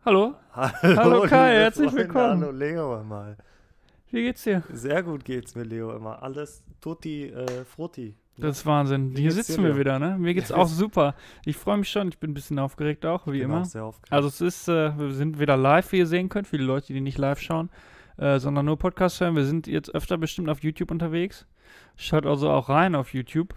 Hallo? Hallo Kai, liebe herzlich Freunde, willkommen. Hallo Leo mal. Wie geht's dir? Sehr gut geht's mir, Leo, immer. Alles tutti frutti. Ne? Das ist Wahnsinn. Wie Hier geht's sitzen dir, wir Leo? wieder, ne? Mir geht's auch super. Ich freue mich schon. Ich bin ein bisschen aufgeregt auch, wie Ich bin immer. auch sehr aufgeregt. Also es ist, wir sind wieder live, wie ihr sehen könnt, für die Leute, die nicht live schauen, sondern nur Podcast hören. Wir sind jetzt öfter bestimmt auf YouTube unterwegs. Schaut also auch rein auf YouTube.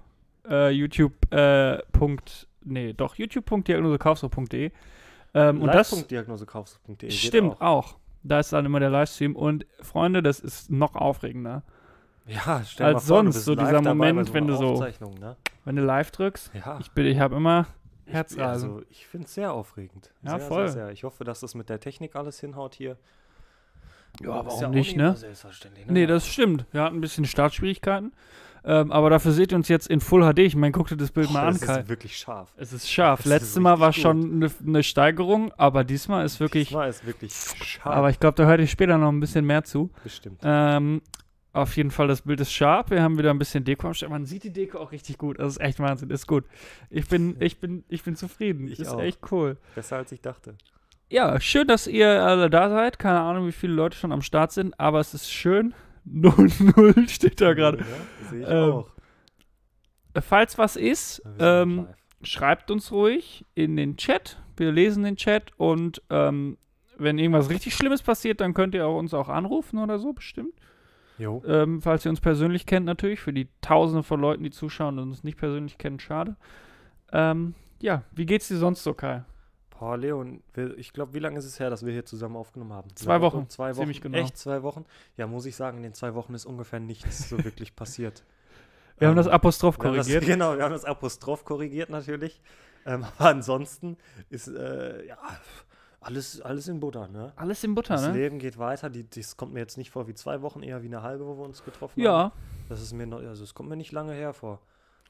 youtube.diagnosekaufsucht.de. Und das Live.diagnosekaufsucht.de stimmt auch. Da ist dann immer der Livestream. Und Freunde, das ist noch aufregender. Ja, stell dir mal Als vor, sonst, du bist so live dieser dabei Moment, bei so wenn einer du so- Aufzeichnung, ne? Wenn du live drückst, Ja, ich habe immer ich, Herzrasen. also, ich finde es sehr aufregend. Ja, sehr, voll. Sehr, sehr. Ich hoffe, dass das mit der Technik alles hinhaut hier. Ja, Ist warum auch nicht, immer ne? Selbstverständlich, ne? Nee, das stimmt. Wir hatten ein bisschen Startschwierigkeiten. Aber dafür seht ihr uns jetzt in Full HD. Ich meine, guckt dir das Bild mal an, das Kai. ist wirklich scharf. Es ist scharf. das ist Letztes Mal war richtig schon eine Steigerung, aber diesmal ist wirklich. Diesmal ist wirklich scharf. Aber ich glaube, da hört ihr später noch ein bisschen mehr zu. Bestimmt. Auf jeden Fall, das Bild ist scharf. Wir haben wieder ein bisschen Deko am Start. Man sieht die Deko auch richtig gut. Das ist echt Wahnsinn. Ist gut. Ich bin zufrieden. Ich ist auch. echt cool. Besser als ich dachte. Ja, schön, dass ihr alle da seid. Keine Ahnung, wie viele Leute schon am Start sind, aber es ist schön. 0-0 steht da gerade. Ja, sehe ich Ähm, auch. Falls was ist, Wir sind live. schreibt uns ruhig in den Chat. Wir lesen den Chat und wenn irgendwas richtig Schlimmes passiert, dann könnt ihr uns auch anrufen oder so, bestimmt. Jo. Falls ihr uns persönlich kennt, natürlich. Für die Tausende von Leuten, die zuschauen und uns nicht persönlich kennen, schade. Ja, wie geht's dir sonst so, Kai? Boah, Leon, ich glaube, wie lange ist es her, dass wir hier zusammen aufgenommen haben? 2 Wochen. 2 Wochen. Ziemlich genau. Echt 2 Wochen? Ja, muss ich sagen, in den 2 Wochen ist ungefähr nichts so wirklich passiert. Wir haben das Ähm, Apostroph wir haben das- korrigiert. Genau, wir haben das Apostroph korrigiert natürlich. Aber ansonsten ist, ja, alles in Butter, ne? Alles in Butter, Das ne? Leben geht weiter. Das kommt mir jetzt nicht vor wie 2 Wochen, eher wie eine halbe, wo wir uns getroffen haben. Ja, Das ist mir noch, also es kommt mir nicht lange her vor.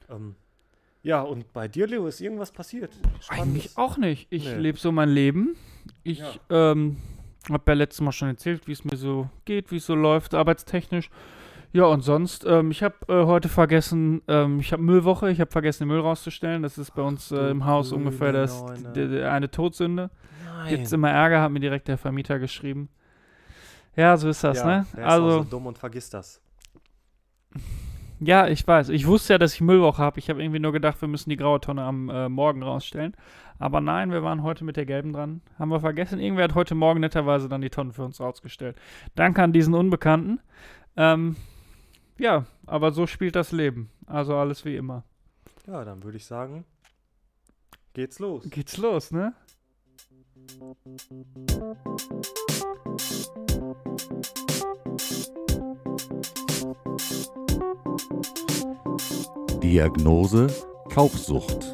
Ja, und bei dir, Leo, ist irgendwas passiert? eigentlich auch nicht. Ich Nee. lebe so mein Leben. Ich Ja. habe ja letztes Mal schon erzählt, wie es mir so geht, wie es so läuft, arbeitstechnisch. Ja, und sonst, ich habe heute vergessen, ich habe Müllwoche, ich habe vergessen, den Müll rauszustellen. Das ist bei uns du im Haus grüne ungefähr Neune. eine Todsünde. Nein. Gibt's immer Ärger, hat mir direkt der Vermieter geschrieben. Ja, so ist das, ja, ne? Der ist auch Also, so dumm und vergisst das. ja, ich weiß. Ich wusste ja, dass ich Müllwoche habe. Ich habe irgendwie nur gedacht, wir müssen die graue Tonne am Morgen rausstellen. Aber nein, wir waren heute mit der gelben dran. Haben wir vergessen. Irgendwer hat heute Morgen netterweise dann die Tonnen für uns rausgestellt. Danke an diesen Unbekannten. Ja, aber so spielt das Leben. Also alles wie immer. Ja, dann würde ich sagen, geht's los. Geht's los, ne? Diagnose Kaufsucht.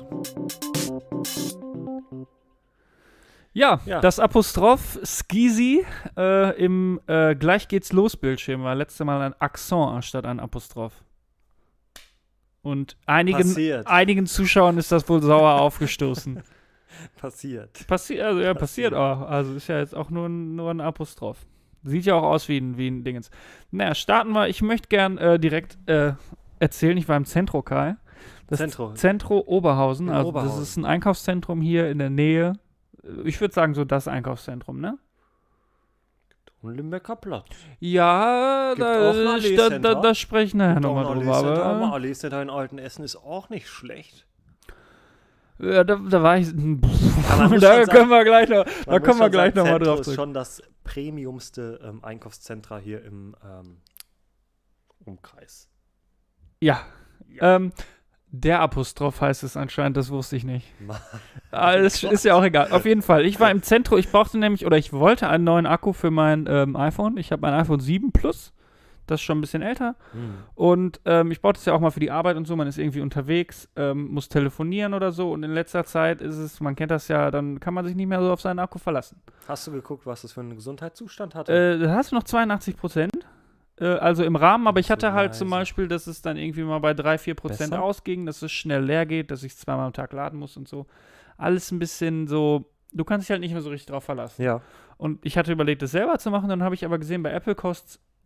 Ja, Ja. das Apostroph Skeezy im Gleich geht's los Bildschirm war letztes Mal ein Akzent anstatt ein Apostroph. Und Passiert. einigen Zuschauern ist das wohl sauer aufgestoßen. Passiert. Passiert auch. Also ist ja jetzt auch nur ein Apostroph. Sieht ja auch aus wie ein Dingens. Naja, starten wir. Ich möchte gern direkt erzählen, ich war im Zentro, Kai. Das Zentro. Zentro Oberhausen. In Also Oberhausen. das ist ein Einkaufszentrum hier in der Nähe. Ich würde sagen, so das Einkaufszentrum, ne? Und Limbecker Platz. Ja, Gibt auch ein Allee-Center. da sprechen wir nachher Gibt auch nochmal ein drüber. Allee-Center, aber Aber, Allee-Center in Altenessen ist auch nicht schlecht. ja, da war ich. man muss Da schon können wir gleich noch, da Man kommen muss wir schon gleich sagen, nochmal Zentro drauf ist zurück. schon das premiumste Einkaufszentra hier im Umkreis. Ja. Ja. Der Apostroph heißt es anscheinend, das wusste ich nicht. Mann. Das ist ja auch egal. Auf jeden Fall. Ich war im Zentrum, ich brauchte nämlich, oder ich wollte einen neuen Akku für mein iPhone. Ich habe ein iPhone 7 Plus. Das ist schon ein bisschen älter. Und ich brauche das ja auch mal für die Arbeit und so. Man ist irgendwie unterwegs, muss telefonieren oder so. Und in letzter Zeit ist es, man kennt das ja, dann kann man sich nicht mehr so auf seinen Akku verlassen. Hast du geguckt, was das für einen Gesundheitszustand hatte? Da hast du noch 82%. Also im Rahmen, aber ich hatte So halt zum leise. Beispiel, dass es dann irgendwie mal bei 3-4% Besser? ausging, dass es schnell leer geht, dass ich es zweimal am Tag laden muss und so. Alles ein bisschen so, du kannst dich halt nicht mehr so richtig drauf verlassen. Ja. Und ich hatte überlegt, das selber zu machen, dann habe ich aber gesehen, bei Apple kostet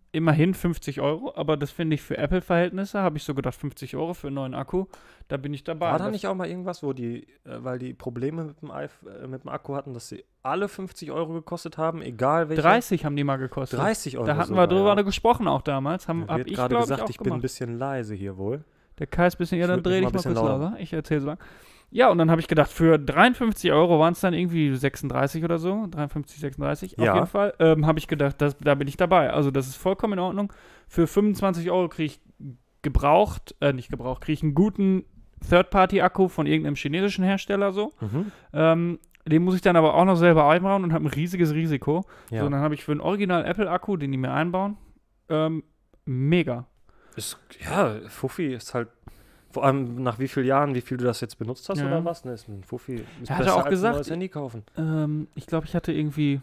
immerhin 50 Euro, aber das finde ich für Apple-Verhältnisse, habe ich so gedacht, 50 Euro für einen neuen Akku, da bin ich dabei. War da nicht auch mal irgendwas, wo weil die Probleme mit dem Akku hatten, dass sie alle 50 Euro gekostet haben, egal welche? 30 haben die mal gekostet. 30 Euro Da hatten sogar, wir drüber ja. gesprochen auch damals. Mir Hab wird ich, gerade glaube gesagt, auch ich bin ein gemacht. bisschen leise hier wohl. Der Kai ist ein bisschen, ja, Ich dann würd dreh mich dich mal mal ein bisschen kurz lauter. lauter. Ich erzähle so lang. Ja, und dann habe ich gedacht, für 53 Euro waren es dann irgendwie 36 oder so. 53, 36. Ja. Auf jeden Fall habe ich gedacht, da bin ich dabei. Also das ist vollkommen in Ordnung. Für 25 Euro kriege ich kriege ich einen guten Third-Party-Akku von irgendeinem chinesischen Hersteller so. Den muss ich dann aber auch noch selber einbauen und habe ein riesiges Risiko. Ja. So, und dann habe ich für einen Original-Apple-Akku, den die mir einbauen, mega. Ja, Fuffi ist halt, vor allem nach wie vielen Jahren, wie viel du das jetzt benutzt hast Ja. oder was, ne, ist ein Fuffi. Ist Er hatte besser auch als gesagt, ein neues Handy kaufen. Ich glaube, ich hatte irgendwie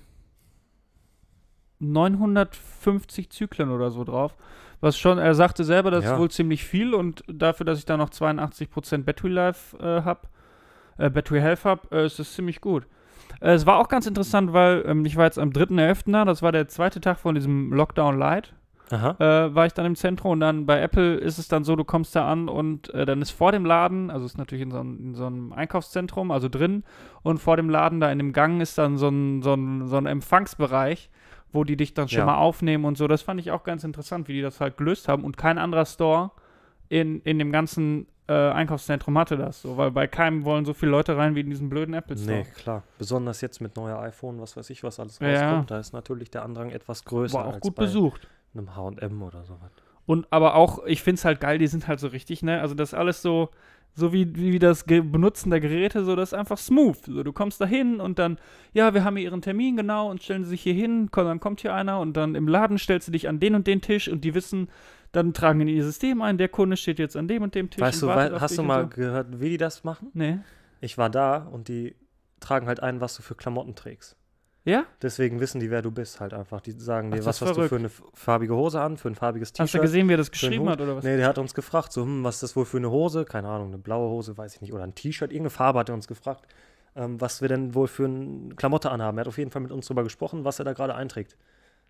950 Zyklen oder so drauf. Was schon, er sagte selber, das Ja. ist wohl ziemlich viel und dafür, dass ich da noch 82% Battery Life Battery Health habe, ist das ziemlich gut. Es war auch ganz interessant, weil ich war jetzt am 3.11. da, das war der zweite Tag von diesem Lockdown Light. Aha. War ich dann im Zentrum und dann bei Apple ist es dann so, du kommst da an und dann ist vor dem Laden, also ist natürlich in so einem Einkaufszentrum, also drin, und vor dem Laden da in dem Gang ist dann so ein Empfangsbereich, wo die dich dann schon Ja. mal aufnehmen und so. Das fand ich auch ganz interessant, wie die das halt gelöst haben und kein anderer Store in dem ganzen Einkaufszentrum hatte das so, weil bei keinem wollen so viele Leute rein wie in diesen blöden Apple Store. Nee, klar. Besonders jetzt mit neuer iPhone, was weiß ich, was alles Ja. rauskommt. Da ist natürlich der Andrang etwas größer War auch als gut bei besucht. einem H&M oder sowas. Und aber auch, ich finde es halt geil, die sind halt so richtig, ne? Also das ist alles so wie das Benutzen der Geräte, so das ist einfach smooth. So, du kommst da hin und dann, ja, wir haben hier ihren Termin, genau, und stellen sie sich hier hin, dann kommt hier einer und dann im Laden stellst du dich an den und den Tisch und die wissen, dann tragen in ihr System ein, der Kunde steht jetzt an dem und dem Tisch. Weißt und du, wartet auf hast dich du und mal so. gehört, wie die das machen? Nee. Ich war da und die tragen halt ein, was du für Klamotten trägst. Ja? Deswegen wissen die, wer du bist, halt einfach. Die sagen dir, Ach, was das hast ist du für eine farbige Hose an, für ein farbiges Hast du T-Shirt. gesehen, wie er das für einen geschrieben Hut? hat oder was? Nee, der hat uns gefragt, so, was ist das wohl für eine Hose? Keine Ahnung, eine blaue Hose, weiß ich nicht. Oder ein T-Shirt, irgendeine Farbe hat er uns gefragt, was wir denn wohl für eine Klamotte anhaben. Er hat auf jeden Fall mit uns darüber gesprochen, was er da gerade einträgt.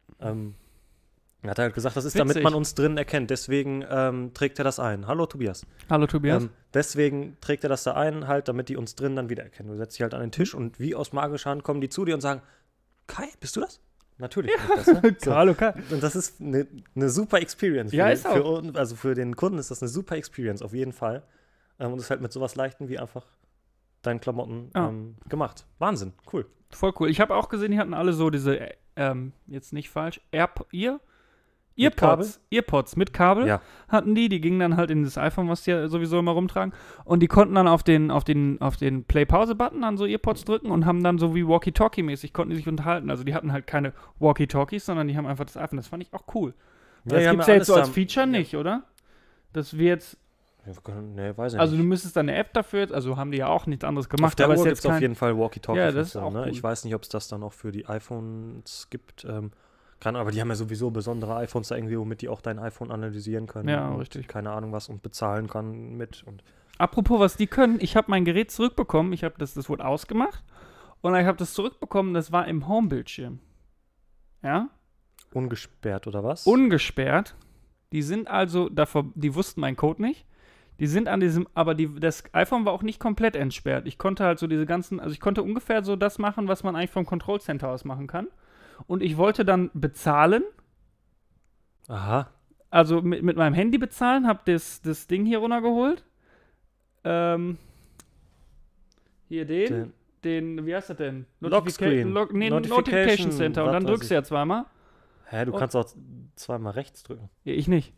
Er hat halt gesagt, das ist, damit Witzig. man uns drinnen erkennt. Deswegen trägt er das ein. Hallo, Tobias. Hallo Tobias. Deswegen trägt er das da ein, halt, damit die uns drinnen dann wiedererkennen. Du setzt dich halt an den Tisch und wie aus magischer Hand kommen die zu dir und sagen, Kai, bist du das? Natürlich bin ich das, ne? So. Hallo Kai. Und das ist eine super Experience. Ja, ist für auch. also für den Kunden ist das eine super Experience, auf jeden Fall. Und ist halt mit sowas Leichten wie einfach deinen Klamotten gemacht. Wahnsinn, cool. Voll cool. Ich habe auch gesehen, die hatten alle so diese, jetzt nicht falsch, Earpods mit Kabel Ja. hatten die gingen dann halt in das iPhone, was die ja sowieso immer rumtragen, und die konnten dann auf den Play-Pause-Button dann so Earpods drücken und haben dann so wie Walkie-Talkie-mäßig, konnten die sich unterhalten. Also die hatten halt keine Walkie-Talkies, sondern die haben einfach das iPhone. Das fand ich auch cool. Ja, Das die haben gibt's ja ja jetzt so alles als da- Feature ja. nicht, oder? Das wir jetzt, Nee, weiß ich also du nicht. müsstest dann eine App dafür, also haben die ja auch nichts anderes Auf gemacht, der aber Uhr ist gibt jetzt es auf kein, jeden Fall Walkie-Talkie. Ja, das ist auch ne? cool. Ich weiß nicht, ob es das dann auch für die iPhones gibt. Keine Ahnung, aber die haben ja sowieso besondere iPhones da irgendwie, womit die auch dein iPhone analysieren können. Ja, und richtig. Keine Ahnung was und bezahlen kann mit. Und Apropos, was die können, ich habe mein Gerät zurückbekommen, ich habe das wurde ausgemacht und ich habe das zurückbekommen, das war im Homebildschirm. Ja? ungesperrt oder was? Ungesperrt. Die sind also, die wussten meinen Code nicht. Die sind an diesem, aber das iPhone war auch nicht komplett entsperrt. Ich konnte halt so ich konnte ungefähr so das machen, was man eigentlich vom Control Center aus machen kann. Und ich wollte dann bezahlen, Aha. also mit meinem Handy bezahlen, habe das Ding hier runtergeholt. Hier den, wie heißt das denn? Lockscreen. Notification Center. Und was dann weiß drückst du ich. ja zweimal. Hä, du Und- kannst auch zweimal rechts drücken. Ja, ich nicht.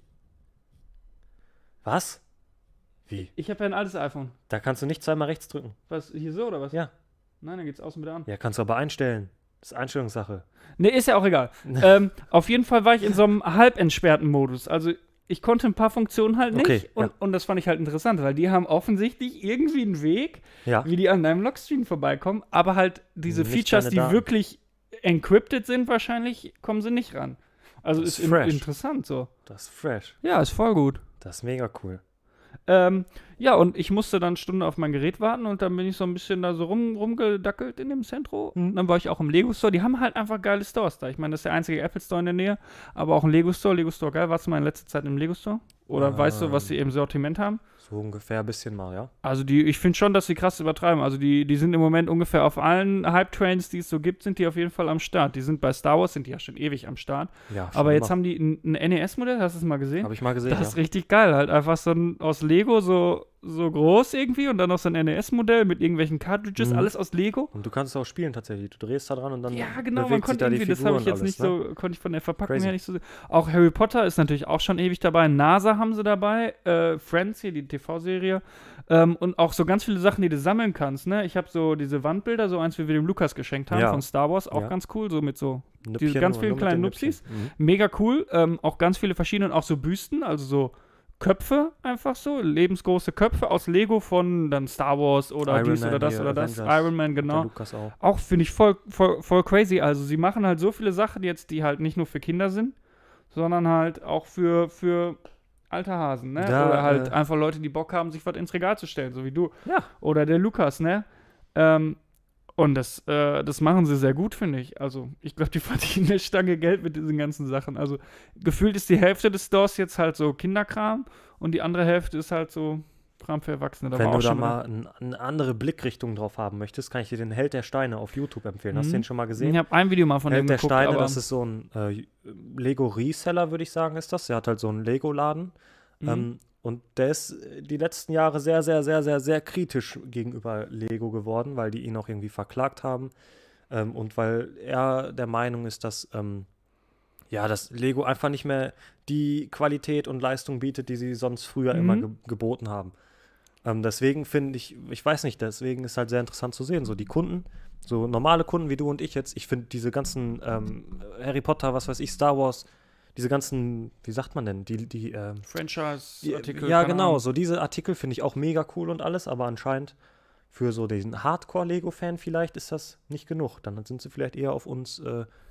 Was? Wie? Ich habe ja ein altes iPhone. Da kannst du nicht zweimal rechts drücken. Was, hier so oder was? Ja. Nein, dann geht's außen wieder an. Ja, kannst du aber einstellen. Das ist Einstellungssache. Ne, ist ja auch egal. Auf jeden Fall war ich in so einem halb entsperrten Modus. Also ich konnte ein paar Funktionen halt nicht. Okay, ja. Und das fand ich halt interessant, weil die haben offensichtlich irgendwie einen Weg, Ja. wie die an deinem Lockscreen vorbeikommen. Aber halt diese Nicht Features, deine die Daten. wirklich encrypted sind wahrscheinlich, kommen sie nicht ran. Also Das ist ist fresh. interessant so. Das ist fresh. Ja, ist voll gut. Das ist mega cool. Ja, und ich musste dann eine Stunde auf mein Gerät warten und dann bin ich so ein bisschen da so rumgedackelt in dem Centro. Mhm. Dann war ich auch im Lego-Store. Die haben halt einfach geile Stores da. Ich meine, das ist der einzige Apple-Store in der Nähe, aber auch ein Lego-Store. Lego-Store, geil. Warst du mal in letzter Zeit im Lego-Store? Oder weißt du, was sie im Sortiment haben? So ungefähr ein bisschen mal, ja. Also ich finde schon, dass sie krass übertreiben. Also die sind im Moment ungefähr auf allen Hype-Trains, die es so gibt, sind die auf jeden Fall am Start. Die sind bei Star Wars, sind die ja schon ewig am Start. Ja, Aber jetzt haben die ein NES-Modell, hast du es mal gesehen? Habe ich mal gesehen, Das ja. ist richtig geil, halt einfach so ein aus Lego so groß irgendwie und dann noch so ein NES-Modell mit irgendwelchen Cartridges, alles aus Lego. Und du kannst es auch spielen tatsächlich. Du drehst da dran und dann Ja, genau, man bewegt sich konnte da die irgendwie, das Figur habe ich und jetzt alles, nicht so, konnte ich von der Verpackung Crazy. her nicht so sehen. Auch Harry Potter ist natürlich auch schon ewig dabei, NASA haben sie dabei, Friends hier, die TV-Serie, und auch so ganz viele Sachen, die du sammeln kannst, ne? Ich habe so diese Wandbilder, so eins, wie wir dem Lukas geschenkt haben Ja. von Star Wars, auch Ja. ganz cool, so mit so Nüppchen diese ganz oder vielen nur mit kleinen den Nupsis. Nüppchen. Mega cool, auch ganz viele verschiedene, auch so Büsten, also so Köpfe einfach so, lebensgroße Köpfe aus Lego von dann Star Wars oder Iron dies Man oder das hier, oder das. Avengers, Iron Man, Der genau. Lukas auch. Auch finde ich voll crazy. Also sie machen halt so viele Sachen jetzt, die halt nicht nur für Kinder sind, sondern halt auch für alte Hasen, ne? Ja, oder halt einfach Leute, die Bock haben, sich was ins Regal zu stellen, so wie du. Ja. Oder der Lukas, ne? Und das machen sie sehr gut, finde ich. Also, ich glaube, die verdienen eine Stange Geld mit diesen ganzen Sachen. Also, gefühlt ist die Hälfte des Stores jetzt halt so Kinderkram und die andere Hälfte ist halt so Kram für Erwachsene. Wenn war du auch da schon mal eine andere Blickrichtung drauf haben möchtest, kann ich dir den Held der Steine auf YouTube empfehlen. Hast du den schon mal gesehen? Ich habe ein Video mal von dem Held der geguckt, Steine, aber das ist so ein Lego-Reseller, würde ich sagen, ist das. Er hat halt so einen Lego-Laden. Und der ist die letzten Jahre sehr, sehr, sehr, sehr, sehr kritisch gegenüber Lego geworden, weil die ihn auch irgendwie verklagt haben. Und weil er der Meinung ist, dass dass Lego einfach nicht mehr die Qualität und Leistung bietet, die sie sonst früher immer geboten haben. Deswegen finde ich weiß nicht, deswegen ist halt sehr interessant zu sehen, so die Kunden, so normale Kunden wie du und ich jetzt, ich finde diese ganzen Harry Potter, was weiß ich, Star Wars, diese ganzen, wie sagt man denn, die Franchise-Artikel. ja, keine genau, Ahnung. so diese Artikel finde ich auch mega cool und alles, aber anscheinend für so den Hardcore-Lego-Fan vielleicht ist das nicht genug. Dann sind sie vielleicht eher auf uns,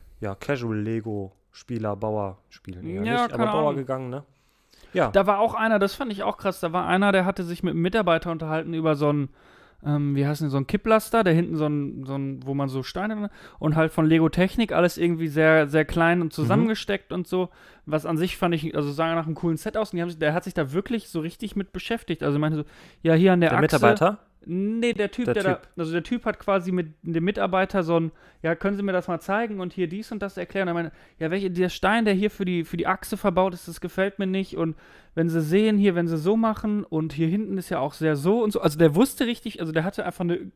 Casual-Lego-Spieler, Bauer spielen eher Ja, nicht, aber keine Bauer Ahnung. gegangen, ne? Ja. Da war auch einer, das fand ich auch krass, da war einer, der hatte sich mit einem Mitarbeiter unterhalten über so einen, wie heißt denn, so ein Kipplaster, der hinten so ein, wo man so Steine und halt von Lego Technik, alles irgendwie sehr, sehr klein und zusammengesteckt und so, was an sich fand ich, also sah nach einem coolen Set aus und der hat sich da wirklich so richtig mit beschäftigt, also meinte so, ja, hier an der Achse. Mitarbeiter? Nee, der Typ, Der der Typ hat quasi mit dem Mitarbeiter so ein, ja, können Sie mir das mal zeigen und hier dies und das erklären. Und er meinte, ja, der Stein, der hier für die Achse verbaut ist, das gefällt mir nicht. Und wenn Sie sehen, hier, wenn Sie so machen und hier hinten ist ja auch sehr so und so. Also der wusste richtig, also der hatte einfach eine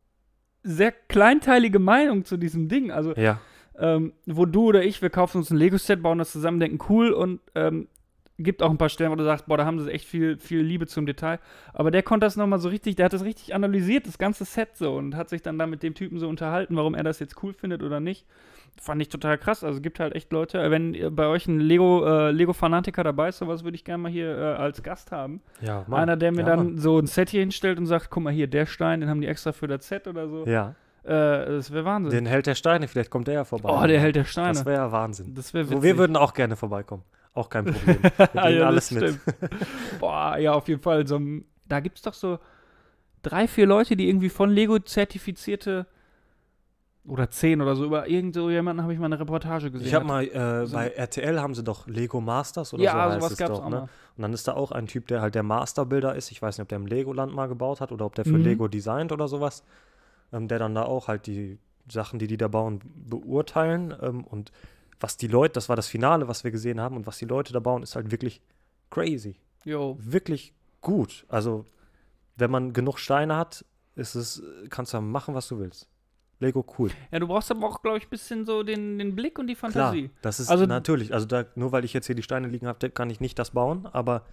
sehr kleinteilige Meinung zu diesem Ding. Also, Ja. wo du oder ich, wir kaufen uns ein Lego-Set, bauen das zusammen, denken, cool und gibt auch ein paar Stellen, wo du sagst, boah, da haben sie echt viel Liebe zum Detail. Aber der konnte das nochmal so richtig, der hat das richtig analysiert, das ganze Set so und hat sich dann da mit dem Typen so unterhalten, warum er das jetzt cool findet oder nicht. Fand ich total krass. Also es gibt halt echt Leute, wenn bei euch ein Lego-Fanatiker dabei ist, sowas würde ich gerne mal hier als Gast haben. Ja, Mann. Einer, der mir Ja, dann Mann. so ein Set hier hinstellt und sagt, guck mal hier, der Stein, den haben die extra für das Set oder so. Ja. Das wäre Wahnsinn. Den Held der Steine, vielleicht kommt der ja vorbei. Oh, der Held der Steine. Das wäre ja Wahnsinn. Das wäre So, witzig. wir würden auch gerne vorbeikommen. Auch kein Problem. Wir bringen Ja, alles das mit. stimmt. Boah, ja, auf jeden Fall. Da gibt es doch so 3, 4 Leute, die irgendwie von Lego zertifizierte oder 10 oder so, über irgend so jemanden habe ich mal eine Reportage gesehen. Ich habe mal, bei RTL haben sie doch Lego Masters oder Ja, so heißt sowas es gab's doch, auch ne? mal. Und dann ist da auch ein Typ, der halt der Masterbuilder ist. Ich weiß nicht, ob der im Legoland mal gebaut hat oder ob der für Lego designt oder sowas. Der dann da auch halt die Sachen, die da bauen, beurteilen. Und was die Leute, das war das Finale, was wir gesehen haben, und was die Leute da bauen, ist halt wirklich crazy. Jo. Wirklich gut. Also, wenn man genug Steine hat, kannst du machen, was du willst. Lego cool. Ja, du brauchst aber auch, glaube ich, ein bisschen so den Blick und die Klar, Fantasie. das ist Also- natürlich, also nur weil ich jetzt hier die Steine liegen habe, kann ich nicht das bauen, aber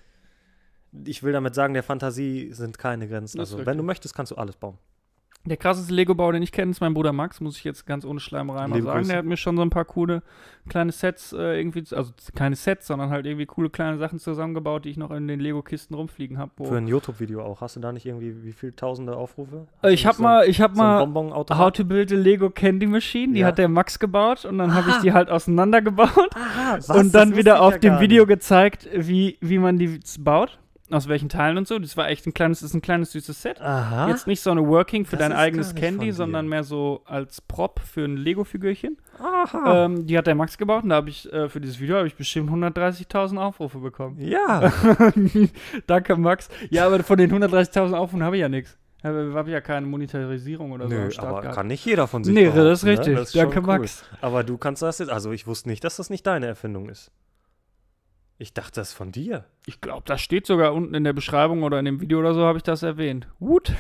ich will damit sagen, der Fantasie sind keine Grenzen. Das ist Also, wenn richtig. du möchtest, kannst du alles bauen. Der krasseste Lego-Bau, den ich kenne, ist mein Bruder Max, muss ich jetzt ganz ohne Schleimerei mal Liebe sagen. Grüße. Der hat mir schon so ein paar coole kleine Sets irgendwie, also keine Sets, sondern halt irgendwie coole kleine Sachen zusammengebaut, die ich noch in den Lego-Kisten rumfliegen habe. Für ein YouTube-Video auch. Hast du da nicht irgendwie, wie viele tausende Aufrufe? Ich habe mal so ein How Bonbon-Automat? to Build a Lego Candy Machine, die Ja. hat der Max gebaut und dann habe ich die halt auseinandergebaut Aha, was? und Das dann wusste wieder ich auf ja dem gar Video nicht. gezeigt, wie man die baut. aus welchen Teilen und so. Das war echt ist ein kleines süßes Set. Aha. Jetzt nicht so eine Working für Das dein ist eigenes gar nicht Candy, von dir. sondern mehr so als Prop für ein Lego-Figürchen. Aha. Die hat der Max gebaut und da habe ich für dieses Video bestimmt 130.000 Aufrufe bekommen. Ja. Danke, Max. Ja, aber von den 130.000 Aufrufen habe ich ja nichts. Habe ja keine Monetarisierung oder so Nö, am Start aber gehabt. kann nicht jeder von sich Nee, behaupten, das ist richtig. Ne? Das ist schon Danke, cool. Max. Aber du kannst das jetzt, also ich wusste nicht, dass das nicht deine Erfindung ist. Ich dachte, das ist von dir. Ich glaube, das steht sogar unten in der Beschreibung oder in dem Video oder so, habe ich das erwähnt. Gut.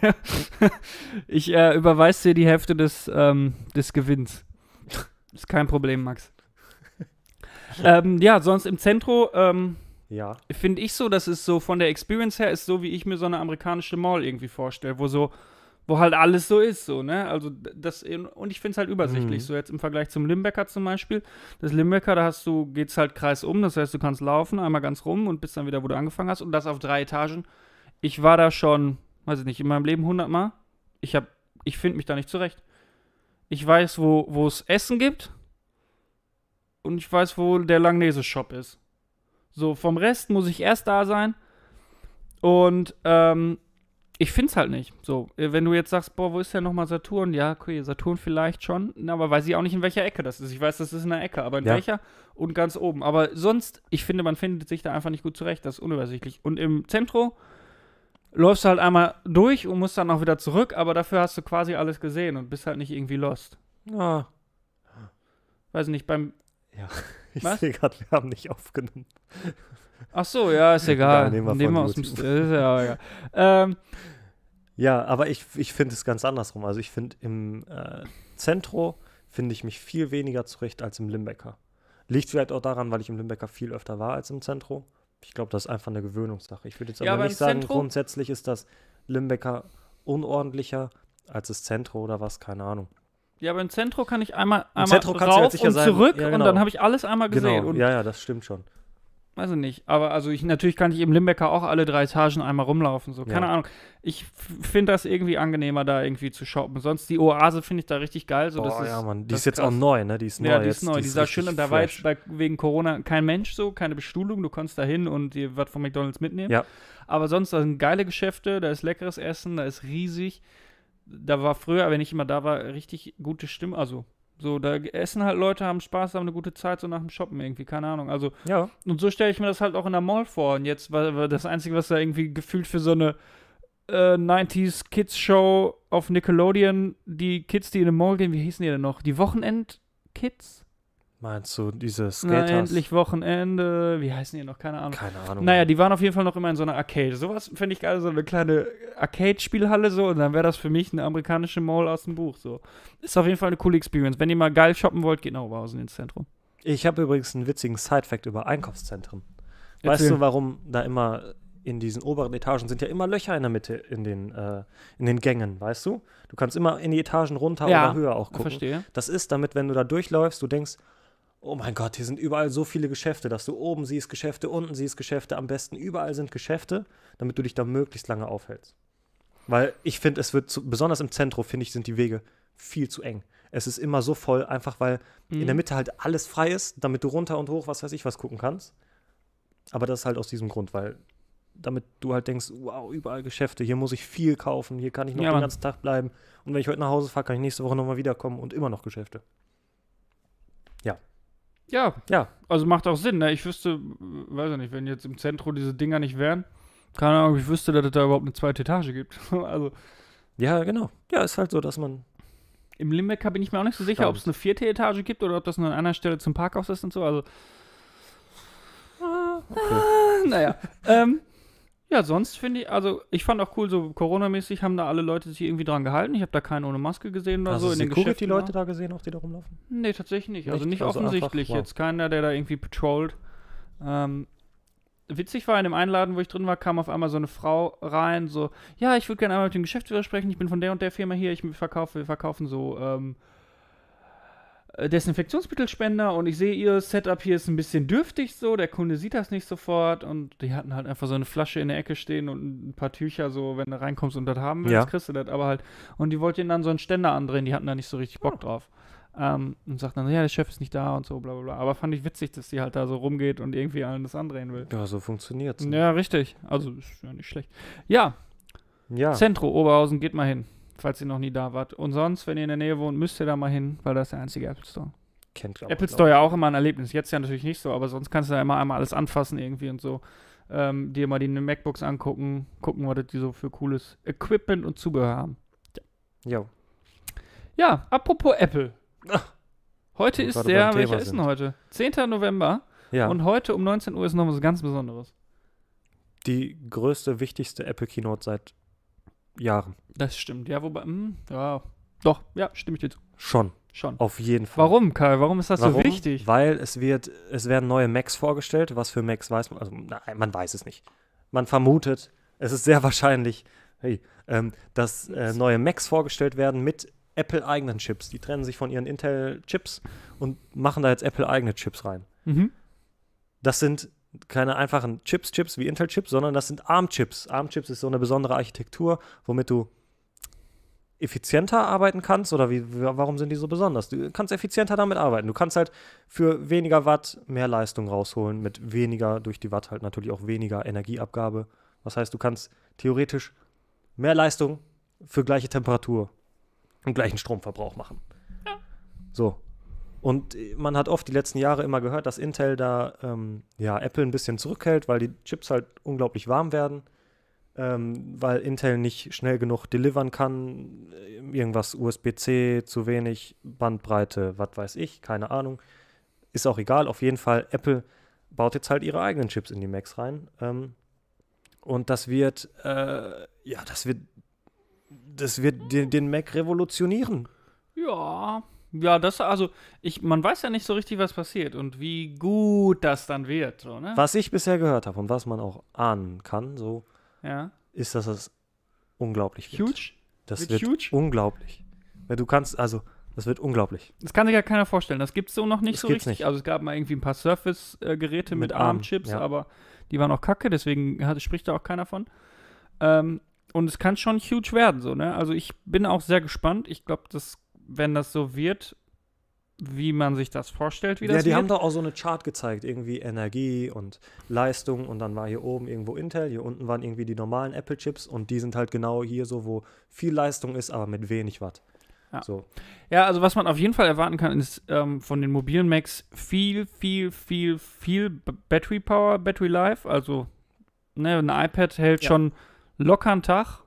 Ich überweise dir die Hälfte des Gewinns. Ist kein Problem, Max. Ja, sonst im Zentrum Ja. finde ich so, dass es so von der Experience her ist so, wie ich mir so eine amerikanische Mall irgendwie vorstelle, wo halt alles so ist, so, ne? Also und ich finde es halt übersichtlich, so jetzt im Vergleich zum Limbecker zum Beispiel. Das Limbecker, da geht's halt kreisum, das heißt, du kannst laufen, einmal ganz rum und bist dann wieder, wo du angefangen hast und das auf 3 Etagen. Ich war da schon, weiß ich nicht, in meinem Leben 100 Mal. Ich finde mich da nicht zurecht. Ich weiß, wo es Essen gibt und ich weiß, wo der Langnese-Shop ist. So, vom Rest muss ich erst da sein und ich find's halt nicht. So, wenn du jetzt sagst, boah, wo ist denn nochmal Saturn? Ja, okay, Saturn vielleicht schon, aber weiß ich auch nicht, in welcher Ecke das ist. Ich weiß, das ist in der Ecke, aber in welcher und ganz oben. Aber sonst, ich finde, man findet sich da einfach nicht gut zurecht. Das ist unübersichtlich. Und im Zentrum läufst du halt einmal durch und musst dann auch wieder zurück, aber dafür hast du quasi alles gesehen und bist halt nicht irgendwie lost. Ja. Weiß nicht, Ich Was? sehe gerade, wir haben nicht aufgenommen. Ach so, ja, ist egal. Ja, nehmen wir Nehmen wir von aus dem YouTube. ist ja auch egal. Ja, aber ich finde es ganz andersrum. Also ich finde im Zentro finde ich mich viel weniger zurecht als im Limbecker. Liegt vielleicht auch daran, weil ich im Limbecker viel öfter war als im Zentro. Ich glaube, das ist einfach eine Gewöhnungssache. Ich würde jetzt Ja, aber aber nicht im sagen, Zentro- grundsätzlich ist das Limbecker unordentlicher als das Zentro oder was, keine Ahnung. Ja, aber im Zentrum kann ich einmal Zentrum kannst du halt rauf sicher und sein. zurück Ja, und genau. dann habe ich alles einmal gesehen. Genau, Und ja, das stimmt schon. weiß ich nicht. Aber also natürlich kann ich im Limbecker auch alle 3 Etagen einmal rumlaufen. So, keine Ja. Ahnung. Ich finde das irgendwie angenehmer, da irgendwie zu shoppen. Sonst die Oase finde ich da richtig geil. So, das Boah, ist, ja, Mann, die das ist jetzt krass. auch neu, ne? Die ist neu. Ja, die jetzt, ist neu. Die sah schön und richtig da war jetzt fresh. wegen Corona kein Mensch so, keine Bestuhlung. Du konntest da hin und dir was von McDonalds mitnehmen. Ja. Aber sonst, da sind geile Geschäfte, da ist leckeres Essen, da ist riesig. Da war früher, wenn ich immer da war, richtig gute Stimme. Also, so, da essen halt Leute, haben Spaß, haben eine gute Zeit, so nach dem Shoppen irgendwie, keine Ahnung. Also, Ja, und so stelle ich mir das halt auch in der Mall vor. Und jetzt war das Einzige, was da irgendwie gefühlt für so eine 90s Kids Show auf Nickelodeon, die Kids, die in eine Mall gehen, wie hießen die denn noch? Die Wochenend-Kids? meinst du diese Na, Skaters? endlich Wochenende. Wie heißen die noch? Keine Ahnung. Keine Ahnung. Naja, die waren auf jeden Fall noch immer in so einer Arcade. Sowas fände ich geil, so eine kleine Arcade-Spielhalle so. Und dann wäre das für mich eine amerikanische Mall aus dem Buch so. Ist auf jeden Fall eine coole Experience. Wenn ihr mal geil shoppen wollt, geht nach Oberhausen ins Zentrum. Ich habe übrigens einen witzigen Side-Fact über Einkaufszentren. Weißt Erzähl. du, warum da immer in diesen oberen Etagen sind ja immer Löcher in der Mitte in den Gängen, weißt du? Du kannst immer in die Etagen runter Ja, oder höher auch gucken. Verstehe. Das ist, damit, wenn du da durchläufst, du denkst, oh mein Gott, hier sind überall so viele Geschäfte, dass du oben siehst Geschäfte, unten siehst Geschäfte, am besten überall sind Geschäfte, damit du dich da möglichst lange aufhältst. Weil ich finde, besonders im Zentrum, finde ich, sind die Wege viel zu eng. Es ist immer so voll, einfach weil in der Mitte halt alles frei ist, damit du runter und hoch, was weiß ich, was gucken kannst. Aber das ist halt aus diesem Grund, weil damit du halt denkst, wow, überall Geschäfte, hier muss ich viel kaufen, hier kann ich noch Ja, den Mann. ganzen Tag bleiben. Und wenn ich heute nach Hause fahre, kann ich nächste Woche nochmal wiederkommen und immer noch Geschäfte. Ja, Ja, also macht auch Sinn, ne? Ich wüsste, weiß ich nicht, wenn jetzt im Zentrum diese Dinger nicht wären, keine Ahnung, ich wüsste, dass es da überhaupt eine 2. Etage gibt. Also ja, genau. Ja, ist halt so, dass man im Limbecker bin ich mir auch nicht so sicher, ob es eine 4. Etage gibt oder ob das nur an einer Stelle zum Parkhaus ist und so. Also, naja. Ja, sonst finde ich, also ich fand auch cool, so Corona-mäßig haben da alle Leute sich irgendwie dran gehalten. Ich habe da keinen ohne Maske gesehen oder Hast so du in den Security-Leute Geschäften. da gesehen, auch die da rumlaufen? Nee, tatsächlich nicht. Also Nicht? nicht Also offensichtlich einfach, wow. jetzt. Keiner, der da irgendwie patrollt. Witzig war, in dem Einladen, wo ich drin war, kam auf einmal so eine Frau rein, so, ja, ich würde gerne einmal mit dem Geschäftsführer sprechen, ich bin von der und der Firma hier, wir verkaufen so, Desinfektionsmittelspender und ich sehe, ihr Setup hier ist ein bisschen dürftig so, der Kunde sieht das nicht sofort und die hatten halt einfach so eine Flasche in der Ecke stehen und ein paar Tücher so, wenn du reinkommst und das haben willst, Ja. kriegst du das, aber halt, und die wollten dann so einen Ständer andrehen, die hatten da nicht so richtig Bock drauf. Und sagt dann, ja, der Chef ist nicht da und so, bla bla bla. Aber fand ich witzig, dass die halt da so rumgeht und irgendwie allen das andrehen will. Ja, so funktioniert's. Ja, richtig. Also, ist ja nicht schlecht. Ja, Ja, Zentro, Oberhausen, geht mal hin, falls ihr noch nie da wart. Und sonst, wenn ihr in der Nähe wohnt, müsst ihr da mal hin, weil das ist der einzige Apple Store. kennt Apple Store ja auch immer ein Erlebnis. Jetzt ja natürlich nicht so, aber sonst kannst du da immer einmal alles anfassen irgendwie und so. Dir mal die MacBooks angucken, gucken, was die so für cooles Equipment und Zubehör haben. Ja. Ja, apropos Apple. Ach, Heute wo wir ist gerade der, beim welcher Thema ist denn sind. heute? 10. November. Ja, Und heute um 19 Uhr ist noch was ganz Besonderes. die größte, wichtigste Apple-Keynote seit Jahren. Das stimmt. Ja, wobei, ja, doch, ja, stimme ich dir zu. Schon, Schon. auf jeden Fall. Warum, Kai? Warum ist das Warum? so wichtig? Weil es werden neue Macs vorgestellt. Was für Macs weiß man, also nein, man weiß es nicht. Man vermutet, es ist sehr wahrscheinlich, dass neue Macs vorgestellt werden mit Apple-eigenen Chips. Die trennen sich von ihren Intel-Chips und machen da jetzt Apple-eigene Chips rein. Mhm. Das sind keine einfachen Chips wie Intel-Chips, sondern das sind ARM-Chips. ARM-Chips ist so eine besondere Architektur, womit du effizienter arbeiten kannst. Oder warum sind die so besonders? Du kannst effizienter damit arbeiten. Du kannst halt für weniger Watt mehr Leistung rausholen, mit weniger, durch die Watt halt natürlich auch weniger Energieabgabe. Das heißt, du kannst theoretisch mehr Leistung für gleiche Temperatur und gleichen Stromverbrauch machen. Ja. So. Und man hat oft die letzten Jahre immer gehört, dass Intel da Apple ein bisschen zurückhält, weil die Chips halt unglaublich warm werden, weil Intel nicht schnell genug delivern kann, irgendwas USB-C, zu wenig Bandbreite, was weiß ich, keine Ahnung. Ist auch egal, auf jeden Fall, Apple baut jetzt halt ihre eigenen Chips in die Macs rein. Und das wird den Mac revolutionieren. Ja. Ja, man weiß ja nicht so richtig, was passiert und wie gut das dann wird, so, ne? Was ich bisher gehört habe und was man auch ahnen kann, so, Ja. ist, dass es unglaublich wird. Huge? Das Wird wird huge? unglaublich. Weil du kannst, also, das wird unglaublich. Das kann sich ja keiner vorstellen. Das gibt's so noch nicht Das so gibt's richtig. nicht. Also es gab mal irgendwie ein paar Surface-Geräte mit Mit ARM, ARM-Chips, ja. aber die waren auch kacke, deswegen spricht da auch keiner von. Und es kann schon huge werden, so, ne? Also ich bin auch sehr gespannt. Ich glaube, wenn das so wird, wie man sich das vorstellt, wie das Ja, die wird. haben doch auch so eine Chart gezeigt, irgendwie Energie und Leistung und dann war hier oben irgendwo Intel, hier unten waren irgendwie die normalen Apple-Chips und die sind halt genau hier so, wo viel Leistung ist, aber mit wenig Watt. Ja. So. Ja, also was man auf jeden Fall erwarten kann, ist von den mobilen Macs viel Battery Power, Battery Life. Also, ne, ein iPad hält Ja. schon locker einen Tag.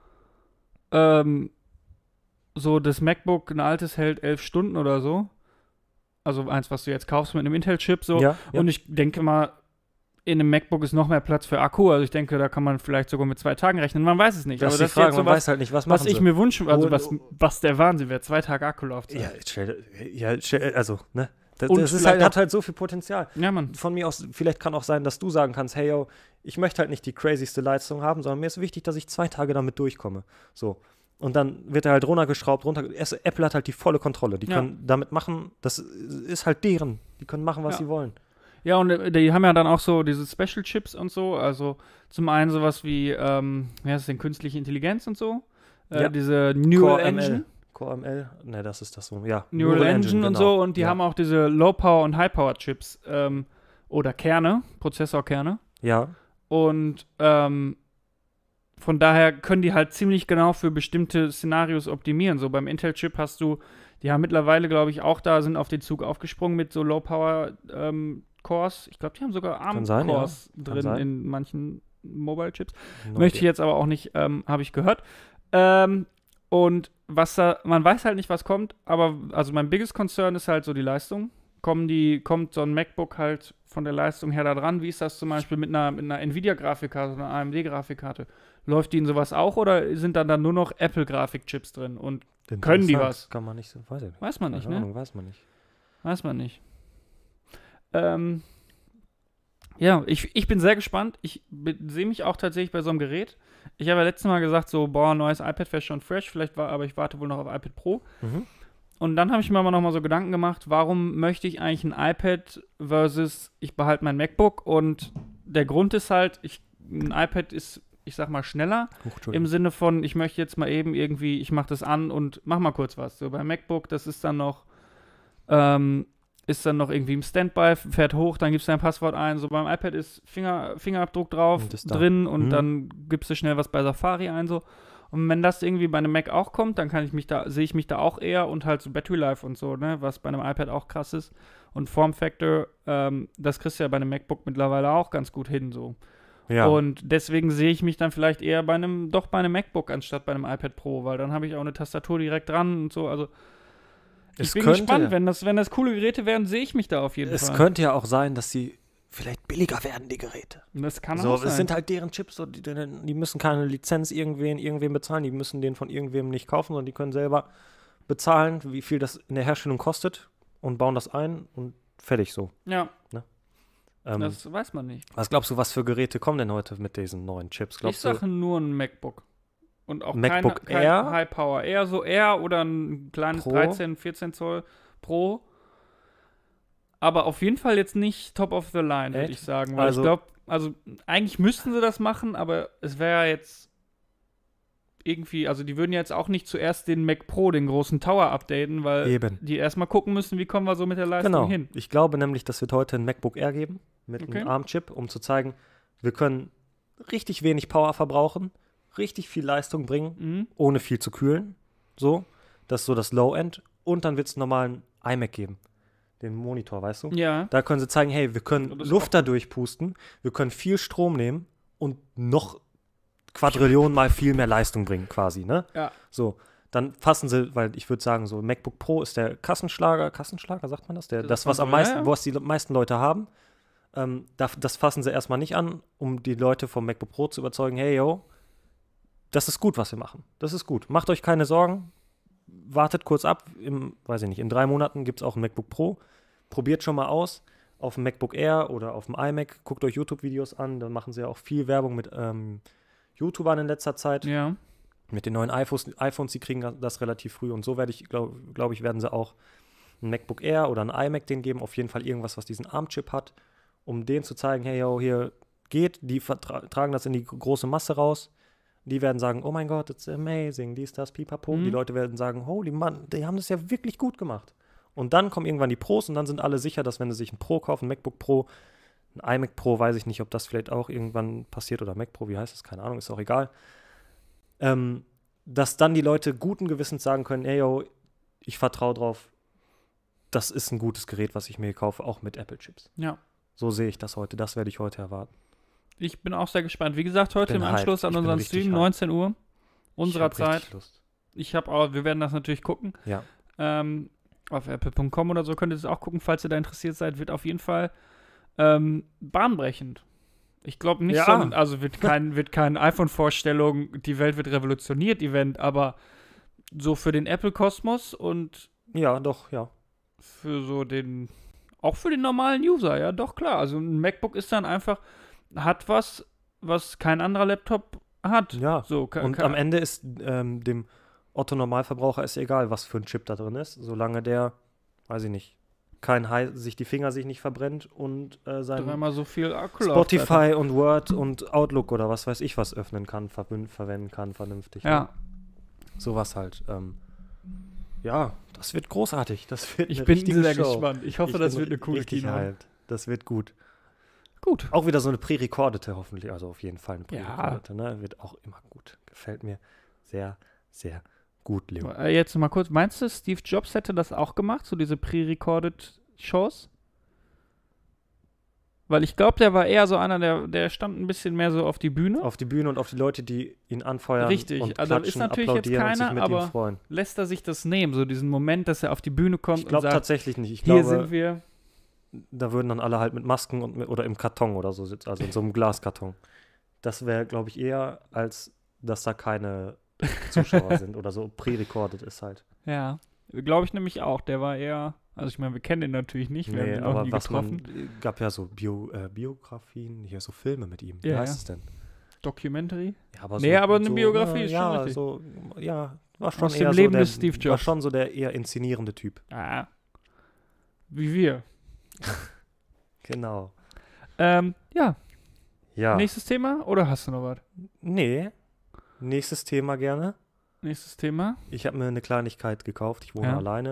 So das MacBook, ein altes, hält 11 Stunden oder so. Also eins, was du jetzt kaufst mit einem Intel-Chip so. Ja, Und ich denke mal, in einem MacBook ist noch mehr Platz für Akku. Also ich denke, da kann man vielleicht sogar mit 2 Tagen rechnen. Man weiß es nicht. das ist Aber die das ist Frage, jetzt so man was, weiß halt nicht, was was machen ich sie. mir wünsche, also Und- was der Wahnsinn wäre. 2 Tage Akkulaufzeit. Also, ne? Das Und ist vielleicht halt, auch- hat halt so viel Potenzial. Ja, Mann. Von mir aus, vielleicht kann auch sein, dass du sagen kannst, hey, yo, ich möchte halt nicht die crazyste Leistung haben, sondern mir ist wichtig, dass ich 2 Tage damit durchkomme. So. Und dann wird er halt runtergeschraubt, Apple hat halt die volle Kontrolle. Die Ja. können damit machen, das ist halt deren. Die können machen, was Ja. sie wollen. Ja, und die haben ja dann auch so diese Special Chips und so. Also zum einen sowas wie, wie heißt es denn, künstliche Intelligenz und so. Ja. Diese Neural Core Engine. ML. Core ML? Ne, das ist das so. Ja. Neural Engine und genau. so. Und die ja. haben auch diese Low-Power- und High-Power-Chips. Oder Kerne, Prozessorkerne. Ja. Und von daher können die halt ziemlich genau für bestimmte Szenarios optimieren. So beim Intel-Chip hast du, die haben mittlerweile, glaube ich, auch da, sind auf den Zug aufgesprungen mit so Low-Power-Cores. Ich glaube, die haben sogar Kann sein, ARM-Cores Kann drin sein. in manchen Mobile-Chips. Noch Möchte ich die- jetzt aber auch nicht, habe ich gehört. Und man weiß halt nicht, was kommt, aber also mein biggest concern ist halt so die Leistung. Kommt so ein MacBook halt von der Leistung her da dran? Wie ist das zum Beispiel mit einer Nvidia-Grafikkarte oder einer AMD-Grafikkarte? Läuft die in sowas auch oder sind dann nur noch Apple-Grafikchips drin? Und Den können die Samsung was? Kann man nicht so, weiß ich nicht. weiß man nicht, Keine ne? Ahnung, weiß man nicht. Weiß man nicht. Ja, ich bin sehr gespannt. Ich sehe mich auch tatsächlich bei so einem Gerät. Ich habe ja letztes Mal gesagt, so, boah, neues iPad wäre schon fresh, aber ich warte wohl noch auf iPad Pro. Mhm. Und dann habe ich mir aber nochmal so Gedanken gemacht, warum möchte ich eigentlich ein iPad versus ich behalte mein MacBook? Und der Grund ist halt, ein iPad ist, ich sag mal, schneller. Im Sinne von, ich möchte jetzt mal eben irgendwie, ich mache das an und mach mal kurz was. So beim MacBook, das ist dann noch ist dann noch irgendwie im Standby, fährt hoch, dann gibst du dein Passwort ein. So beim iPad ist Fingerabdruck drauf, Und ist da. drin und dann gibst du schnell was bei Safari ein. So. Und wenn das irgendwie bei einem Mac auch kommt, dann sehe ich mich da auch eher und halt so Battery Life und so, ne, was bei einem iPad auch krass ist. Und Form Factor, das kriegst du ja bei einem MacBook mittlerweile auch ganz gut hin, so. Ja. Und deswegen sehe ich mich dann vielleicht eher bei einem MacBook anstatt bei einem iPad Pro, weil dann habe ich auch eine Tastatur direkt dran und so. Also ich bin gespannt, wenn das coole Geräte werden, sehe ich mich da auf jeden Fall. Es könnte ja auch sein, dass sie vielleicht billiger werden, die Geräte. Das kann So, auch sein. es sind halt deren Chips, so, die müssen keine Lizenz irgendwem bezahlen, die müssen den von irgendwem nicht kaufen, sondern die können selber bezahlen, wie viel das in der Herstellung kostet und bauen das ein und fertig so. Ja, Ähm, das weiß man nicht. was glaubst du, was für Geräte kommen denn heute mit diesen neuen Chips? Ich Glaubst du, sage nur ein MacBook. Und auch MacBook kein Air? High Power. Eher so Air oder ein kleines Pro? 13, 14 Zoll Pro. Aber auf jeden Fall jetzt nicht top of the line, würde Echt? ich sagen. Weil Also- ich glaube, also eigentlich müssten sie das machen, aber es wäre jetzt irgendwie, also die würden jetzt auch nicht zuerst den Mac Pro, den großen Tower, updaten, weil eben. die erstmal gucken müssen, wie kommen wir so mit der Leistung Genau. hin. Ich glaube nämlich, das wird heute ein MacBook Air geben mit Okay. einem ARM-Chip, um zu zeigen, wir können richtig wenig Power verbrauchen, richtig viel Leistung bringen, Mhm. ohne viel zu kühlen. So, das ist so das Low-End. Und dann wird es einen normalen iMac geben. Den Monitor, weißt du? Ja. Da können sie zeigen, hey, wir können Das ist Luft da durchpusten, wir können viel Strom nehmen und noch Quadrillionen mal viel mehr Leistung bringen, quasi, ne? Ja. So, dann fassen sie, weil ich würde sagen, so MacBook Pro ist der Kassenschlager, sagt man das? Das, was sagt am man so, meisten, ja. was die meisten Leute haben. Das fassen sie erstmal nicht an, um die Leute vom MacBook Pro zu überzeugen, hey, yo, das ist gut, was wir machen. Das ist gut. Macht euch keine Sorgen. Wartet kurz ab. Weiß ich nicht, in 3 Monaten gibt es auch ein MacBook Pro. Probiert schon mal aus. Auf dem MacBook Air oder auf dem iMac. Guckt euch YouTube-Videos an. Da machen sie ja auch viel Werbung mit YouTubern in letzter Zeit. Ja. Mit den neuen iPhones, die kriegen das relativ früh. Und so glaube ich, werden sie auch ein MacBook Air oder ein iMac denen geben. Auf jeden Fall irgendwas, was diesen ARM-Chip hat, um denen zu zeigen, hey, yo, hier geht. Die tragen das in die große Masse raus. Die werden sagen, oh mein Gott, it's amazing, dies, das, pipapo. Mhm. Die Leute werden sagen, holy Mann, die haben das ja wirklich gut gemacht. Und dann kommen irgendwann die Pros und dann sind alle sicher, dass wenn sie sich ein Pro kaufen, ein MacBook Pro, ein iMac Pro, weiß ich nicht, ob das vielleicht auch irgendwann passiert oder Mac Pro, wie heißt das, keine Ahnung, ist auch egal. Dass dann die Leute guten Gewissens sagen können, ey, yo, ich vertraue drauf, das ist ein gutes Gerät, was ich mir kaufe, auch mit Apple-Chips. Ja. So sehe ich das heute, das werde ich heute erwarten. Ich bin auch sehr gespannt. Wie gesagt, heute Bin im hyped. Anschluss an Ich bin unseren richtig Stream, hyped. 19 Uhr, unserer Ich hab richtig Zeit. Lust. Wir werden das natürlich gucken. Ja. Auf apple.com oder so könnt ihr es auch gucken, falls ihr da interessiert seid. Wird auf jeden Fall bahnbrechend. Ich glaube nicht, Ja. wird kein iPhone-Vorstellung, die Welt wird revolutioniert Event, aber so für den Apple-Kosmos und Ja, doch, ja. auch für den normalen User, ja, doch klar. Also ein MacBook ist dann einfach, hat was kein anderer Laptop hat. Ja. So, Und am Ende ist dem Otto-Normalverbraucher ist egal, was für ein Chip da drin ist, solange der, weiß ich nicht, sich die Finger sich nicht verbrennt und sein dreimal so viel Akku Spotify und Word und Outlook oder was weiß ich was öffnen kann, verwenden kann, vernünftig. Ja. Ne? Sowas halt. Ja, das wird großartig. Das wird Ich eine bin richtige sehr Show. gespannt. Ich hoffe, das wird eine coole richtig Keynote. hyped. Das wird gut. Gut. Auch wieder so eine prärekordete hoffentlich, also auf jeden Fall eine Ja. prärekordete, ne? Wird auch immer gut. Gefällt mir sehr, sehr gut, Leo. Jetzt mal kurz, meinst du, Steve Jobs hätte das auch gemacht, so diese pre-recorded Shows? Weil ich glaube, der war eher so einer, der stand ein bisschen mehr so auf die Bühne. Auf die Bühne und auf die Leute, die ihn anfeuern Richtig. und Also klatschen, ist natürlich jetzt applaudieren und sich keiner, mit ihm aber freuen. lässt er sich das nehmen, so diesen Moment, dass er auf die Bühne kommt Ich und glaube sagt, tatsächlich nicht. Ich hier glaube, sind wir. da würden dann alle halt mit Masken oder im Karton oder so sitzen, also in so einem Glaskarton. Das wäre, glaube ich, eher, als dass da keine Zuschauer sind oder so pre-recorded ist halt. Ja, glaube ich nämlich auch. Der war eher, also ich meine, wir kennen ihn natürlich nicht, wir haben Nee, ihn noch aber nie was getroffen. gab ja so Biografien, hier so Filme mit ihm. Wie Ja, heißt ja. es denn? Documentary? Ja, aber Nee, aber eine Biografie ist schon ja, richtig. so, ja, war schon Aus dem eher Leben so des Steve war Jobs. schon so der eher inszenierende Typ. Ah, wie wir. Genau. Ja, Ja. nächstes Thema oder hast du noch was? Nee. Nächstes Thema gerne. Nächstes Thema. Ich habe mir eine Kleinigkeit gekauft. Ich wohne Ja. alleine.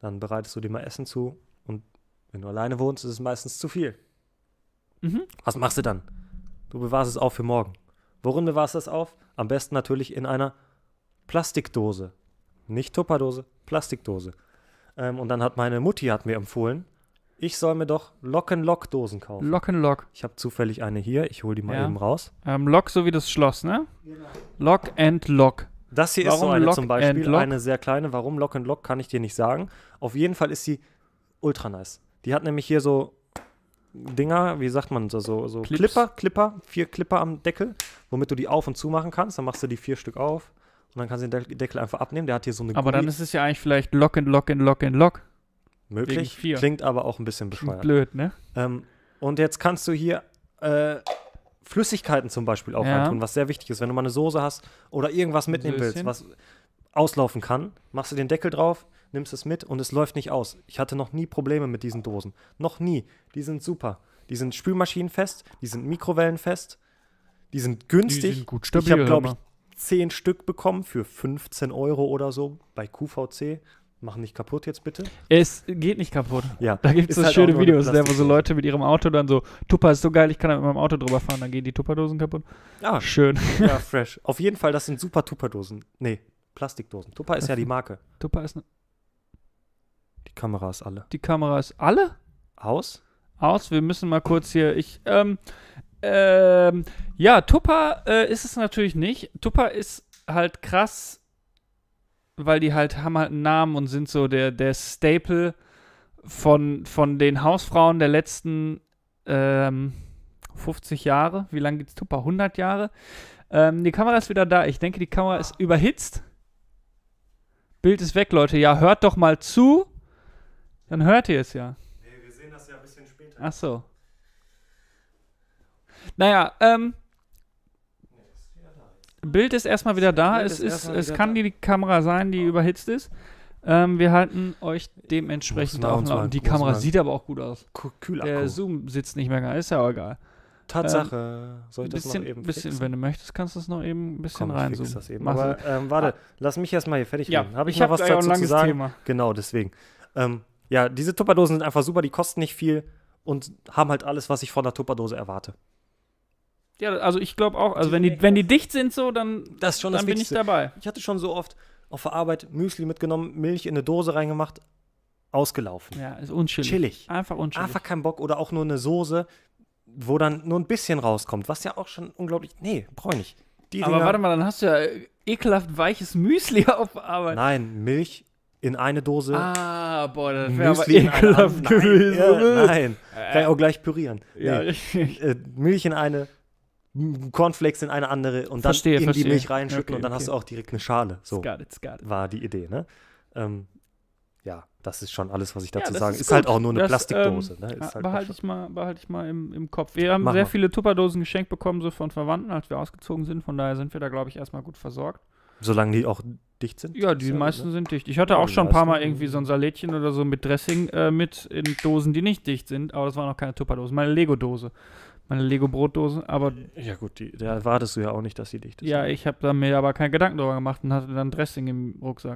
Dann bereitest du dir mal Essen zu und wenn du alleine wohnst, ist es meistens zu viel. Mhm. Was machst du dann? Du bewahrst es auf für morgen. Worin bewahrst du es auf? Am besten natürlich in einer Plastikdose. Nicht Tupperdose, Plastikdose. Und dann hat meine Mutti mir empfohlen, ich soll mir doch Lock-and-Lock-Dosen kaufen. Lock and Lock. Ich habe zufällig eine hier, ich hole die mal Ja. eben raus. Lock so wie das Schloss, ne? Genau. Lock and Lock. Das hier ist so Warum eine Lock zum and Beispiel, Lock? eine sehr kleine. Warum Lock and Lock, kann ich dir nicht sagen. Auf jeden Fall ist sie ultra nice. Die hat nämlich hier so Dinger, wie sagt man, so Clips? Clipper, 4 Clipper am Deckel, womit du die auf und zu machen kannst. Dann machst du die 4 Stück auf und dann kannst du den Deckel einfach abnehmen. Der hat hier so eine Aber dann ist es ja eigentlich vielleicht Lock and Lock and Lock and Lock. möglich. wegen 4. Klingt aber auch ein bisschen bescheuert. Blöd, ne? Und jetzt kannst du hier Flüssigkeiten zum Beispiel auch Ja. reintun, was sehr wichtig ist. Wenn du mal eine Soße hast oder irgendwas mitnehmen willst, Söschen. was auslaufen kann, machst du den Deckel drauf, nimmst es mit und es läuft nicht aus. Ich hatte noch nie Probleme mit diesen Dosen. Noch nie. Die sind super. Die sind spülmaschinenfest, die sind mikrowellenfest, die sind günstig. Die sind gut Ich stabil, habe, glaube hör ich, 10 Stück bekommen für 15 Euro oder so bei QVC. Machen nicht kaputt jetzt bitte. Es geht nicht kaputt. Ja. Da gibt es Ist so halt schöne auch nur eine Videos, wo so Plastikdose. Leute mit ihrem Auto dann so, Tupper ist so geil, ich kann da mit meinem Auto drüber fahren, dann gehen die Tupperdosen kaputt. Ah, Schön. ja, fresh. Auf jeden Fall, das sind super Tupperdosen. Nee, Plastikdosen. Tupper ist ja die Marke. Tupper ist Die Kamera ist alle. die Kamera ist alle Aus? aus. Wir müssen mal kurz hier, ja, Tupper ist es natürlich nicht. Tupper ist halt krass, weil die halt haben halt einen Namen und sind so der Staple von den Hausfrauen der letzten 50 Jahre. Wie lange gibt's Tupper? 100 Jahre? Die Kamera ist wieder da. Ich denke, die Kamera ist überhitzt. Bild ist weg, Leute. Ja, hört doch mal zu. Dann hört ihr es ja. Nee, wir sehen das ja ein bisschen später. Ach so. Naja, Bild ist erstmal wieder da. Bild Es ist erstmal es wieder kann da. die Kamera sein, die überhitzt ist. Wir halten euch dementsprechend Muss man auf uns dem mal- Laufenden. Die muss Kamera man- sieht aber auch gut aus. Kühlakku. Der Zoom sitzt nicht mehr geil. Ist ja auch egal. Tatsache. Soll ich das Bisschen, noch eben bisschen, fixen? wenn du möchtest, kannst du es noch eben ein bisschen Komm, ich fix reinzoomen. das eben. Mach's. Aber warte, lass mich erstmal hier fertig Ja, reden. Habe ich ich noch habe was gleich auch dazu ein zu langes sagen? Thema. Genau, deswegen. Ja, diese Tupperdosen sind einfach super, die kosten nicht viel und haben halt alles, was ich von der Tupperdose erwarte. Ja, also ich glaube auch, also wenn die dicht sind so, dann, Das ist schon dann bin ich dabei. Ich hatte schon so oft auf der Arbeit Müsli mitgenommen, Milch in eine Dose reingemacht, ausgelaufen. Ja, ist unchillig. Chillig. Einfach unchillig. Einfach keinen Bock oder auch nur eine Soße, wo dann nur ein bisschen rauskommt, was ja auch schon unglaublich. Nee, brauche ich nicht. Die Aber Dinger- warte mal, dann hast du ja ekelhaft weiches Müsli auf der Arbeit. Nein, Milch in eine Dose. Ah, boah, das wäre aber Müsli in eine ekelhaft andere. gewesen. Ja, nein, kann ich auch gleich pürieren. Ja, Nee. richtig. Milch in eine, Cornflakes in eine andere und dann Verstehe, in verstehe. die Milch reinschütten Okay, und dann okay. hast du auch direkt eine Schale. So It's got it. war die Idee, ne? Ja, das ist schon alles, was ich dazu das sage. ist Ist halt gut. auch nur eine Das, Plastikdose. Ne? Ist halt behalte ich mal im Kopf. Wir haben Mach sehr mal. viele Tupperdosen geschenkt bekommen, so von Verwandten, als wir ausgezogen sind. Von daher sind wir da, glaube ich, erstmal gut versorgt. Solange die auch dicht sind. Ja, die Ist meisten ne? sind dicht. Ich hatte Ja, auch die schon ein paar Mal meisten- irgendwie so ein Salätchen oder so mit Dressing mit in Dosen, die nicht dicht sind. Aber das waren noch keine Tupperdosen. Meine Lego-Dose. Meine Lego-Brotdose. Aber Ja, gut, da erwartest du ja auch nicht, dass die dicht ist. ja, ich habe da mir aber keinen Gedanken drüber gemacht und hatte dann Dressing im Rucksack.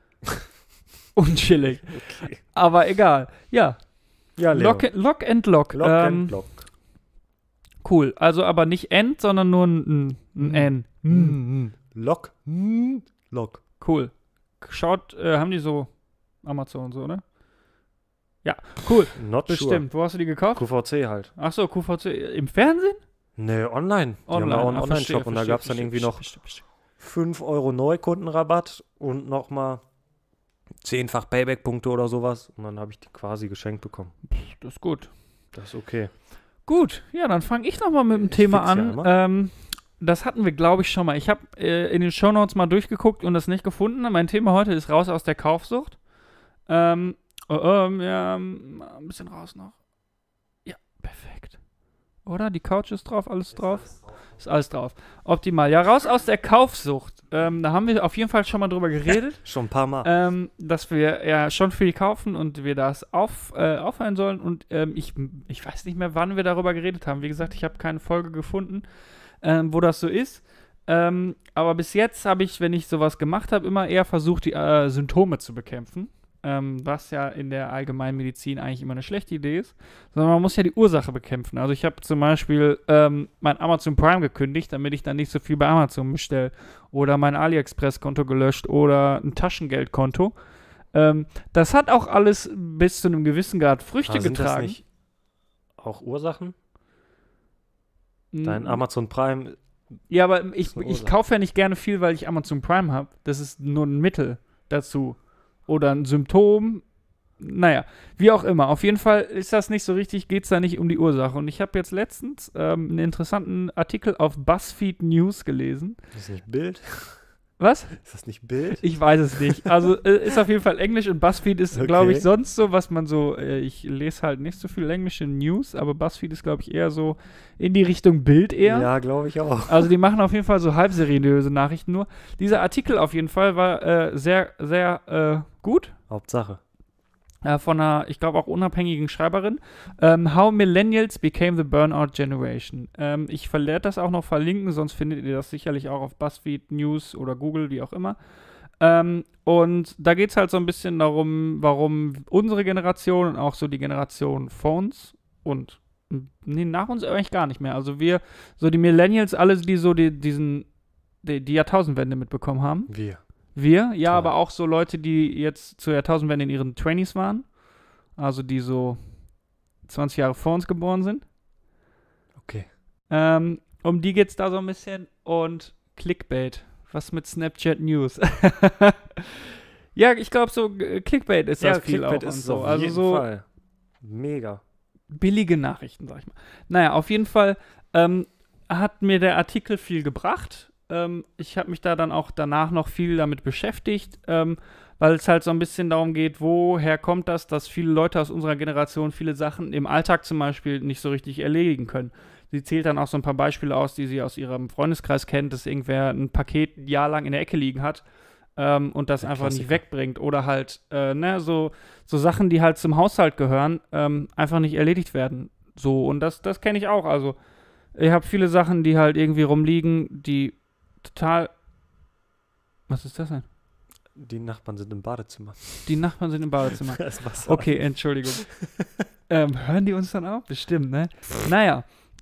Unchillig. Okay. Aber egal. Ja, Ja, Leo. Lock and Lock. Lock and Lock. Cool. Also aber nicht End, sondern nur ein N. Lock. Lock. Cool. Schaut, haben die so Amazon und so, ne? Ja, cool. Not Bestimmt. Wo hast du die gekauft? sure. QVC halt. Achso, QVC. Im Fernsehen? Nee, online. Die haben da auch einen Ah, Online-Shop und da gab es dann irgendwie noch 5 Euro Neukundenrabatt und nochmal 10-fach Payback-Punkte oder sowas. Und dann habe ich die quasi geschenkt bekommen. Das ist gut. Das ist okay. Gut, ja, dann fange ich nochmal mit dem Ich Thema fix ja an. immer. Das hatten wir, glaube ich, schon mal. Ich habe in den Shownotes mal durchgeguckt und das nicht gefunden. Mein Thema heute ist raus aus der Kaufsucht. Ja, ein bisschen raus noch. Ja, perfekt. Oder? Die Couch ist drauf, alles drauf? Ist alles drauf. Optimal. Ja, raus aus der Kaufsucht. Da haben wir auf jeden Fall schon mal drüber geredet. Schon ein paar Mal. Dass wir ja schon viel kaufen und wir das aufhören sollen. Und ich weiß nicht mehr, wann wir darüber geredet haben. Wie gesagt, ich habe keine Folge gefunden, wo das so ist. Aber bis jetzt habe ich, wenn ich sowas gemacht habe, immer eher versucht, die Symptome zu bekämpfen. was ja in der Allgemeinmedizin eigentlich immer eine schlechte Idee ist, sondern man muss ja die Ursache bekämpfen. Also ich habe zum Beispiel mein Amazon Prime gekündigt, damit ich dann nicht so viel bei Amazon bestelle, oder mein AliExpress-Konto gelöscht oder ein Taschengeldkonto. Das hat auch alles bis zu einem gewissen Grad Früchte Sind das getragen. nicht auch Ursachen? Dein Amazon Prime, Ja, aber ich eine Ursache. kaufe ja nicht gerne viel, weil ich Amazon Prime habe. Das ist nur ein Mittel dazu. Oder ein Symptom. Naja, wie auch immer. Auf jeden Fall ist das nicht so richtig, geht es da nicht um die Ursache. Und ich habe jetzt letztens einen interessanten Artikel auf BuzzFeed News gelesen. ist das nicht Bild? Was? Ist das nicht Bild? Ich weiß es nicht. Also ist auf jeden Fall Englisch und BuzzFeed ist, glaube ich, Okay. sonst so, was man so, ich lese halt nicht so viel englische News, aber BuzzFeed ist, glaube ich, eher so in die Richtung Bild eher. Ja, glaube ich auch. Also die machen auf jeden Fall so halb seriöse Nachrichten nur. Dieser Artikel auf jeden Fall war sehr, sehr gut. Hauptsache. Von einer, ich glaube auch unabhängigen Schreiberin. How Millennials Became the Burnout Generation. Ich werde das auch noch verlinken, sonst findet ihr das sicherlich auch auf BuzzFeed News oder Google, wie auch immer. Und da geht es halt so ein bisschen darum, warum unsere Generation und auch so die Generation vor uns und nee, nach uns eigentlich gar nicht mehr. Also wir, so die Millennials, alle, die so die Jahrtausendwende mitbekommen haben. Wir, ja, Toll. aber auch so Leute, die jetzt zur Jahrtausendwende in ihren 20s waren. Also die so 20 Jahre vor uns geboren sind. Okay. Um die geht's da so ein bisschen. Und Clickbait. Was mit Snapchat News? Ja, ich glaube so Clickbait ist das viel Clickbait auch ist und es so. auf Also jeden so Fall. Mega. billige Nachrichten, sag ich mal. Naja, auf jeden Fall hat mir der Artikel viel gebracht. Ich habe mich da dann auch danach noch viel damit beschäftigt, weil es halt so ein bisschen darum geht, woher kommt das, dass viele Leute aus unserer Generation viele Sachen im Alltag zum Beispiel nicht so richtig erledigen können. Sie zählt dann auch so ein paar Beispiele aus, die sie aus ihrem Freundeskreis kennt, dass irgendwer ein Paket ein Jahr lang in der Ecke liegen hat und das Der einfach nicht Klassiker. wegbringt. Oder halt so Sachen, die halt zum Haushalt gehören, einfach nicht erledigt werden. So, und das kenne ich auch. Also ich habe viele Sachen, die halt irgendwie rumliegen, die total. Was ist das denn? Die Nachbarn sind im Badezimmer. Die Nachbarn sind im Badezimmer. Da ist Wasser. Okay, Entschuldigung. Hören die uns dann auch? Bestimmt, ne? Naja.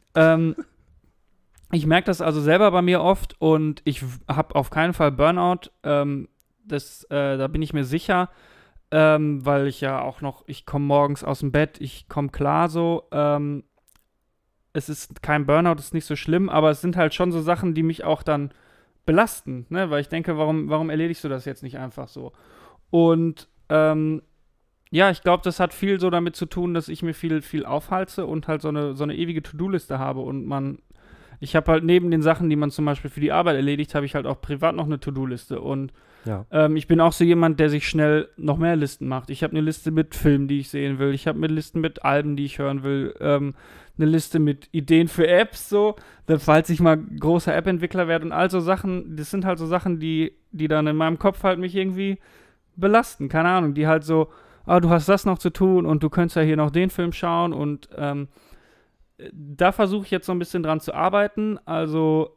Ich merke das also selber bei mir oft und ich habe auf keinen Fall Burnout. Da bin ich mir sicher, weil ich ja auch noch, ich komme morgens aus dem Bett, ich komme klar so. Es ist kein Burnout, ist nicht so schlimm, aber es sind halt schon so Sachen, die mich auch dann belasten, ne? Weil ich denke, warum erledigst du das jetzt nicht einfach so? Und ja, ich glaube, das hat viel so damit zu tun, dass ich mir viel aufhalse und halt so eine ewige To-Do-Liste habe und ich habe halt neben den Sachen, die man zum Beispiel für die Arbeit erledigt, habe ich halt auch privat noch eine To-Do-Liste und Ja. ich bin auch so jemand, der sich schnell noch mehr Listen macht. Ich habe eine Liste mit Filmen, die ich sehen will. Ich habe eine Liste mit Alben, die ich hören will. Eine Liste mit Ideen für Apps, so, falls ich mal großer App-Entwickler werde und all so Sachen. Das sind halt so Sachen, die dann in meinem Kopf halt mich irgendwie belasten. Keine Ahnung, die halt so, du hast das noch zu tun und du könntest ja hier noch den Film schauen und da versuche ich jetzt so ein bisschen dran zu arbeiten. Also,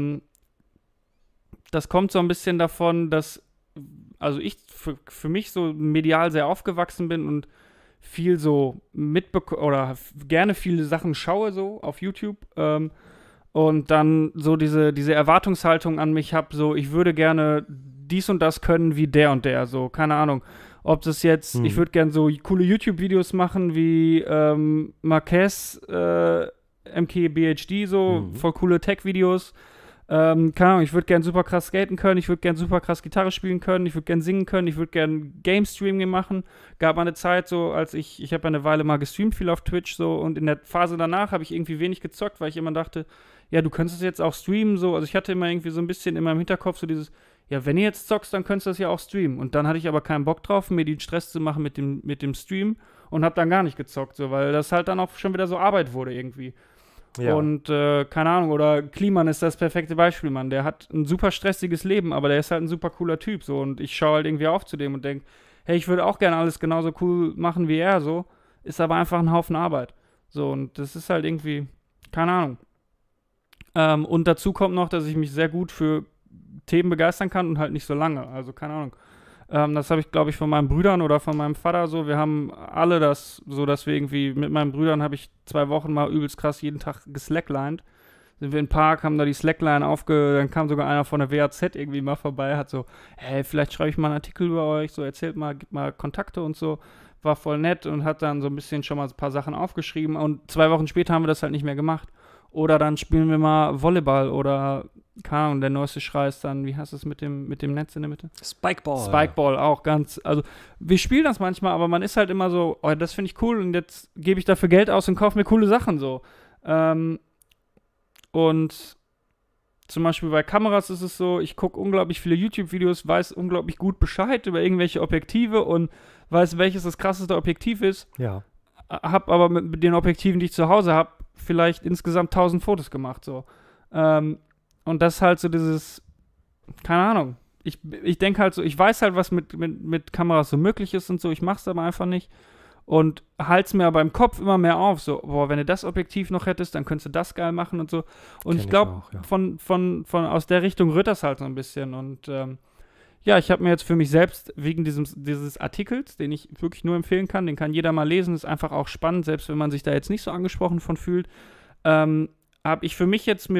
das kommt so ein bisschen davon, dass also ich für mich so medial sehr aufgewachsen bin und viel so gerne viele Sachen schaue so auf YouTube und dann so diese Erwartungshaltung an mich habe, so ich würde gerne dies und das können wie der und der, so, keine Ahnung. Ob das jetzt, ich würde gerne so coole YouTube-Videos machen wie Marquez, MKBHD, so voll coole Tech-Videos. Keine Ahnung, ich würde gern super krass skaten können, ich würde gern super krass Gitarre spielen können, ich würde gern singen können, ich würde gern Game-Streaming machen. Gab mal eine Zeit so, als ich habe eine Weile mal gestreamt, viel auf Twitch so und in der Phase danach habe ich irgendwie wenig gezockt, weil ich immer dachte, ja, du könntest es jetzt auch streamen so. Also ich hatte immer irgendwie so ein bisschen in meinem Hinterkopf so dieses, ja, wenn ihr jetzt zockst, dann könntest du das ja auch streamen. Und dann hatte ich aber keinen Bock drauf, mir den Stress zu machen mit dem Stream und habe dann gar nicht gezockt, so, weil das halt dann auch schon wieder so Arbeit wurde irgendwie. Ja. Und keine Ahnung, oder Kliman ist das perfekte Beispiel, Mann. Der hat ein super stressiges Leben, aber der ist halt ein super cooler Typ, so. Und ich schaue halt irgendwie auf zu dem und denke, hey, ich würde auch gerne alles genauso cool machen wie er, so. Ist aber einfach ein Haufen Arbeit. So, und das ist halt irgendwie, keine Ahnung. Und dazu kommt noch, dass ich mich sehr gut für Themen begeistern kann und halt nicht so lange. Also, keine Ahnung. Das habe ich, glaube ich, von meinen Brüdern oder von meinem Vater so. Wir haben alle das so, dass wir irgendwie mit meinen Brüdern habe ich 2 Wochen mal übelst krass jeden Tag geslacklined. Sind wir im Park, haben da die Slackline dann kam sogar einer von der WAZ irgendwie mal vorbei, hat so, hey, vielleicht schreibe ich mal einen Artikel über euch, so erzählt mal, gibt mal Kontakte und so. War voll nett und hat dann so ein bisschen schon mal ein paar Sachen aufgeschrieben und 2 Wochen später haben wir das halt nicht mehr gemacht. Oder dann spielen wir mal Volleyball oder, keine Ahnung, der neueste Schrei ist dann, wie heißt es mit dem Netz in der Mitte? Spikeball. Spikeball auch ganz, also wir spielen das manchmal, aber man ist halt immer so, oh, das finde ich cool und jetzt gebe ich dafür Geld aus und kaufe mir coole Sachen so. Und zum Beispiel bei Kameras ist es so, ich gucke unglaublich viele YouTube-Videos, weiß unglaublich gut Bescheid über irgendwelche Objektive und weiß, welches das krasseste Objektiv ist. Ja. Hab aber mit den Objektiven, die ich zu Hause habe, vielleicht insgesamt 1000 Fotos gemacht. So. Und das ist halt so dieses, keine Ahnung. Ich denke halt so, ich weiß halt, was mit Kameras so möglich ist und so, ich mach's aber einfach nicht. Und halt's mir aber im Kopf immer mehr auf, so, boah, wenn du das Objektiv noch hättest, dann könntest du das geil machen und so. Und ich glaube, ja. von aus der Richtung rührt das halt so ein bisschen. Und ja, ich habe mir jetzt für mich selbst wegen dieses Artikels, den ich wirklich nur empfehlen kann, den kann jeder mal lesen, ist einfach auch spannend, selbst wenn man sich da jetzt nicht so angesprochen von fühlt, habe ich für mich jetzt mir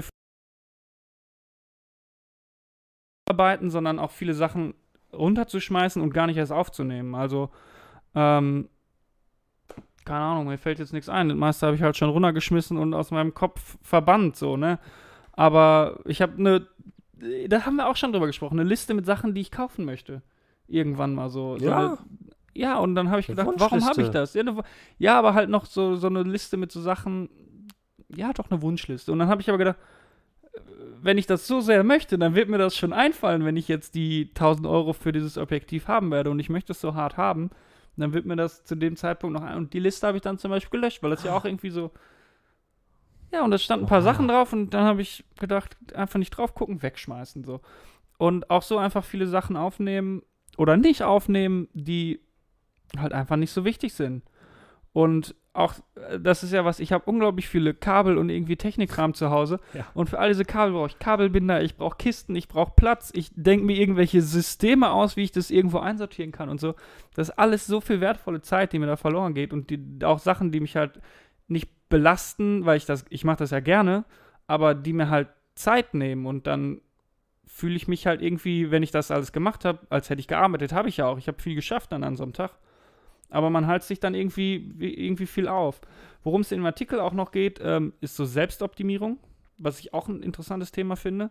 arbeiten, sondern auch viele Sachen runterzuschmeißen und gar nicht erst aufzunehmen. Also, keine Ahnung, mir fällt jetzt nichts ein. Das meiste habe ich halt schon runtergeschmissen und aus meinem Kopf verbannt, so, ne? Aber ich habe da haben wir auch schon drüber gesprochen, eine Liste mit Sachen, die ich kaufen möchte. Irgendwann mal so. Ja. Ja, und dann habe ich gedacht, warum habe ich das? Ja, aber halt noch so eine Liste mit so Sachen, ja, doch eine Wunschliste. Und dann habe ich aber gedacht, wenn ich das so sehr möchte, dann wird mir das schon einfallen, wenn ich jetzt die 1000 Euro für dieses Objektiv haben werde und ich möchte es so hart haben, dann wird mir das zu dem Zeitpunkt noch und die Liste habe ich dann zum Beispiel gelöscht, weil das ja auch irgendwie so, ja, und da standen ein paar Sachen drauf und dann habe ich gedacht, einfach nicht drauf gucken, wegschmeißen, so. Und auch so einfach viele Sachen aufnehmen oder nicht aufnehmen, die halt einfach nicht so wichtig sind. Und auch, das ist ja was, ich habe unglaublich viele Kabel und irgendwie Technikkram zu Hause. Ja. Und für all diese Kabel brauche ich Kabelbinder, ich brauche Kisten, ich brauche Platz. Ich denke mir irgendwelche Systeme aus, wie ich das irgendwo einsortieren kann und so. Das ist alles so viel wertvolle Zeit, die mir da verloren geht. Und auch Sachen, die mich halt nicht belasten, weil ich mache das ja gerne, aber die mir halt Zeit nehmen. Und dann fühle ich mich halt irgendwie, wenn ich das alles gemacht habe, als hätte ich gearbeitet, habe ich ja auch. Ich habe viel geschafft dann an so einem Tag. Aber man hält sich dann irgendwie viel auf. Worum es in dem Artikel auch noch geht, ist so Selbstoptimierung, was ich auch ein interessantes Thema finde.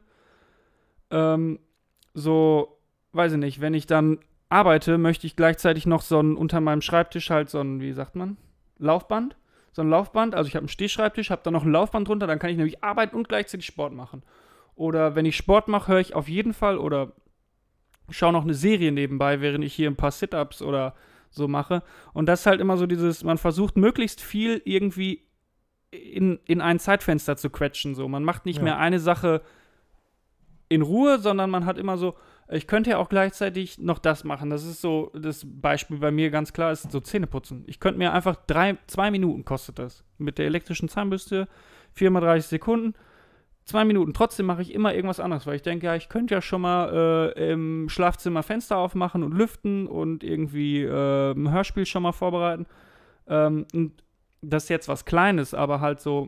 So, weiß ich nicht, wenn ich dann arbeite, möchte ich gleichzeitig noch unter meinem Schreibtisch halt wie sagt man, Laufband. So ein Laufband, also ich habe einen Stehschreibtisch, habe da noch ein Laufband drunter, dann kann ich nämlich arbeiten und gleichzeitig Sport machen. Oder wenn ich Sport mache, höre ich auf jeden Fall oder schaue noch eine Serie nebenbei, während ich hier ein paar Sit-Ups oder so mache. Und das ist halt immer so man versucht möglichst viel irgendwie in ein Zeitfenster zu quetschen. So. Man macht nicht mehr eine Sache in Ruhe, sondern man hat immer so, ich könnte ja auch gleichzeitig noch das machen. Das ist so, das Beispiel bei mir ganz klar ist so Zähneputzen. Ich könnte mir einfach 2 Minuten kostet das. Mit der elektrischen Zahnbürste, 4x30 Sekunden. 2 Minuten. Trotzdem mache ich immer irgendwas anderes, weil ich denke, ja, ich könnte ja schon mal im Schlafzimmer Fenster aufmachen und lüften und irgendwie ein Hörspiel schon mal vorbereiten. Und das ist jetzt was Kleines, aber halt so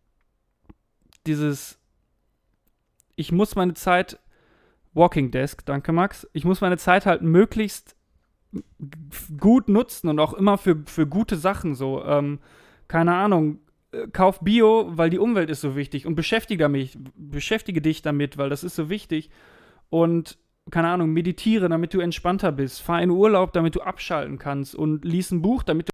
ich muss meine Zeit, Walking Desk, danke Max, ich muss meine Zeit halt möglichst gut nutzen und auch immer für gute Sachen so. Keine Ahnung, kauf Bio, weil die Umwelt ist so wichtig und beschäftige dich damit, weil das ist so wichtig und, keine Ahnung, meditiere, damit du entspannter bist, fahr in Urlaub, damit du abschalten kannst und lies ein Buch, damit du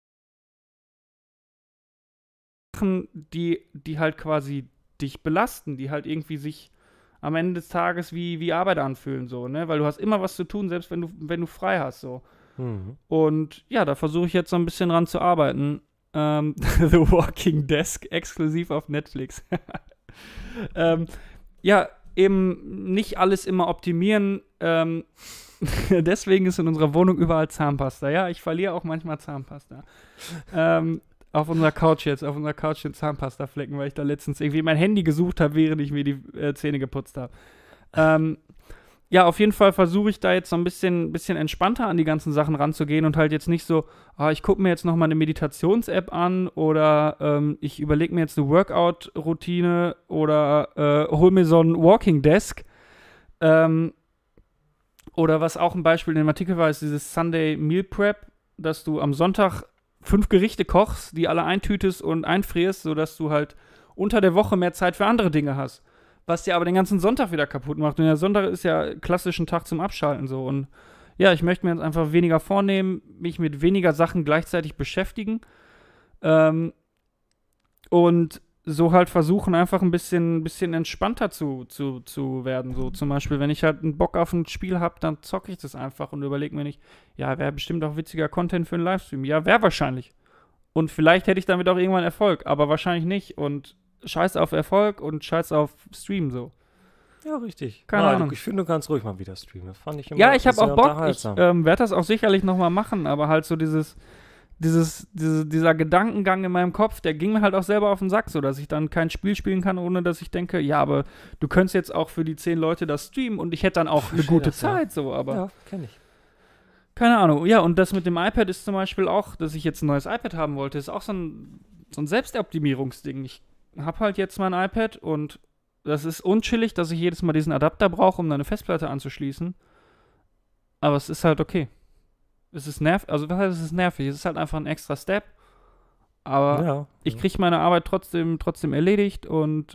Sachen, die halt quasi dich belasten, die halt irgendwie sich am Ende des Tages wie Arbeit anfühlen, so, ne, weil du hast immer was zu tun, selbst wenn du frei hast, so. Und ja, da versuche ich jetzt so ein bisschen dran zu arbeiten. The Walking Desk, exklusiv auf Netflix. Ja, eben nicht alles immer optimieren. Deswegen ist in unserer Wohnung überall Zahnpasta. Ja, ich verliere auch manchmal Zahnpasta. Auf unserer Couch sind Zahnpasta-Flecken, weil ich da letztens irgendwie mein Handy gesucht habe, während ich mir die Zähne geputzt habe. ja, auf jeden Fall versuche ich da jetzt so ein bisschen entspannter an die ganzen Sachen ranzugehen und halt jetzt nicht so, ich gucke mir jetzt noch mal eine Meditations-App an oder ich überlege mir jetzt eine Workout-Routine oder hol mir so ein Walking Desk. Oder was auch ein Beispiel in dem Artikel war, ist dieses Sunday Meal Prep, dass du am Sonntag 5 Gerichte kochst, die alle eintütest und einfrierst, sodass du halt unter der Woche mehr Zeit für andere Dinge hast. Was dir aber den ganzen Sonntag wieder kaputt macht. Und der Sonntag ist ja klassisch ein Tag zum Abschalten so. Und ja, ich möchte mir jetzt einfach weniger vornehmen, mich mit weniger Sachen gleichzeitig beschäftigen. Und so halt versuchen, einfach ein bisschen entspannter zu werden. So zum Beispiel, wenn ich halt einen Bock auf ein Spiel habe, dann zocke ich das einfach und überlege mir nicht, ja, wäre bestimmt auch witziger Content für einen Livestream. Ja, wäre wahrscheinlich. Und vielleicht hätte ich damit auch irgendwann Erfolg, aber wahrscheinlich nicht. Und scheiß auf Erfolg und scheiß auf Stream so. Ja, richtig. Keine Ahnung. Ich finde, du kannst ruhig mal wieder streamen. Das fand ich immer Ja, ich habe sehr auch Bock. Ich unterhaltsam. werde das auch sicherlich nochmal machen, aber halt so dieser Gedankengang in meinem Kopf, der ging mir halt auch selber auf den Sack, so dass ich dann kein Spiel spielen kann, ohne dass ich denke, ja, aber du könntest jetzt auch für die 10 Leute das streamen und ich hätte dann auch eine gute das, ja. Zeit, so, aber Ja, kenne ich. keine Ahnung. Ja, und das mit dem iPad ist zum Beispiel auch, dass ich jetzt ein neues iPad haben wollte, ist auch so ein Selbstoptimierungsding. Ich habe halt jetzt mein iPad und das ist unchillig, dass ich jedes Mal diesen Adapter brauche, um eine Festplatte anzuschließen. Aber es ist halt okay. Es ist nervig, also was heißt, es ist nervig? Es ist halt einfach ein extra Step. Aber Ja. ich kriege meine Arbeit trotzdem erledigt und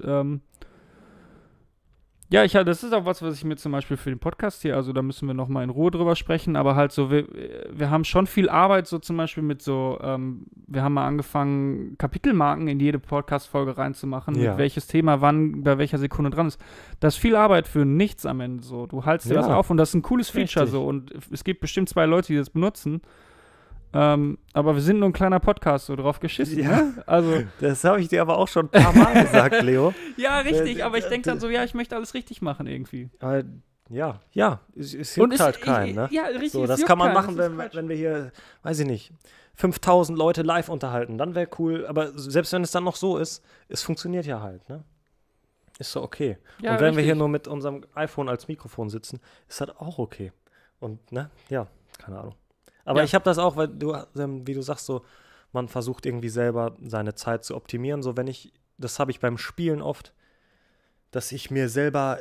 ja, das ist auch was ich mir zum Beispiel für den Podcast hier, also da müssen wir nochmal in Ruhe drüber sprechen, aber halt so, wir haben schon viel Arbeit, so zum Beispiel mit so, wir haben mal angefangen, Kapitelmarken in jede Podcast-Folge reinzumachen, Ja. mit welches Thema wann, bei welcher Sekunde dran ist. Das ist viel Arbeit für nichts am Ende so. Du haltst dir Ja. das auf und das ist ein cooles Feature Richtig. so und es gibt bestimmt 2 Leute, die das benutzen. Aber wir sind nur ein kleiner Podcast, so drauf geschissen. Ja. Ne? Also, Das habe ich dir aber auch schon ein paar Mal gesagt, Leo. ja, richtig, aber ich denke dann so, ja, ich möchte alles richtig machen irgendwie. Aber ja, es juckt halt keinen, ne? Ja, richtig. So, es das juckt kann man keinen, machen, das ist Quatsch. wenn wir hier, weiß ich nicht, 5000 Leute live unterhalten. Dann wäre cool, aber selbst wenn es dann noch so ist, es funktioniert ja halt, ne? Ist so okay. Ja, und wenn wir richtig. hier nur mit unserem iPhone als Mikrofon sitzen, ist das auch okay. Und, ne? Ja, keine Ahnung. Aber Ja. ich habe das auch, weil du, wie du sagst, so, man versucht irgendwie selber seine Zeit zu optimieren. So, das habe ich beim Spielen oft, dass ich mich selber,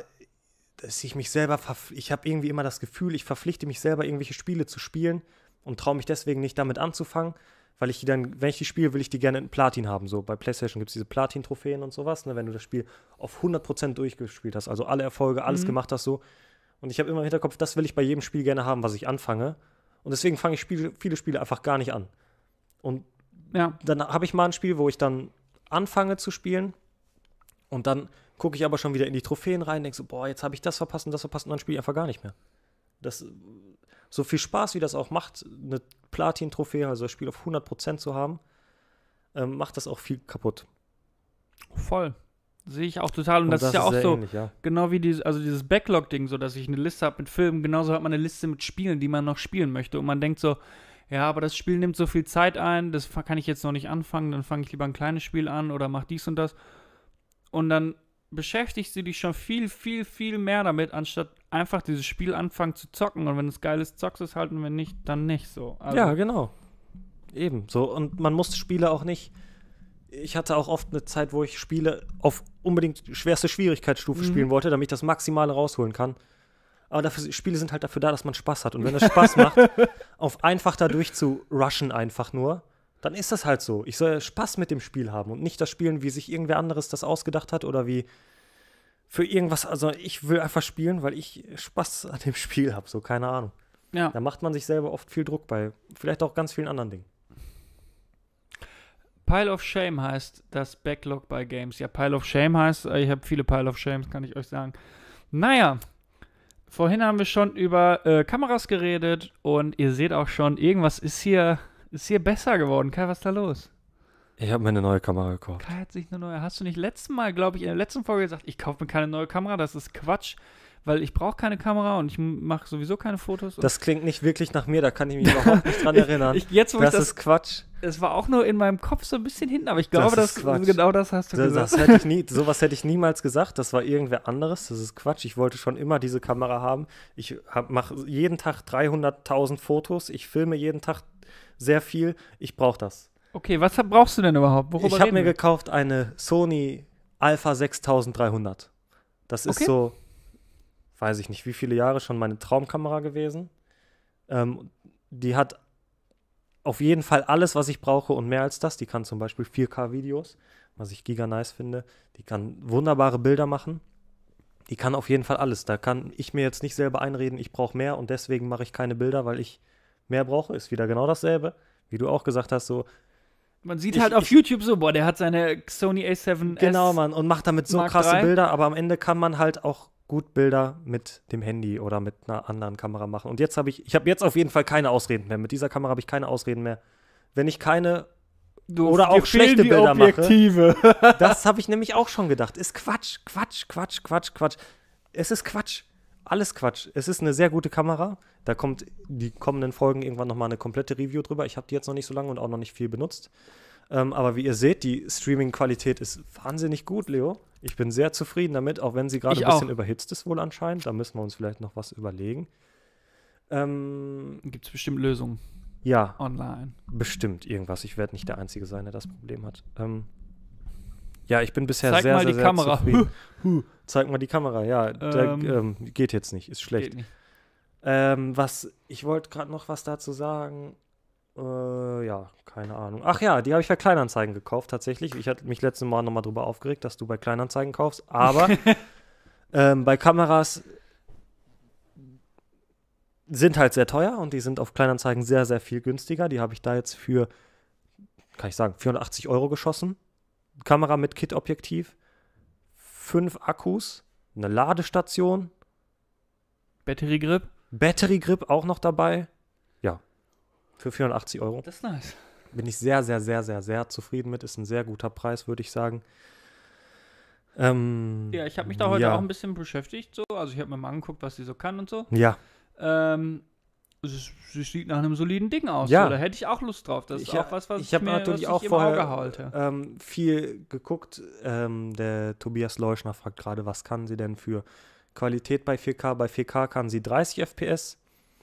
ich habe irgendwie immer das Gefühl, ich verpflichte mich selber, irgendwelche Spiele zu spielen und traue mich deswegen nicht damit anzufangen, weil ich die dann, wenn ich die spiele, will ich die gerne in Platin haben. So, bei PlayStation gibt es diese Platin-Trophäen und sowas, ne, wenn du das Spiel auf 100% durchgespielt hast, also alle Erfolge, alles gemacht hast, so. Und ich habe immer im Hinterkopf, das will ich bei jedem Spiel gerne haben, was ich anfange. Und deswegen fange ich viele Spiele einfach gar nicht an. Und Ja, dann habe ich mal ein Spiel, wo ich dann anfange zu spielen und dann gucke ich aber schon wieder in die Trophäen rein, denke so, boah, jetzt habe ich das verpasst und dann spiele ich einfach gar nicht mehr. So viel Spaß, wie das auch macht, eine Platin-Trophäe, also das Spiel auf 100% zu haben, macht das auch viel kaputt. voll. Sehe ich auch total. Und Und das ist ja auch sehr so, ähnlich, ja. genau wie dieses Backlog-Ding, so dass ich eine Liste habe mit Filmen, genauso hat man eine Liste mit Spielen, die man noch spielen möchte. Und man denkt so, ja, aber das Spiel nimmt so viel Zeit ein, das kann ich jetzt noch nicht anfangen, dann fange ich lieber ein kleines Spiel an oder mach dies und das. Und dann beschäftigst du dich schon viel, viel, viel mehr damit, anstatt einfach dieses Spiel anfangen zu zocken. Und wenn es geil ist, zockst du es halt und wenn nicht, dann nicht so. Also, Ja, genau. Eben. So, und man muss Spiele auch nicht. Ich hatte auch oft eine Zeit, wo ich Spiele auf unbedingt schwerste Schwierigkeitsstufe spielen wollte, damit ich das Maximale rausholen kann. Aber Spiele sind halt dafür da, dass man Spaß hat. Und wenn es Spaß macht, auf einfach da durchzurushen einfach nur, dann ist das halt so. Ich soll Spaß mit dem Spiel haben und nicht das spielen, wie sich irgendwer anderes das ausgedacht hat oder wie für irgendwas. Also ich will einfach spielen, weil ich Spaß an dem Spiel habe. So, keine Ahnung. Ja. Da macht man sich selber oft viel Druck bei vielleicht auch ganz vielen anderen Dingen. Pile of Shame heißt das Backlog bei Games. Ja, Pile of Shame heißt, ich habe viele Pile of Shames, kann ich euch sagen. Naja, vorhin haben wir schon über Kameras geredet und ihr seht auch schon, irgendwas ist hier besser geworden. Kai, was ist da los? Ich habe mir eine neue Kamera gekauft. Kai hat sich eine neue. Hast du nicht letztes Mal, glaube ich, in der letzten Folge gesagt, ich kaufe mir keine neue Kamera, das ist Quatsch, weil ich brauche keine Kamera und ich mache sowieso keine Fotos. Das klingt nicht wirklich nach mir, da kann ich mich überhaupt nicht dran erinnern. Jetzt, wo das ist Quatsch. Es war auch nur in meinem Kopf so ein bisschen hinten, aber ich glaube, Das ist Quatsch. genau das hast du gesagt. Sowas hätte ich niemals gesagt. Das war irgendwer anderes. Das ist Quatsch. Ich wollte schon immer diese Kamera haben. Ich mache jeden Tag 300.000 Fotos. Ich filme jeden Tag sehr viel. Ich brauche das. Okay, was brauchst du denn überhaupt? Worüber Ich habe mir reden wir? gekauft eine Sony Alpha 6300. Das ist Okay. so, weiß ich nicht, wie viele Jahre schon meine Traumkamera gewesen. Die hat auf jeden Fall alles, was ich brauche und mehr als das. Die kann zum Beispiel 4K-Videos, was ich giga nice finde. Die kann wunderbare Bilder machen. Die kann auf jeden Fall alles. Da kann ich mir jetzt nicht selber einreden, ich brauche mehr und deswegen mache ich keine Bilder, weil ich mehr brauche. Ist wieder genau dasselbe, wie du auch gesagt hast, so. Man sieht halt auf YouTube so, boah, der hat seine Sony A7S. Genau, Mann, und macht damit so Mark krasse III. Bilder, aber am Ende kann man halt auch gut Bilder mit dem Handy oder mit einer anderen Kamera machen. Und jetzt habe ich habe jetzt auf jeden Fall keine Ausreden mehr. Mit dieser Kamera habe ich keine Ausreden mehr. Wenn ich keine oder auch schlechte Bilder Objektive. mache, das habe ich nämlich auch schon gedacht. Ist Quatsch. Es ist Quatsch. Alles Quatsch. Es ist eine sehr gute Kamera. Da kommt die kommenden Folgen irgendwann nochmal eine komplette Review drüber. Ich habe die jetzt noch nicht so lange und auch noch nicht viel benutzt. Aber wie ihr seht, die Streaming-Qualität ist wahnsinnig gut, Leo. Ich bin sehr zufrieden damit, auch wenn sie gerade Ich ein bisschen auch. überhitzt ist wohl anscheinend. Da müssen wir uns vielleicht noch was überlegen. Gibt es bestimmt Lösungen Ja, online. bestimmt irgendwas. Ich werde nicht der Einzige sein, der das Problem hat. Ja, ich bin bisher Zeig sehr, mal sehr, die sehr Kamera. zufrieden. Zeig mal die Kamera, ja. Geht jetzt nicht, ist schlecht. Geht nicht. Ich wollte gerade noch was dazu sagen. Ja, keine Ahnung. Ach ja, die habe ich bei Kleinanzeigen gekauft, tatsächlich. Ich hatte mich letztes Mal nochmal drüber aufgeregt, dass du bei Kleinanzeigen kaufst. Aber bei Kameras sind halt sehr teuer und die sind auf Kleinanzeigen sehr, sehr viel günstiger. Die habe ich da jetzt für, kann ich sagen, 480 € geschossen. Kamera mit Kit-Objektiv, 5 Akkus, eine Ladestation, Battery Grip. Battery Grip auch noch dabei. Ja, für 480 €. Das ist nice. Bin ich sehr, sehr, sehr, sehr, sehr zufrieden mit. Ist ein sehr guter Preis, würde ich sagen. Ja, ich habe mich da heute ja. auch ein bisschen beschäftigt. So. Also ich habe mir mal angeguckt, was sie so kann und so. Ja, Sie sieht nach einem soliden Ding aus. Ja. So. Da hätte ich auch Lust drauf. Das ist Ich auch was ich habe natürlich was auch ich im vorher Auge halte. viel geguckt. Der Tobias Leuschner fragt gerade, was kann sie denn für Qualität bei 4K? Bei 4K kann sie 30 FPS.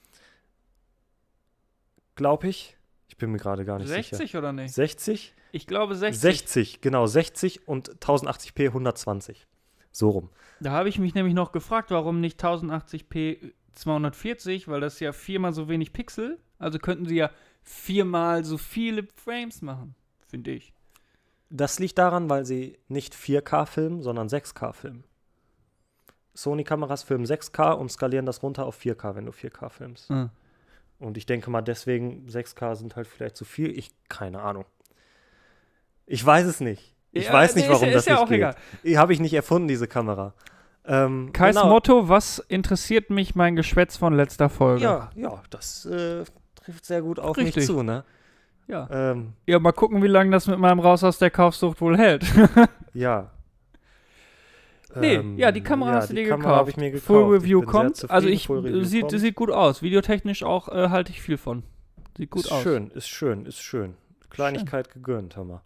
Glaube ich. Ich bin mir gerade gar nicht 60 sicher. oder nicht? 60? Ich glaube 60. 60, genau, 60 und 1080p 120. So rum. Da habe ich mich nämlich noch gefragt, warum nicht 1080p 240, weil das ja 4-mal so wenig Pixel. Also könnten sie ja 4-mal so viele Frames machen, finde ich. Das liegt daran, weil sie nicht 4K filmen, sondern 6K filmen. Sony-Kameras filmen 6K und skalieren das runter auf 4K, wenn du 4K filmst. Und ich denke mal, deswegen 6K sind halt vielleicht zu viel. Keine Ahnung. Ich weiß es nicht. Ich Ja, weiß nicht, nee, warum ist das ja nicht auch geht. egal. Habe ich nicht erfunden, diese Kamera. Kais genau. Motto, was interessiert mich mein Geschwätz von letzter Folge? Ja, das trifft sehr gut auf mich Richtig. zu, ne? Ja. Ja, mal gucken, wie lange das mit meinem Raus aus der Kaufsucht wohl hält. Ja. Nee, ja, die Kamera hast du dir Kamera gekauft. habe ich mir gekauft. Full Review Ich bin sehr kommt. zufrieden, Also Full Review kommt. sieht gut aus. Videotechnisch auch halte ich viel von. Sieht gut Ist aus. schön, ist schön, ist schön. Kleinigkeit gegönnt, Hammer.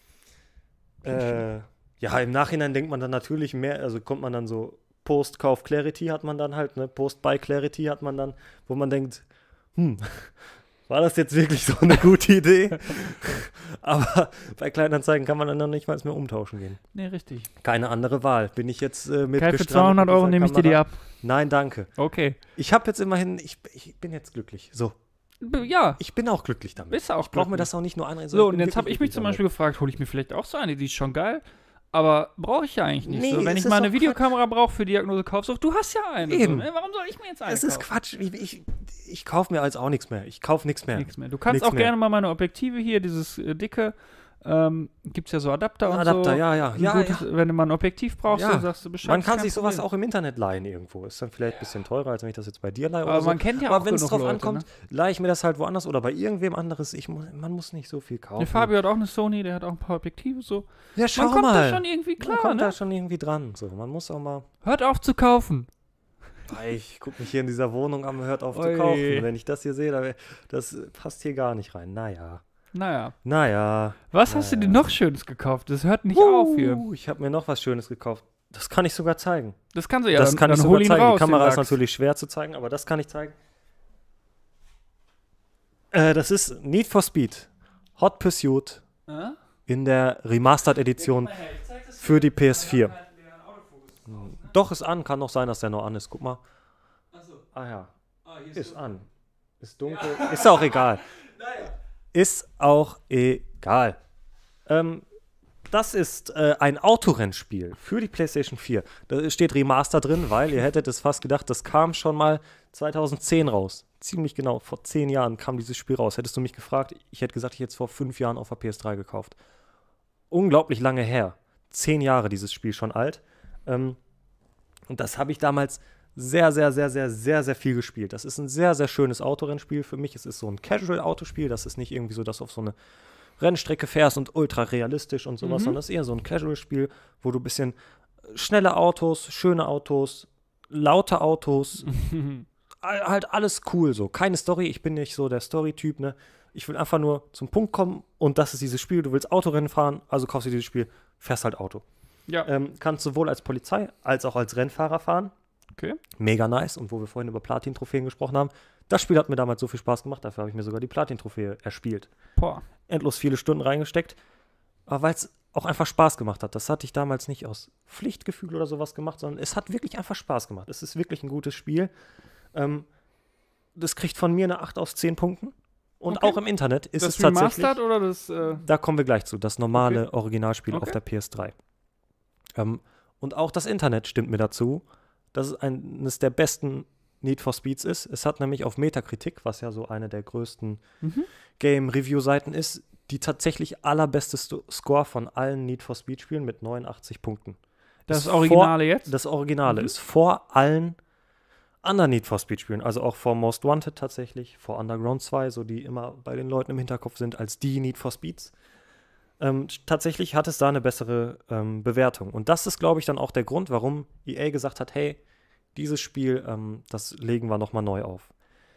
Ja, im Nachhinein denkt man dann natürlich mehr, also kommt man dann so Post-Kauf Clarity hat man dann halt, ne? Post-Buy Clarity hat man dann, wo man denkt, war das jetzt wirklich so eine gute Idee? Aber bei Kleinanzeigen kann man dann noch nicht mal mehr umtauschen gehen. Nee, richtig. Keine andere Wahl. Bin ich jetzt mit Kai, für 200 € nehme ich dir die ab. Nein, danke. Okay. Ich habe jetzt immerhin, ich bin jetzt glücklich. So, Ja, ich bin auch glücklich damit. bist du auch Ich brauche mir glücklich. das auch nicht nur einreden. So, und jetzt habe ich mich zum Beispiel gefragt, hole ich mir vielleicht auch so eine, die ist schon geil, aber brauche ich ja eigentlich nicht. Nee, So, wenn es ich ist mal eine doch Videokamera brauche für Diagnose Kaufsucht, du hast ja eine. Eben. So, ne? Warum soll ich mir jetzt eine Es ist kaufen? Quatsch. Ich kaufe mir als auch nichts mehr. Ich kaufe nichts mehr. Nichts mehr. Du kannst Nichts auch mehr. gerne mal meine Objektive hier, dieses dicke, gibt's ja so Adapter und Adapter, so. ja. Ein gutes, wenn du mal ein Objektiv brauchst, Ja. dann sagst du Bescheid. Man ist kann kein sich sowas Problem. auch im Internet leihen irgendwo. Ist dann vielleicht ein bisschen teurer, als wenn ich das jetzt bei dir leihe Aber oder so. man kennt ja Aber auch wenn es genug drauf Leute, ankommt, leihe ich mir das halt woanders oder bei irgendwem anderes. Man muss nicht so viel kaufen. Der Fabio hat auch eine Sony, der hat auch ein paar Objektive so. Ja, schau Man kommt mal. da schon irgendwie Man klar, kommt ne? da schon irgendwie dran. So, man muss auch mal. Hört auf zu kaufen. Ich gucke mich hier in dieser Wohnung an, hört auf zu Ui. kaufen. Wenn ich das hier sehe, das passt hier gar nicht rein. Naja. Was hast du dir noch Schönes gekauft? Das hört nicht auf hier. Ich habe mir noch was Schönes gekauft. Das kann ich sogar zeigen. Das kannst du ja. Das kann ich dann sogar hol ihn zeigen. raus, Die Kamera den ist Lachs. natürlich schwer zu zeigen, aber das kann ich zeigen. Das ist Need for Speed Hot Pursuit in der Remastered-Edition für die PS4. Doch, ist an. Kann auch sein, dass der noch an ist. Guck mal. Ah ja. Ist an. Ist dunkel. Ist auch egal. Ist auch egal. Das ist ein Autorennspiel für die PlayStation 4. Da steht Remaster drin, weil ihr hättet es fast gedacht, das kam schon mal 2010 raus. Ziemlich genau, vor 10 Jahren kam dieses Spiel raus. Hättest du mich gefragt, ich hätte gesagt, ich hätte es vor 5 Jahren auf der PS3 gekauft. Unglaublich lange her. 10 Jahre dieses Spiel schon alt. Und das habe ich damals sehr, sehr, sehr, sehr, sehr, sehr viel gespielt. Das ist ein sehr, sehr schönes Autorennspiel für mich. Es ist so ein Casual-Autospiel. Das ist nicht irgendwie so, dass du auf so eine Rennstrecke fährst und ultra realistisch und sowas, sondern das ist eher so ein Casual-Spiel, wo du ein bisschen schnelle Autos, schöne Autos, laute Autos, halt alles cool so. Keine Story, ich bin nicht so der Story-Typ, ne? Ich will einfach nur zum Punkt kommen und das ist dieses Spiel. Du willst Autorennen fahren, also kaufst du dieses Spiel, fährst halt Auto. Ja. Kannst sowohl als Polizei als auch als Rennfahrer fahren. Okay. Mega nice. Und wo wir vorhin über Platin-Trophäen gesprochen haben, das Spiel hat mir damals so viel Spaß gemacht, dafür habe ich mir sogar die Platin-Trophäe erspielt. Boah. Endlos viele Stunden reingesteckt, aber weil es auch einfach Spaß gemacht hat. Das hatte ich damals nicht aus Pflichtgefühl oder sowas gemacht, sondern es hat wirklich einfach Spaß gemacht. Es ist wirklich ein gutes Spiel. Das kriegt von mir eine 8 aus 10 Punkten. Und Okay. auch im Internet ist Das es tatsächlich. Remastered oder das? Da kommen wir gleich zu. Das normale Okay. Originalspiel auf Okay. der PS3. Und auch das Internet stimmt mir dazu, dass es eines der besten Need for Speeds ist. Es hat nämlich auf Metacritic, was ja so eine der größten Game-Review-Seiten ist, die tatsächlich allerbeste Score von allen Need for Speed-Spielen mit 89 Punkten. Das Ist Originale jetzt? Das Originale ist vor allen anderen Need for Speed-Spielen, also auch vor Most Wanted tatsächlich, vor Underground 2, so die immer bei den Leuten im Hinterkopf sind als die Need for Speeds. Tatsächlich hat es da eine bessere Bewertung. Und das ist, glaube ich, dann auch der Grund, warum EA gesagt hat, hey, dieses Spiel, das legen wir nochmal neu auf.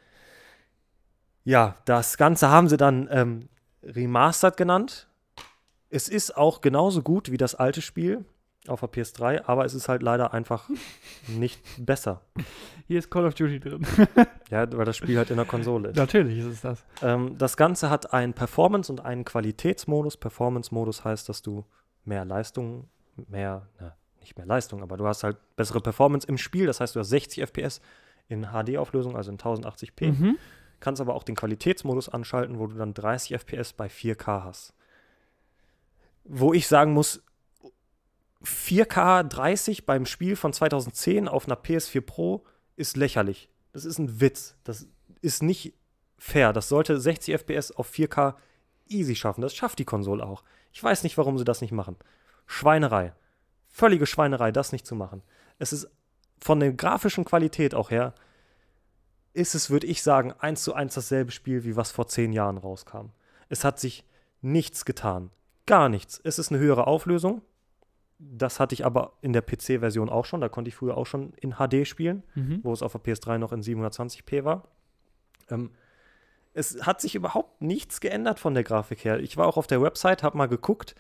Ja, das Ganze haben sie dann Remastered genannt. Es ist auch genauso gut wie das alte Spiel auf der PS3, aber es ist halt leider einfach nicht besser. Hier ist Call of Duty drin. Ja, weil das Spiel halt in der Konsole ist. Natürlich ist es das. Das Ganze hat einen Performance- und einen Qualitätsmodus. Performance-Modus heißt, dass du mehr Leistung, nicht mehr Leistung, aber du hast halt bessere Performance im Spiel. Das heißt, du hast 60 FPS in HD-Auflösung, also in 1080p. Kannst aber auch den Qualitätsmodus anschalten, wo du dann 30 FPS bei 4K hast. Wo ich sagen muss, 4K 30 beim Spiel von 2010 auf einer PS4 Pro ist lächerlich. Das ist ein Witz. Das ist nicht fair. Das sollte 60 FPS auf 4K easy schaffen. Das schafft die Konsole auch. Ich weiß nicht, warum sie das nicht machen. Schweinerei. Völlige Schweinerei, das nicht zu machen. Es ist von der grafischen Qualität auch her, ist es, würde ich sagen, 1:1 dasselbe Spiel, wie was vor 10 Jahren rauskam. Es hat sich nichts getan. Gar nichts. Es ist eine höhere Auflösung. Das hatte ich aber in der PC-Version auch schon. Da konnte ich früher auch schon in HD spielen, wo es auf der PS3 noch in 720p war. Es hat sich überhaupt nichts geändert von der Grafik her. Ich war auch auf der Website, habe mal geguckt.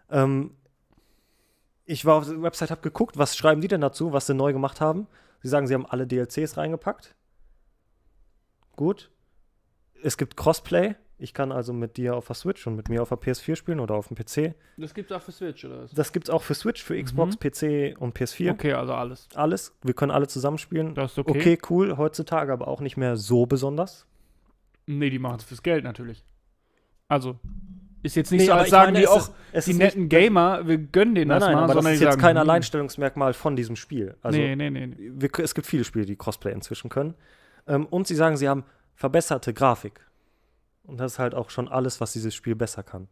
Ich war auf der Website, habe geguckt, was schreiben die denn dazu, was sie neu gemacht haben. Sie sagen, sie haben alle DLCs reingepackt. Gut. Es gibt Crossplay. Ich kann also mit dir auf der Switch und mit mir auf der PS4 spielen oder auf dem PC. Das gibt's auch für Switch, oder was? Das gibt's auch für Switch, für Xbox, PC und PS4. Okay, also alles. Alles. Wir können alle zusammenspielen. Das ist okay. Okay, cool. Heutzutage aber auch nicht mehr so besonders. Nee, die machen es fürs Geld natürlich. Also, ist jetzt nicht Nee, so, aber als ich sagen meine, die es auch, ist- es die ist netten nicht- Gamer, wir gönnen denen Nein, das nein, mal, aber das sondern ist die jetzt sagen, kein Alleinstellungsmerkmal von diesem Spiel. Also, nee. es gibt viele Spiele, die Crossplay inzwischen können. Und sie sagen, sie haben verbesserte Grafik. Und das ist halt auch schon alles, was dieses Spiel besser kann.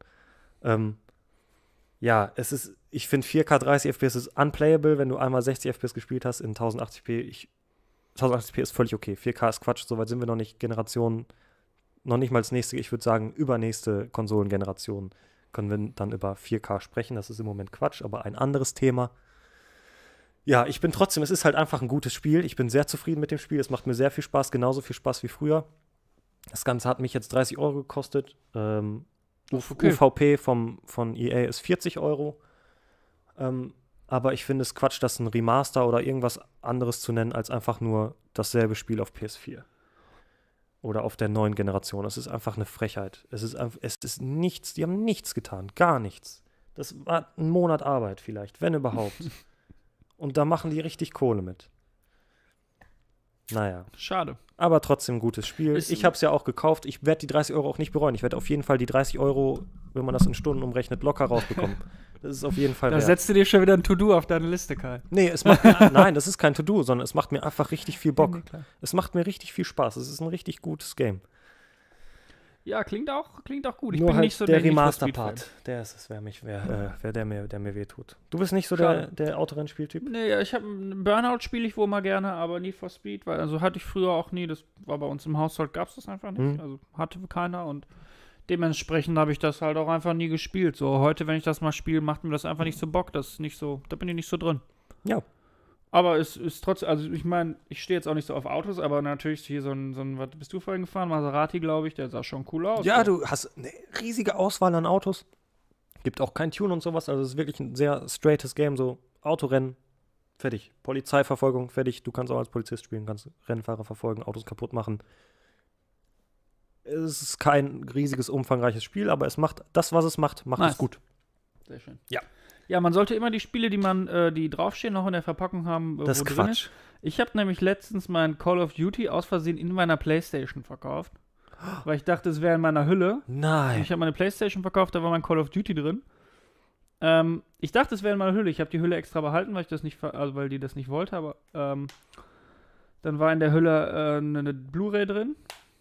Ja, ich finde 4K 30 FPS ist unplayable, wenn du einmal 60 FPS gespielt hast in 1080p. 1080p ist völlig okay. 4K ist Quatsch, soweit sind wir noch nicht. Generation, noch nicht mal das nächste, ich würde sagen, übernächste Konsolengeneration können wir dann über 4K sprechen. Das ist im Moment Quatsch, aber ein anderes Thema. Ja, ich bin trotzdem, es ist halt einfach ein gutes Spiel. Ich bin sehr zufrieden mit dem Spiel. Es macht mir sehr viel Spaß, genauso viel Spaß wie früher. Das Ganze hat mich jetzt 30 Euro gekostet. Okay. UVP von EA ist 40 Euro. Aber ich finde es Quatsch, das ein Remaster oder irgendwas anderes zu nennen, als einfach nur dasselbe Spiel auf PS4. Oder auf der neuen Generation. Es ist einfach eine Frechheit. Es ist nichts, die haben nichts getan. Gar nichts. Das war ein Monat Arbeit vielleicht, wenn überhaupt. Und da machen die richtig Kohle mit. Naja. Schade. Aber trotzdem ein gutes Spiel. Ist- Ich habe es ja auch gekauft. Ich werde die 30 Euro auch nicht bereuen. Ich werde auf jeden Fall die 30 Euro, wenn man das in Stunden umrechnet, locker rausbekommen. Das ist auf jeden Fall Da wert. setzt du dir schon wieder ein To-Do auf deine Liste, Kai. Nee, es macht mir, nein, das ist kein To-Do, sondern es macht mir einfach richtig viel Bock. Nee, klar. Es macht mir richtig viel Spaß. Es ist ein richtig gutes Game. Ja, klingt auch gut. Ich Nur bin halt nicht so der Need for Remaster-Part, Speed-Fan. der ist es, der mir wehtut. Du bist nicht so Schade. der Autorennspieltyp? Nee, ich habe Burnout spiele ich wohl mal gerne, aber Need for Speed, weil also hatte ich früher auch nie, das war bei uns im Haushalt, gab es das einfach nicht, also hatte keiner und dementsprechend habe ich das halt auch einfach nie gespielt. So heute, wenn ich das mal spiele, macht mir das einfach nicht so Bock, das ist nicht so, da bin ich nicht so drin. Ja. Aber es ist trotzdem, also ich meine, ich stehe jetzt auch nicht so auf Autos, aber natürlich hier so ein was bist du vorhin gefahren? Maserati, glaube ich, der sah schon cool aus. Ja, so. du hast eine riesige Auswahl an Autos. Gibt auch kein Tune und sowas, also es ist wirklich ein sehr straightes Game, so Autorennen, fertig. Polizeiverfolgung, fertig. Du kannst auch als Polizist spielen, kannst Rennfahrer verfolgen, Autos kaputt machen. Es ist kein riesiges, umfangreiches Spiel, aber es macht das, was es macht Nice. es gut. Sehr schön. Ja. Ja, man sollte immer die Spiele, die draufstehen, noch in der Verpackung haben, Das wo ist drin Quatsch. ist. Ich habe nämlich letztens mein Call of Duty aus Versehen in meiner Playstation verkauft, weil ich dachte, es wäre in meiner Hülle. Nein. Ich habe meine Playstation verkauft, da war mein Call of Duty drin. Ich dachte, es wäre in meiner Hülle. Ich habe die Hülle extra behalten, weil ich das nicht, weil die das nicht wollte, aber dann war in der Hülle eine Blu-ray drin.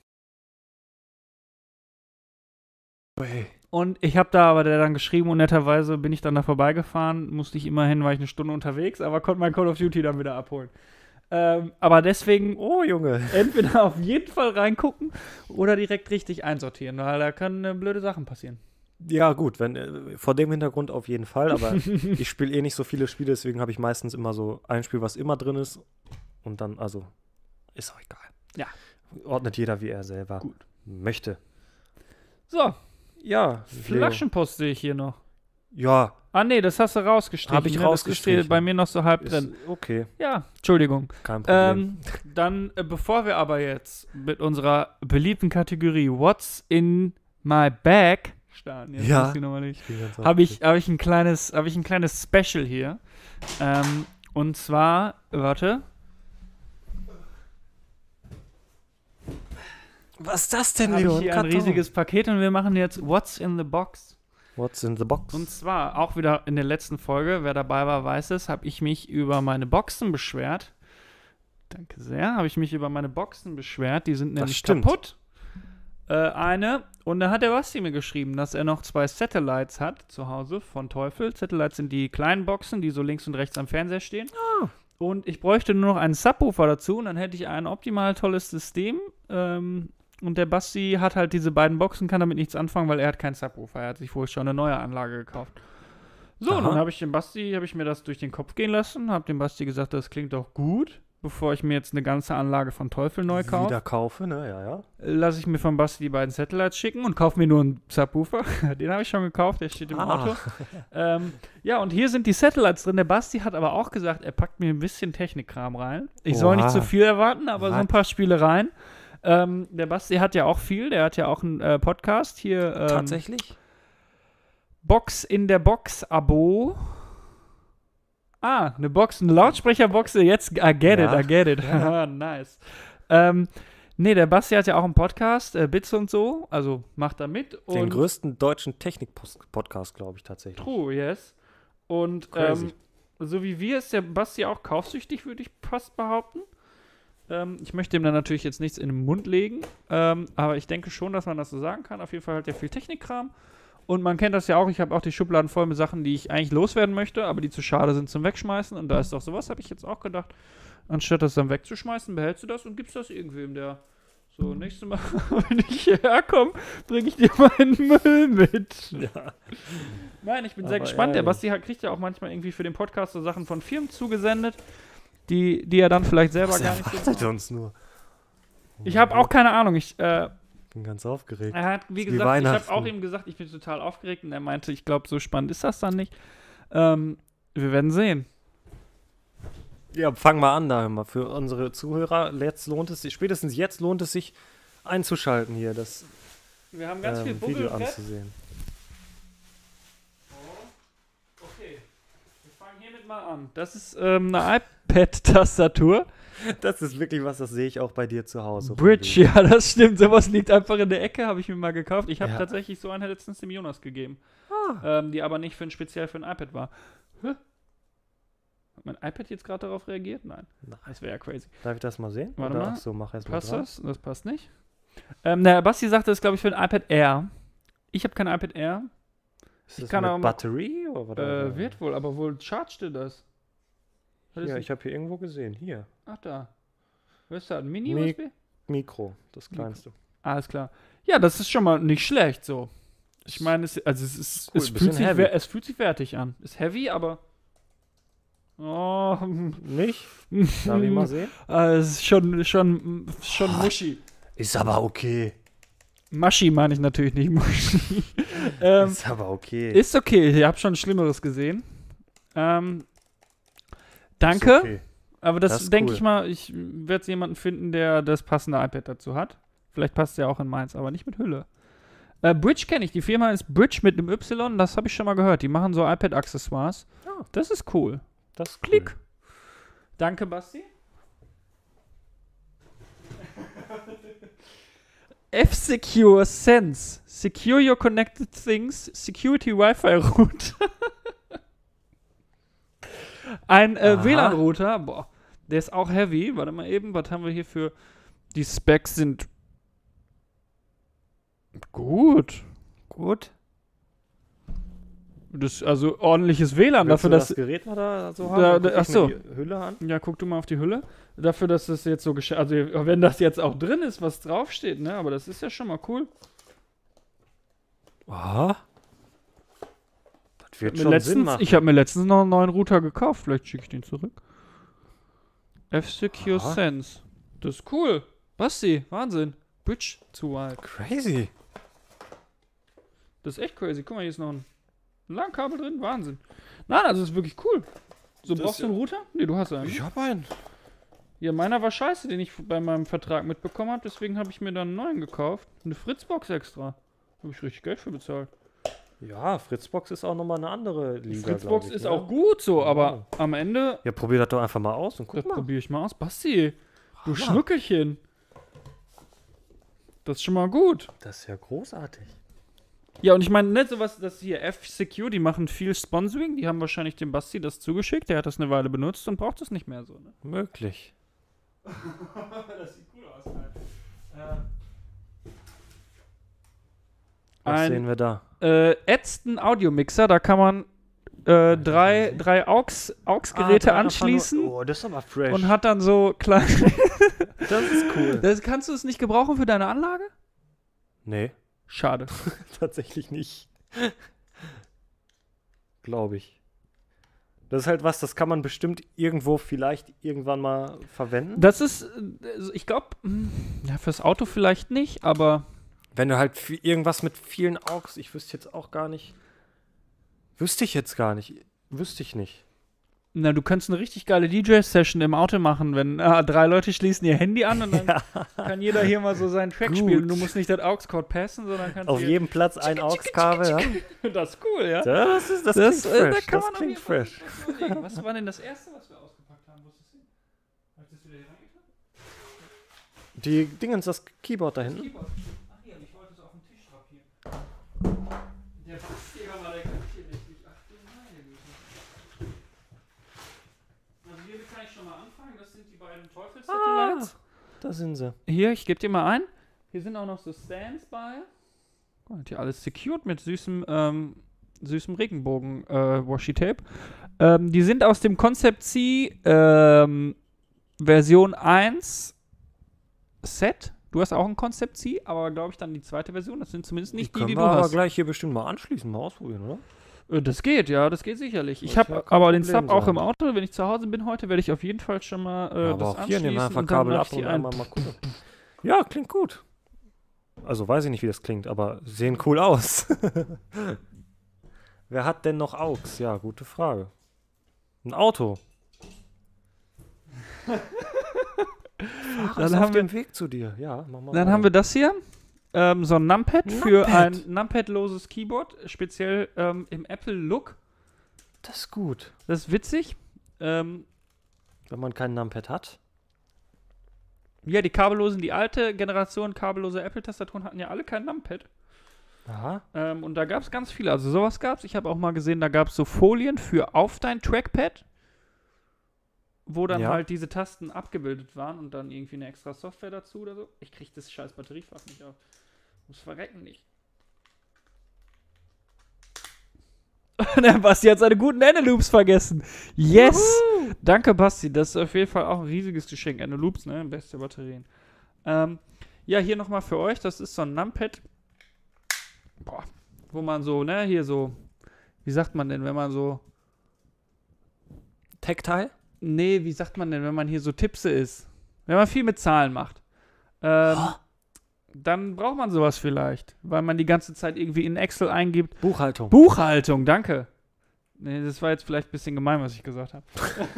Und ich habe da aber der dann geschrieben und netterweise bin ich dann da vorbeigefahren, musste ich immerhin, war ich eine Stunde unterwegs, aber konnte mein Call of Duty dann wieder abholen. Aber deswegen Oh, Junge. entweder auf jeden Fall reingucken oder direkt richtig einsortieren, weil da können blöde Sachen passieren. Ja, gut, wenn vor dem Hintergrund auf jeden Fall, aber ich spiele eh nicht so viele Spiele, deswegen habe ich meistens immer so ein Spiel, was immer drin ist und dann, also, ist auch egal. Ja. Ordnet jeder, wie er selber Gut. möchte. So, Ja, Flaschenpost sehe ich hier noch. Ja, Ah, nee, das hast du rausgestrichen. Hab ich ne? Das rausgestrichen. ist hier bei mir noch so halb ist drin. okay, Ja, Entschuldigung. kein Problem. Dann, bevor wir aber jetzt mit unserer beliebten Kategorie What's in my bag starten, jetzt Ja. muss ich nochmal nicht, Ich bin ganz habe ich aufgeregt. ein kleines Special hier. Und zwar, warte. Was ist das denn, Habe Leon? ich hier ein Karton. riesiges Paket und wir machen jetzt What's in the Box. What's in the box? Und zwar, auch wieder in der letzten Folge, wer dabei war, weiß es, habe ich mich über meine Boxen beschwert. Danke sehr. Habe ich mich über meine Boxen beschwert. Die sind nämlich stimmt. kaputt. Und da hat der Basti mir geschrieben, dass er noch 2 Satellites hat zu Hause von Teufel. Satellites sind die kleinen Boxen, die so links und rechts am Fernseher stehen. Und ich bräuchte nur noch einen Subwoofer dazu und dann hätte ich ein optimal tolles System. Und der Basti hat halt diese beiden Boxen, kann damit nichts anfangen, weil er hat keinen Subwoofer. Er hat sich wohl schon eine neue Anlage gekauft. So, und Aha. dann habe ich mir das durch den Kopf gehen lassen, habe dem Basti gesagt, das klingt doch gut, bevor ich mir jetzt eine ganze Anlage von Teufel neu kaufe. Wieder kaufe, ne? Ja, ja. Lasse ich mir von Basti die beiden Satellites schicken und kaufe mir nur einen Subwoofer. Den habe ich schon gekauft, der steht im Auto. Ja, und hier sind die Satellites drin. Der Basti hat aber auch gesagt, er packt mir ein bisschen Technikkram rein. Ich soll nicht Oha. zu viel erwarten, aber so ein Was? paar Spielereien. Der Basti hat ja auch viel, der hat ja auch einen Podcast hier. Tatsächlich? Box in der Box Abo. Ah, eine Box, eine Lautsprecherbox. Jetzt, I get it. Ja. Nice. Nee, der Basti hat ja auch einen Podcast, Bits und so, also macht da mit. Den Und größten deutschen Technik-Podcast, glaube ich, tatsächlich. True, yes. Und Crazy. so wie wir ist der Basti auch kaufsüchtig, würde ich fast behaupten. Ich möchte ihm dann natürlich jetzt nichts in den Mund legen, aber ich denke schon, dass man das so sagen kann. Auf jeden Fall hat er viel Technikkram. Und man kennt das ja auch, ich habe auch die Schubladen voll mit Sachen, die ich eigentlich loswerden möchte, aber die zu schade sind zum Wegschmeißen. Und da ist doch sowas, habe ich jetzt auch gedacht. Anstatt das dann wegzuschmeißen, behältst du das und gibst das irgendwem, der So, nächstes Mal, wenn ich hierher komme, bringe ich dir meinen Müll mit. Ja. Nein, ich bin sehr Aber gespannt. Der ehrlich. Basti kriegt ja auch manchmal irgendwie für den Podcast so Sachen von Firmen zugesendet, die er dann vielleicht selber Was gar nicht so erwartet braucht. uns nur? Ich habe auch keine Ahnung. bin ganz aufgeregt. Er hat, wie Ist wie gesagt, ich habe Weihnachten. auch ihm gesagt, ich bin total aufgeregt und er meinte, ich glaube, so spannend ist das dann nicht. Wir werden sehen. Ja, fang mal an da immer. Für unsere Zuhörer, spätestens jetzt lohnt es sich einzuschalten hier, das Wir haben ganz viel Video Bubbelbrett. anzusehen. Okay, wir fangen hiermit mal an. Das ist eine iPad-Tastatur. Das ist wirklich was, das sehe ich auch bei dir zu Hause. Bridge, ja, das stimmt. Sowas liegt einfach in der Ecke, habe ich mir mal gekauft. Ich habe Ja. tatsächlich so eine letztens dem Jonas gegeben. Ah. Die aber nicht speziell für ein iPad war. Hä? Hat mein iPad jetzt gerade darauf reagiert? Nein. Nein. Das wäre ja crazy. Darf ich das mal sehen? Warte Oder? mal. Ach so, mach erst mal Passt dran. das? Das passt nicht. Der Basti sagte, das ist, glaube ich, für ein iPad Air. Ich habe kein iPad Air. Ist das kann mit auch mal- Batterie? Oder? Wird wohl, aber wohl charged ihr das? Hat es Ja, nicht- ich habe hier irgendwo gesehen. Hier. Ach, da. Was ist das? Ein Mi- Mini-USB? Mikro, das kleinste. Alles klar. Ja, das ist schon mal nicht schlecht so. Ich meine, es Cool, fühlt bisschen sich heavy. es fühlt sich wertig an. Ist heavy, aber oh, Nicht? Darf ich mal sehen? es ist schon muschi. Ist aber okay. Muschi meine ich natürlich nicht muschi. Ist aber okay. Ist okay, ich habe schon Schlimmeres gesehen. Danke, Ist okay. aber Das das ist denke cool. ich mal, ich werde jemanden finden, der das passende iPad dazu hat. Vielleicht passt es ja auch in meins, aber nicht mit Hülle. Bridge kenne ich, die Firma ist Bridge mit einem Y, das habe ich schon mal gehört. Die machen so iPad-Accessoires. Ah. Das ist cool. Das ist Klick. Cool. Danke, Basti. F-Secure Sense. Secure your connected things. Security Wi-Fi Router. Ein Aha. WLAN-Router. Boah, der ist auch heavy. Warte mal eben, was haben wir hier für... Die Specs sind gut. Gut. Das, also ordentliches WLAN Willst dafür, du dass... das Gerät mal da so Da- haben? Dann guck ach ich mir so. die Hülle an. Ja, guck du mal auf die Hülle. Dafür, dass das jetzt so also wenn das jetzt auch drin ist, was draufsteht, ne? Aber das ist ja schon mal cool. Ah. Das wird schon Sinn machen. Ich habe mir letztens noch einen neuen Router gekauft. Vielleicht schicke ich den zurück. F-Secure Aha. Sense. Das ist cool. Basti, Wahnsinn. Bridge zu weit. Crazy. Das ist echt crazy. Guck mal, hier ist noch ein LAN-Kabel drin. Wahnsinn. Nein, also das ist wirklich cool. So, Das brauchst du ja- einen Router? Nee, du hast einen. Ich hab einen. Ja, meiner war scheiße, den ich bei meinem Vertrag mitbekommen habe. Deswegen habe ich mir dann einen neuen gekauft. Eine Fritzbox extra. Habe ich richtig Geld für bezahlt. Ja, Fritzbox ist auch nochmal eine andere Liga. Fritzbox glaub ich, ist ne? auch gut so, aber am Ende, Ja, probier das doch einfach mal aus und das guck mal. probiere ich mal aus. Basti, du Hammer. Schnuckelchen. Das ist schon mal gut. Das ist ja großartig. Ja, und ich meine, nicht sowas, das hier F-Secure, die machen viel Sponsoring. Die haben wahrscheinlich dem Basti das zugeschickt. Der hat das eine Weile benutzt und braucht es nicht mehr so, ne? Möglich. Das sieht cool aus. Was Ein sehen wir da? Edson Audio-Mixer, da kann man drei AUX-Geräte anschließen Oh, das ist aber fresh. und hat dann so kleine. das ist cool. Kannst du es nicht gebrauchen für deine Anlage? Nee, Schade. tatsächlich nicht. Glaube ich. Das ist halt was, das kann man bestimmt irgendwo vielleicht irgendwann mal verwenden. Das ist, ich glaube, ja, fürs Auto vielleicht nicht, aber Wenn du halt irgendwas mit vielen AUX, ich wüsste jetzt auch gar nicht. Wüsste ich nicht. na, du kannst eine richtig geile DJ-Session im Auto machen, wenn 3 Leute schließen ihr Handy an und dann kann jeder hier mal so seinen Track Gut. spielen. Du musst nicht das AUX-Code passen, sondern kannst Auf hier- jedem Platz ein AUX-Kabel, ja. Das ist cool, ja. Das klingt da fresh. kann Das man auf klingt jeden Fall fresh. was überlegen. Was war denn das erste, was wir ausgepackt haben? Wo ist das hin? Hab ich das wieder hier reingetan? Die Dingens, das Keyboard da hinten. Keyboard. Ach hier, ich wollte es auf den Tisch drapieren. Der Basti war der ganz hier richtig. Ach du meine Güte. Also hiermit kann ich schon mal anfangen. Das sind die beiden Teufels-Satellites. Da sind sie. Hier, ich gebe dir mal ein. Hier sind auch noch so Stands bei. Guck mal, hier alles secured mit süßem Regenbogen-Washi-Tape. Die sind aus dem Concept C Version 1 Set. Du hast auch ein Concept C, aber glaube ich dann die zweite Version. Das sind zumindest nicht die, können die wir du aber hast. gleich hier bestimmt mal anschließen, mal ausprobieren, oder? Das geht, ja, das geht sicherlich. Ich Das habe wird kein aber den Problem Sub auch sein. im Auto. Wenn ich zu Hause bin heute, werde ich auf jeden Fall schon mal Ja, aber das auch hier nehmen wir anschließen einfach und dann Kabel mach ab ich die und ein. einmal mal gucken. Ja, klingt gut. Also weiß ich nicht, wie das klingt, aber sehen cool aus. Wer hat denn noch AUX? Ja, gute Frage. Ein Auto. Dann Ist haben auf wir- dem Weg zu dir. Ja, mach mal Dann weiter. haben wir das hier. So ein Numpad für Numpad. ein Numpad-loses Keyboard, speziell im Apple-Look. Das ist gut. Das ist witzig. Wenn man kein Numpad hat. Ja, die kabellosen, die alte Generation kabellose Apple-Tastaturen hatten ja alle kein Numpad. Aha. Und da gab es ganz viele. Also sowas gab es. Ich habe auch mal gesehen, da gab es so Folien für auf dein Trackpad, wo dann Ja. halt diese Tasten abgebildet waren und dann irgendwie eine extra Software dazu oder so. Ich krieg das scheiß Batteriefach nicht auf. Muss verrecken nicht. Der Basti hat seine guten Endeloops vergessen. Yes! Danke, Basti. Das ist auf jeden Fall auch ein riesiges Geschenk. Endeloops, ne? Beste Batterien. Ja, hier nochmal für euch. Das ist so ein Numpad. Boah. Wo man so, ne? Hier so. Wie sagt man denn, wenn man so. Tactile? Nee, wie sagt man denn, wenn man hier so Tippse ist? Wenn man viel mit Zahlen macht. Dann braucht man sowas vielleicht. Weil man die ganze Zeit irgendwie in Excel eingibt. Buchhaltung. Buchhaltung, danke. Nee, das war jetzt vielleicht ein bisschen gemein, was ich gesagt habe.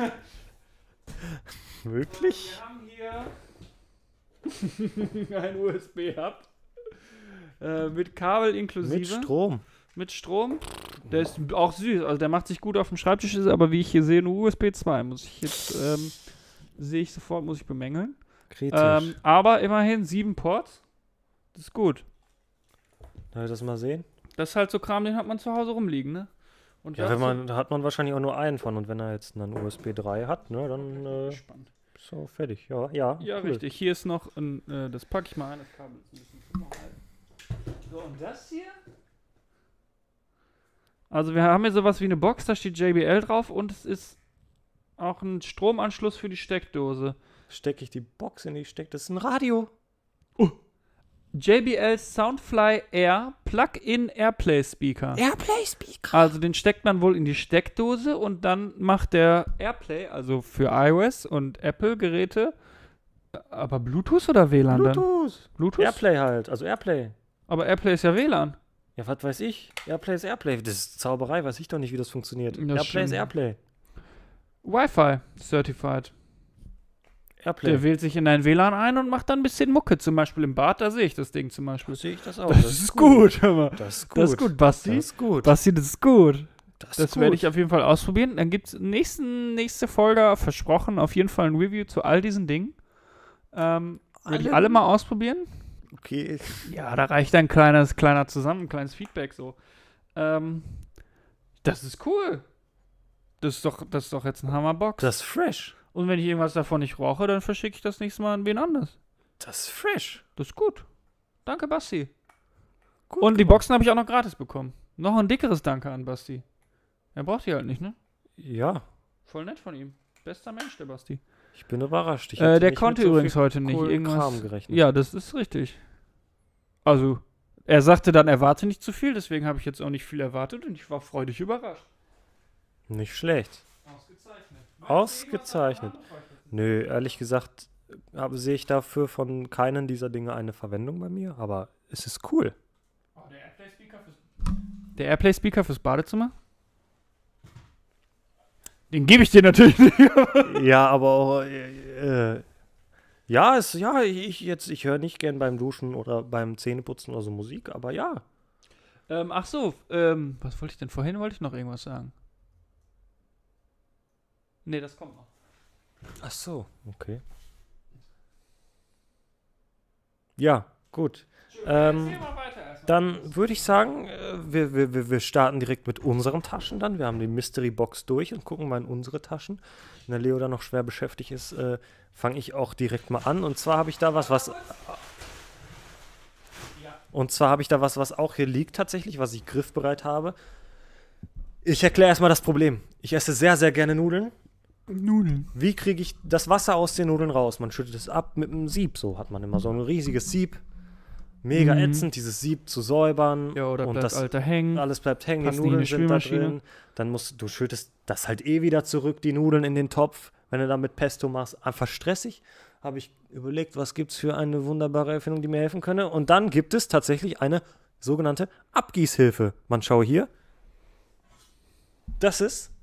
Wirklich? Wir haben hier ein USB-Hub. Mit Kabel inklusive. Mit Strom. Mit Strom. Der ist auch süß. Also der macht sich gut auf dem Schreibtisch, ist aber wie ich hier sehe, nur USB 2. Muss ich jetzt, sehe ich sofort, muss ich bemängeln. Kritisch. Aber immerhin 7 Ports. Das ist gut. Darf ich das mal sehen? Das ist halt so Kram, den hat man zu Hause rumliegen, ne? Und Ja, dazu- da hat man wahrscheinlich auch nur einen von. Und wenn er jetzt einen USB 3 hat, ne, dann Spannend. ist er fertig. Ja, ja. Ja, cool. richtig. Hier ist noch ein, das packe ich mal ein, das Kabel ist ein bisschen zu normal. So, und das hier? Also wir haben hier sowas wie eine Box, da steht JBL drauf und es ist auch ein Stromanschluss für die Steckdose. Stecke ich die Box in die Das ist ein Radio. JBL Soundfly Air Plug-in Airplay Speaker. Airplay Speaker. Also den steckt man wohl in die Steckdose und dann macht der Airplay, also für iOS und Apple-Geräte, aber Bluetooth oder WLAN dann? Bluetooth. Bluetooth? Airplay halt. Also Airplay. Aber Airplay ist ja WLAN. Ja, was weiß ich? Airplay ist Airplay. Das ist Zauberei. Weiß ich doch nicht, wie das funktioniert. Das Airplay stimmt. ist Airplay. Wi-Fi Certified. Airplay. Der wählt sich in dein WLAN ein und macht dann ein bisschen Mucke. Zum Beispiel im Bad, da sehe ich das Ding zum Beispiel. Sehe ich das auch. Das ist gut, hör mal. Das ist gut. Das ist gut, Basti. Das ist gut. Basti, das ist gut. Das, ist Das gut. werde ich auf jeden Fall ausprobieren. Dann gibt es nächste Folge, versprochen, auf jeden Fall ein Review zu all diesen Dingen. Werde ich Alle? alle mal ausprobieren. Okay. Ja, da reicht ein kleines Feedback so. Das ist cool. Das ist doch jetzt ein Hammerbox. Das ist fresh. Und wenn ich irgendwas davon nicht brauche, dann verschicke ich das nächste Mal an wen anders. Das ist fresh. Das ist gut. Danke, Basti. Gut Und die gemacht. Boxen habe ich auch noch gratis bekommen. Noch ein dickeres Danke an Basti. Er braucht die halt nicht, ne? Ja, Voll nett von ihm. Bester Mensch, der Basti. ich bin überrascht. Ich hätte Der nicht konnte mit so übrigens viel heute nicht. coolen Irgendwas. Kram gerechnet. Ja, das ist richtig. Also, er sagte dann, erwarte nicht zu viel, deswegen habe ich jetzt auch nicht viel erwartet und ich war freudig überrascht. Nicht schlecht. Ausgezeichnet. Ausgezeichnet. Nö, ehrlich gesagt sehe ich dafür von keinen dieser Dinge eine Verwendung bei mir, aber es ist cool. Oh, der Airplay-Speaker fürs Badezimmer? Den gebe ich dir natürlich nicht. Ja, aber auch, ich höre nicht gern beim Duschen oder beim Zähneputzen oder so Musik, aber ja. Ach so, was wollte ich denn? Vorhin wollte ich noch irgendwas sagen. Nee, das kommt noch. Ach so, okay. Ja, gut. Erzähl mal weiter erstmal. Dann würde ich sagen, wir starten direkt mit unseren Taschen dann. Wir haben die Mystery Box durch und gucken mal in unsere Taschen. Wenn der Leo da noch schwer beschäftigt ist, fange ich auch direkt mal an. Und zwar habe ich da was auch hier liegt tatsächlich, was ich griffbereit habe. Ich erkläre erstmal das Problem. Ich esse sehr, sehr gerne Nudeln. Nudeln. Wie kriege ich das Wasser aus den Nudeln raus? Man schüttet es ab mit einem Sieb. So hat man immer so ein riesiges Sieb. Mega ätzend, dieses Sieb zu säubern. Ja, oder und bleibt das Alter hängen. alles bleibt hängen, die Passt nicht in Nudeln die sind da Spülmaschine. drin. Dann du schüttest das halt wieder zurück, die Nudeln in den Topf. Wenn du da mit Pesto machst, einfach stressig. Habe ich überlegt, was gibt es für eine wunderbare Erfindung, die mir helfen könne. Und dann gibt es tatsächlich eine sogenannte Abgießhilfe. Man schaue hier. Das ist,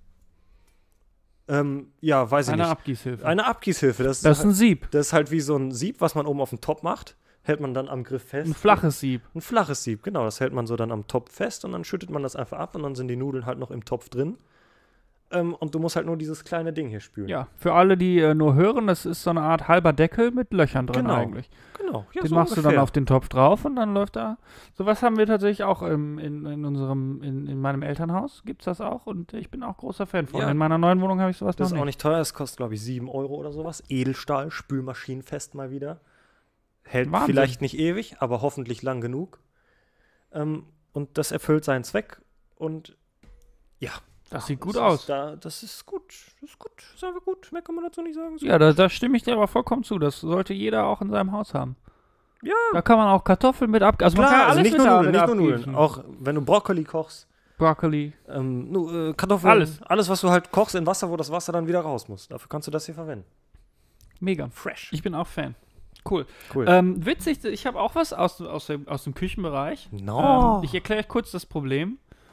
weiß ich Eine nicht. Abgießhilfe. Eine Abgießhilfe. Das ist ein Sieb. Das ist halt wie so ein Sieb, was man oben auf den Top macht. Hält man dann am Griff fest. Ein flaches Sieb. Ein flaches Sieb, genau. Das hält man so dann am Topf fest und dann schüttet man das einfach ab und dann sind die Nudeln halt noch im Topf drin. Und du musst halt nur dieses kleine Ding hier spülen. Ja, für alle, die nur hören, das ist so eine Art halber Deckel mit Löchern drin Genau. eigentlich. Genau. Ja, Den so machst du dann ungefähr. auf den Topf drauf und dann läuft da. Sowas haben wir tatsächlich auch in meinem Elternhaus. Gibt es das auch und ich bin auch großer Fan von. Ja. In meiner neuen Wohnung habe ich sowas Das noch ist auch nicht. nicht teuer. Das kostet, glaube ich, 7 Euro oder sowas. Edelstahl, spülmaschinenfest mal wieder. Hält Wahnsinn. vielleicht nicht ewig, aber hoffentlich lang genug. Und das erfüllt seinen Zweck. Und ja. Das sieht gut das aus. Das ist gut. Das ist gut. Das ist einfach gut. Mehr kann man dazu nicht sagen. Ist Ja, da stimme ich dir aber vollkommen zu. Das sollte jeder auch in seinem Haus haben. Ja. Da kann man auch Kartoffeln mit abgießen. Also man Klar, kann also alles nicht mit nur Nudeln, da nicht nur Nudeln. abgießen. Auch wenn du Brokkoli kochst, Brokkoli. Kartoffeln, Alles. was du halt kochst in Wasser, wo das Wasser dann wieder raus muss. Dafür kannst du das hier verwenden. Mega. Fresh. Ich bin auch Fan. Cool. Cool. Witzig, ich habe auch was aus dem Küchenbereich. No. Ich erkläre euch kurz das Problem.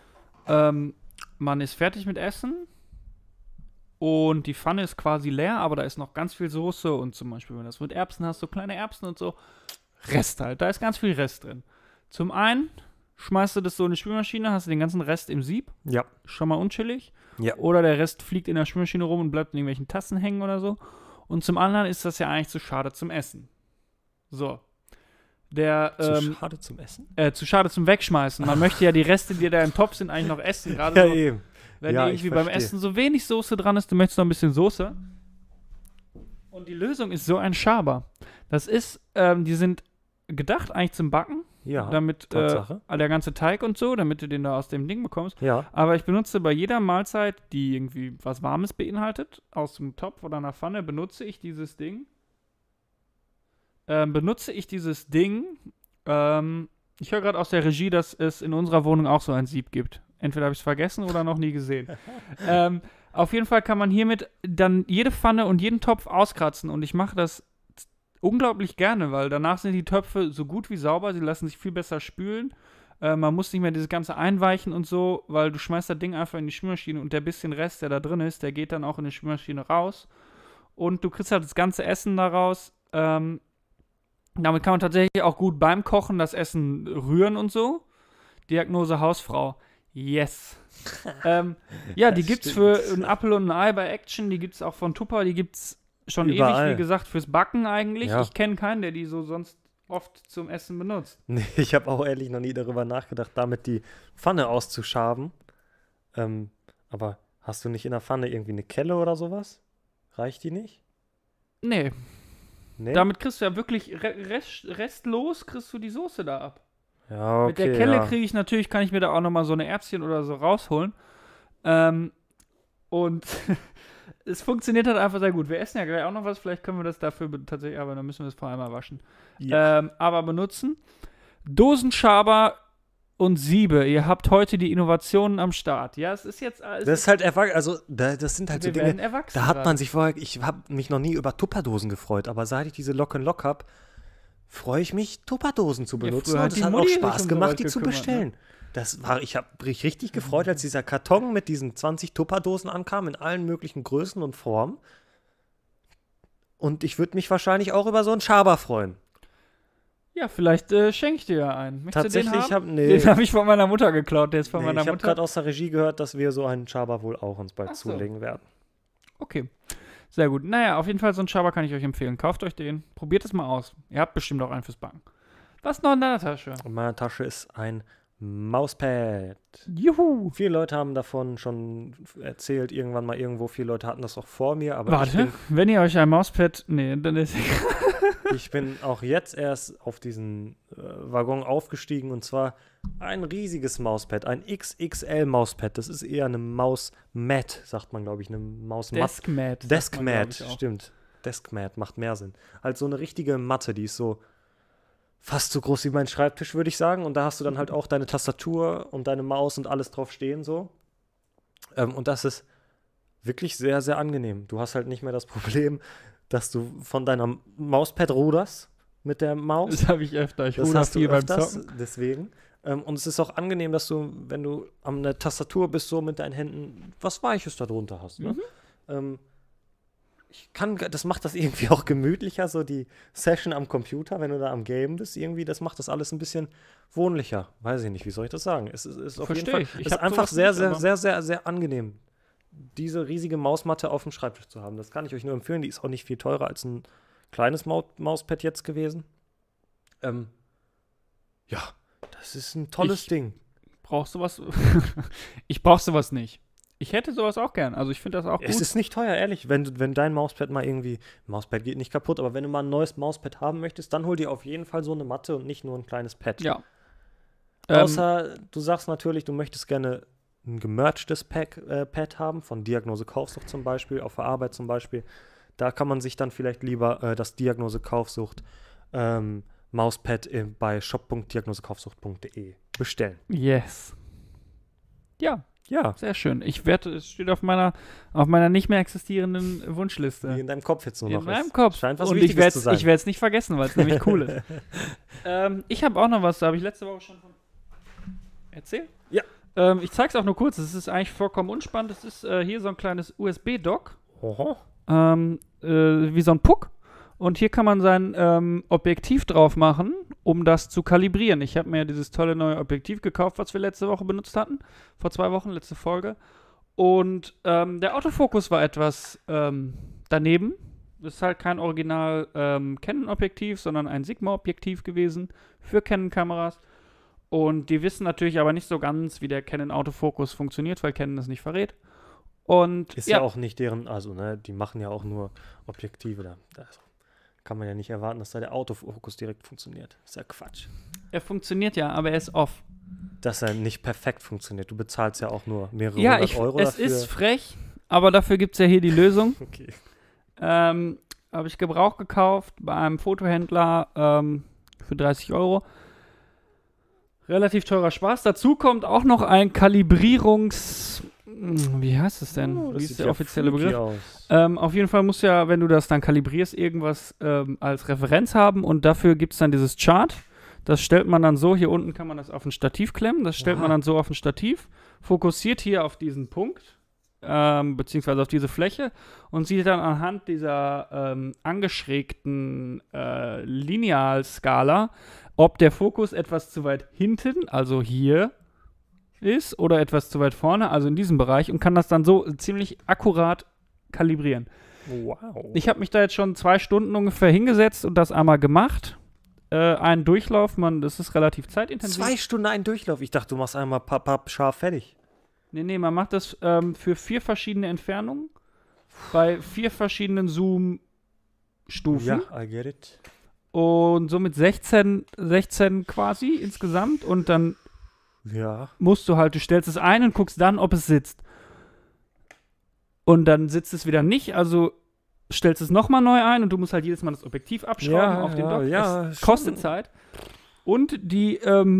Man ist fertig mit Essen und die Pfanne ist quasi leer, aber da ist noch ganz viel Soße und zum Beispiel, wenn du das mit Erbsen hast, so kleine Erbsen und so, Rest halt. Da ist ganz viel Rest drin. Zum einen schmeißt du das so in die Spülmaschine, hast du den ganzen Rest im Sieb, Ja. schon mal unchillig. Ja. Oder der Rest fliegt in der Spülmaschine rum und bleibt in irgendwelchen Tassen hängen oder so. Und zum anderen ist das ja eigentlich zu schade zum Essen. So. Schade zum Essen? Zu schade zum Wegschmeißen. Man möchte ja die Reste, die da im Topf sind, eigentlich noch essen. Gerade so, eben. wenn Ja, irgendwie ich beim verstehe. Essen so wenig Soße dran ist, du möchtest noch ein bisschen Soße. Und die Lösung ist so ein Schaber. Das ist, die sind gedacht eigentlich zum Backen, Ja. damit Tatsache. der ganze Teig und so, damit du den da aus dem Ding bekommst. Ja. Aber ich benutze bei jeder Mahlzeit, die irgendwie was Warmes beinhaltet, aus dem Topf oder einer Pfanne, benutze ich dieses Ding. Ich höre gerade aus der Regie, dass es in unserer Wohnung auch so ein Sieb gibt. Entweder habe ich es vergessen oder noch nie gesehen. Auf jeden Fall kann man hiermit dann jede Pfanne und jeden Topf auskratzen. Und ich mache das unglaublich gerne, weil danach sind die Töpfe so gut wie sauber. Sie lassen sich viel besser spülen. Man muss nicht mehr dieses ganze einweichen und so, weil du schmeißt das Ding einfach in die Spülmaschine und der bisschen Rest, der da drin ist, der geht dann auch in die Spülmaschine raus. Und du kriegst halt das ganze Essen daraus. Damit kann man tatsächlich auch gut beim Kochen das Essen rühren und so. Diagnose Hausfrau. Yes. Ja, die gibt's für einen Apfel und ein Ei bei Action. Die gibt's auch von Tupper. Die gibt's schon Überall. ewig, wie gesagt, fürs Backen eigentlich. Ja. Ich kenne keinen, der die so sonst oft zum Essen benutzt. Nee, ich habe auch ehrlich noch nie darüber nachgedacht, damit die Pfanne auszuschaben. Aber hast du nicht in der Pfanne irgendwie eine Kelle oder sowas? Reicht die nicht? Nee, Nee? damit kriegst du ja wirklich restlos kriegst du die Soße da ab. Ja, okay. Mit der Kelle ja. kriege ich natürlich, kann ich mir da auch nochmal so eine Erbschen oder so rausholen. Und es funktioniert halt einfach sehr gut. Wir essen ja gleich auch noch was, vielleicht können wir das dafür tatsächlich, aber dann müssen wir es vor allem mal waschen. Ja. Aber benutzen. Dosenschaber und Siebe. Ihr habt heute die Innovationen am Start. Ja, es ist jetzt alles. Das ist halt das sind halt so wir Dinge, werden erwachsen. da hat gerade. man sich vorher, ich habe mich noch nie über Tupperdosen gefreut, aber seit ich diese Lock & Lock habe, freue ich mich, Tupperdosen zu benutzen früher hat und es die hat auch Mutti sich Spaß um gemacht, sowas die zu gekümmert, bestellen. Ich habe mich richtig gefreut, als dieser Karton mit diesen 20 Tupperdosen ankam, in allen möglichen Größen und Formen. Und ich würde mich wahrscheinlich auch über so einen Schaber freuen. Ja, vielleicht schenke ich dir ja einen. Möchtest du den Tatsächlich haben? nee, Den habe ich von meiner Mutter geklaut. Der ist von nee, meiner ich habe Mutter. gerade aus der Regie gehört, dass wir so einen Schaber wohl auch uns bald Ach so. zulegen werden. Okay. Sehr gut. Naja, auf jeden Fall so einen Schaber kann ich euch empfehlen. Kauft euch den. Probiert es mal aus. Ihr habt bestimmt auch einen fürs Backen. Was noch in deiner Tasche? In meiner Tasche ist ein Mauspad. Juhu. Viele Leute haben davon schon erzählt, irgendwann mal irgendwo. Viele Leute hatten das auch vor mir, aber ich Warte, bin, wenn ihr euch ein Mauspad. Nee, dann ist. Ich bin auch jetzt erst auf diesen Waggon aufgestiegen und zwar ein riesiges Mauspad, ein XXL-Mauspad. Das ist eher eine Maus-Mat, sagt man, glaube ich, eine Maus-Mat. Deskmat. Deskmat, stimmt. Deskmat macht mehr Sinn. Halt so eine richtige Matte, die ist so fast so groß wie mein Schreibtisch, würde ich sagen. Und da hast du dann halt auch deine Tastatur und deine Maus und alles drauf stehen so. Und das ist wirklich sehr, sehr angenehm. Du hast halt nicht mehr das Problem, dass du von deiner Mauspad ruderst mit der Maus. Das habe ich öfter. Ich Das ruder hast du viel beim öfters, Zocken. deswegen. Und es ist auch angenehm, dass du, wenn du an der Tastatur bist, so mit deinen Händen was Weiches da drunter hast. Ne? Das macht das irgendwie auch gemütlicher, so die Session am Computer, wenn du da am Game bist, irgendwie, das macht das alles ein bisschen wohnlicher. Weiß ich nicht, wie soll ich das sagen? Es ist auf jeden Fall, Ich es ist hab einfach sowas sehr, nicht, sehr, aber- sehr, sehr, sehr angenehm, diese riesige Mausmatte auf dem Schreibtisch zu haben. Das kann ich euch nur empfehlen. Die ist auch nicht viel teurer als ein kleines Mauspad jetzt gewesen. Ja, das ist ein tolles Ding. Brauchst du was? Ich brauch sowas nicht. Ich hätte sowas auch gern. Also ich finde das auch Es gut. ist nicht teuer, ehrlich. Wenn dein Mauspad mal irgendwie, Mauspad geht nicht kaputt, aber wenn du mal ein neues Mauspad haben möchtest, dann hol dir auf jeden Fall so eine Matte und nicht nur ein kleines Pad. Ja. Außer du sagst natürlich, du möchtest gerne ein gemerchtes Pad haben, von Diagnose Kaufsucht zum Beispiel, auf der Arbeit zum Beispiel. Da kann man sich dann vielleicht lieber das Diagnose Kaufsucht Mauspad bei shop.diagnosekaufsucht.de bestellen. Yes. Ja, Ja, sehr schön. Es steht auf meiner nicht mehr existierenden Wunschliste. wie in deinem Kopf jetzt nur noch In meinem ist. Kopf. Scheint was Und ich Wichtiges zu sein. werde es nicht vergessen, weil es nämlich cool ist. Ich habe auch noch was, da habe ich letzte Woche schon von erzählt. Ja. Ich zeige es auch nur kurz. Es ist eigentlich vollkommen unspannend. Es ist hier so ein kleines USB-Dock. Oho. Wie so ein Puck. Und hier kann man sein Objektiv drauf machen, um das zu kalibrieren. Ich habe mir dieses tolle neue Objektiv gekauft, was wir letzte Woche benutzt hatten. Vor 2 Wochen, letzte Folge. Und der Autofokus war etwas daneben. Das ist halt kein Original Canon-Objektiv, sondern ein Sigma-Objektiv gewesen für Canon-Kameras. Und die wissen natürlich aber nicht so ganz, wie der Canon-Autofokus funktioniert, weil Canon das nicht verrät. Und Ist ja auch nicht deren, also ne, die machen ja auch nur Objektive da. Also, kann man ja nicht erwarten, dass da der Autofokus direkt funktioniert. Ist ja Quatsch. er funktioniert ja, aber er ist off. Dass er nicht perfekt funktioniert. Du bezahlst ja auch nur mehrere Ja, hundert Euro es dafür. ist frech, aber dafür gibt es ja hier die Lösung. Okay. Habe ich Gebrauch gekauft bei einem Fotohändler für 30 Euro. Relativ teurer Spaß. Dazu kommt auch noch ein wie heißt es denn? Oh, das Wie sieht ist der ja offizielle freaky Begriff? aus. Auf jeden Fall musst du ja, wenn du das dann kalibrierst, irgendwas als Referenz haben und dafür gibt es dann dieses Chart. Das stellt man dann so, hier unten kann man das auf ein Stativ klemmen, das stellt man dann so auf ein Stativ, fokussiert hier auf diesen Punkt, beziehungsweise auf diese Fläche und sieht dann anhand dieser angeschrägten Linealskala, ob der Fokus etwas zu weit hinten, also hier, ist oder etwas zu weit vorne, also in diesem Bereich und kann das dann so ziemlich akkurat kalibrieren. Wow. Ich habe mich da jetzt schon 2 Stunden ungefähr hingesetzt und das einmal gemacht. Einen Durchlauf, das ist relativ zeitintensiv. 2 Stunden ein Durchlauf. Ich dachte, du machst einmal papp, scharf, fertig. Nee, man macht das für 4 verschiedene Entfernungen bei 4 verschiedenen Zoom-Stufen. Ja, I get it. Und somit 16 quasi insgesamt und dann Ja. du stellst es ein und guckst dann, ob es sitzt. Und dann sitzt es wieder nicht, also stellst es nochmal neu ein und du musst halt jedes Mal das Objektiv abschrauben auf den Dock. Es kostet Zeit. Und die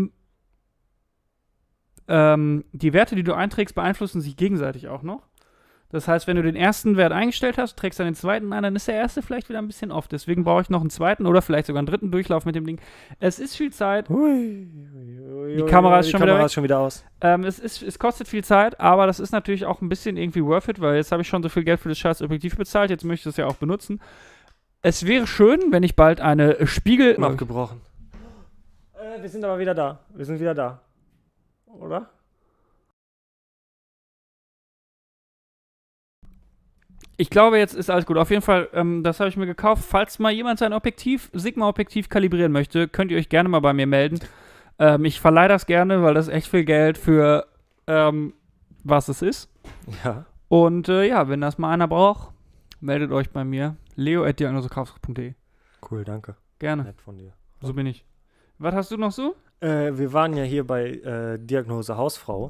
Werte, die du einträgst, beeinflussen sich gegenseitig auch noch. Das heißt, wenn du den ersten Wert eingestellt hast, trägst dann den zweiten ein, dann ist der erste vielleicht wieder ein bisschen off. Deswegen brauche ich noch einen zweiten oder vielleicht sogar einen dritten Durchlauf mit dem Ding. Es ist viel Zeit. Die Kamera ist schon wieder weg. schon wieder aus. Es kostet viel Zeit, aber das ist natürlich auch ein bisschen irgendwie worth it, weil jetzt habe ich schon so viel Geld für das scheiß Objektiv bezahlt, jetzt möchte ich es ja auch benutzen. Es wäre schön, wenn ich bald eine Spiegel... Abgebrochen. Wir sind aber wieder da. Wir sind wieder da. Oder? Ich glaube, jetzt ist alles gut. Auf jeden Fall, das habe ich mir gekauft. Falls mal jemand sein Sigma-Objektiv kalibrieren möchte, könnt ihr euch gerne mal bei mir melden. Ich verleihe das gerne, weil das ist echt viel Geld für was es ist. Ja. Und wenn das mal einer braucht, meldet euch bei mir. leo@diagnosekaufsucht.de. Cool, danke. Gerne. Nett von dir. So bin ich. Was hast du noch so? Wir waren ja hier bei Diagnose Hausfrau.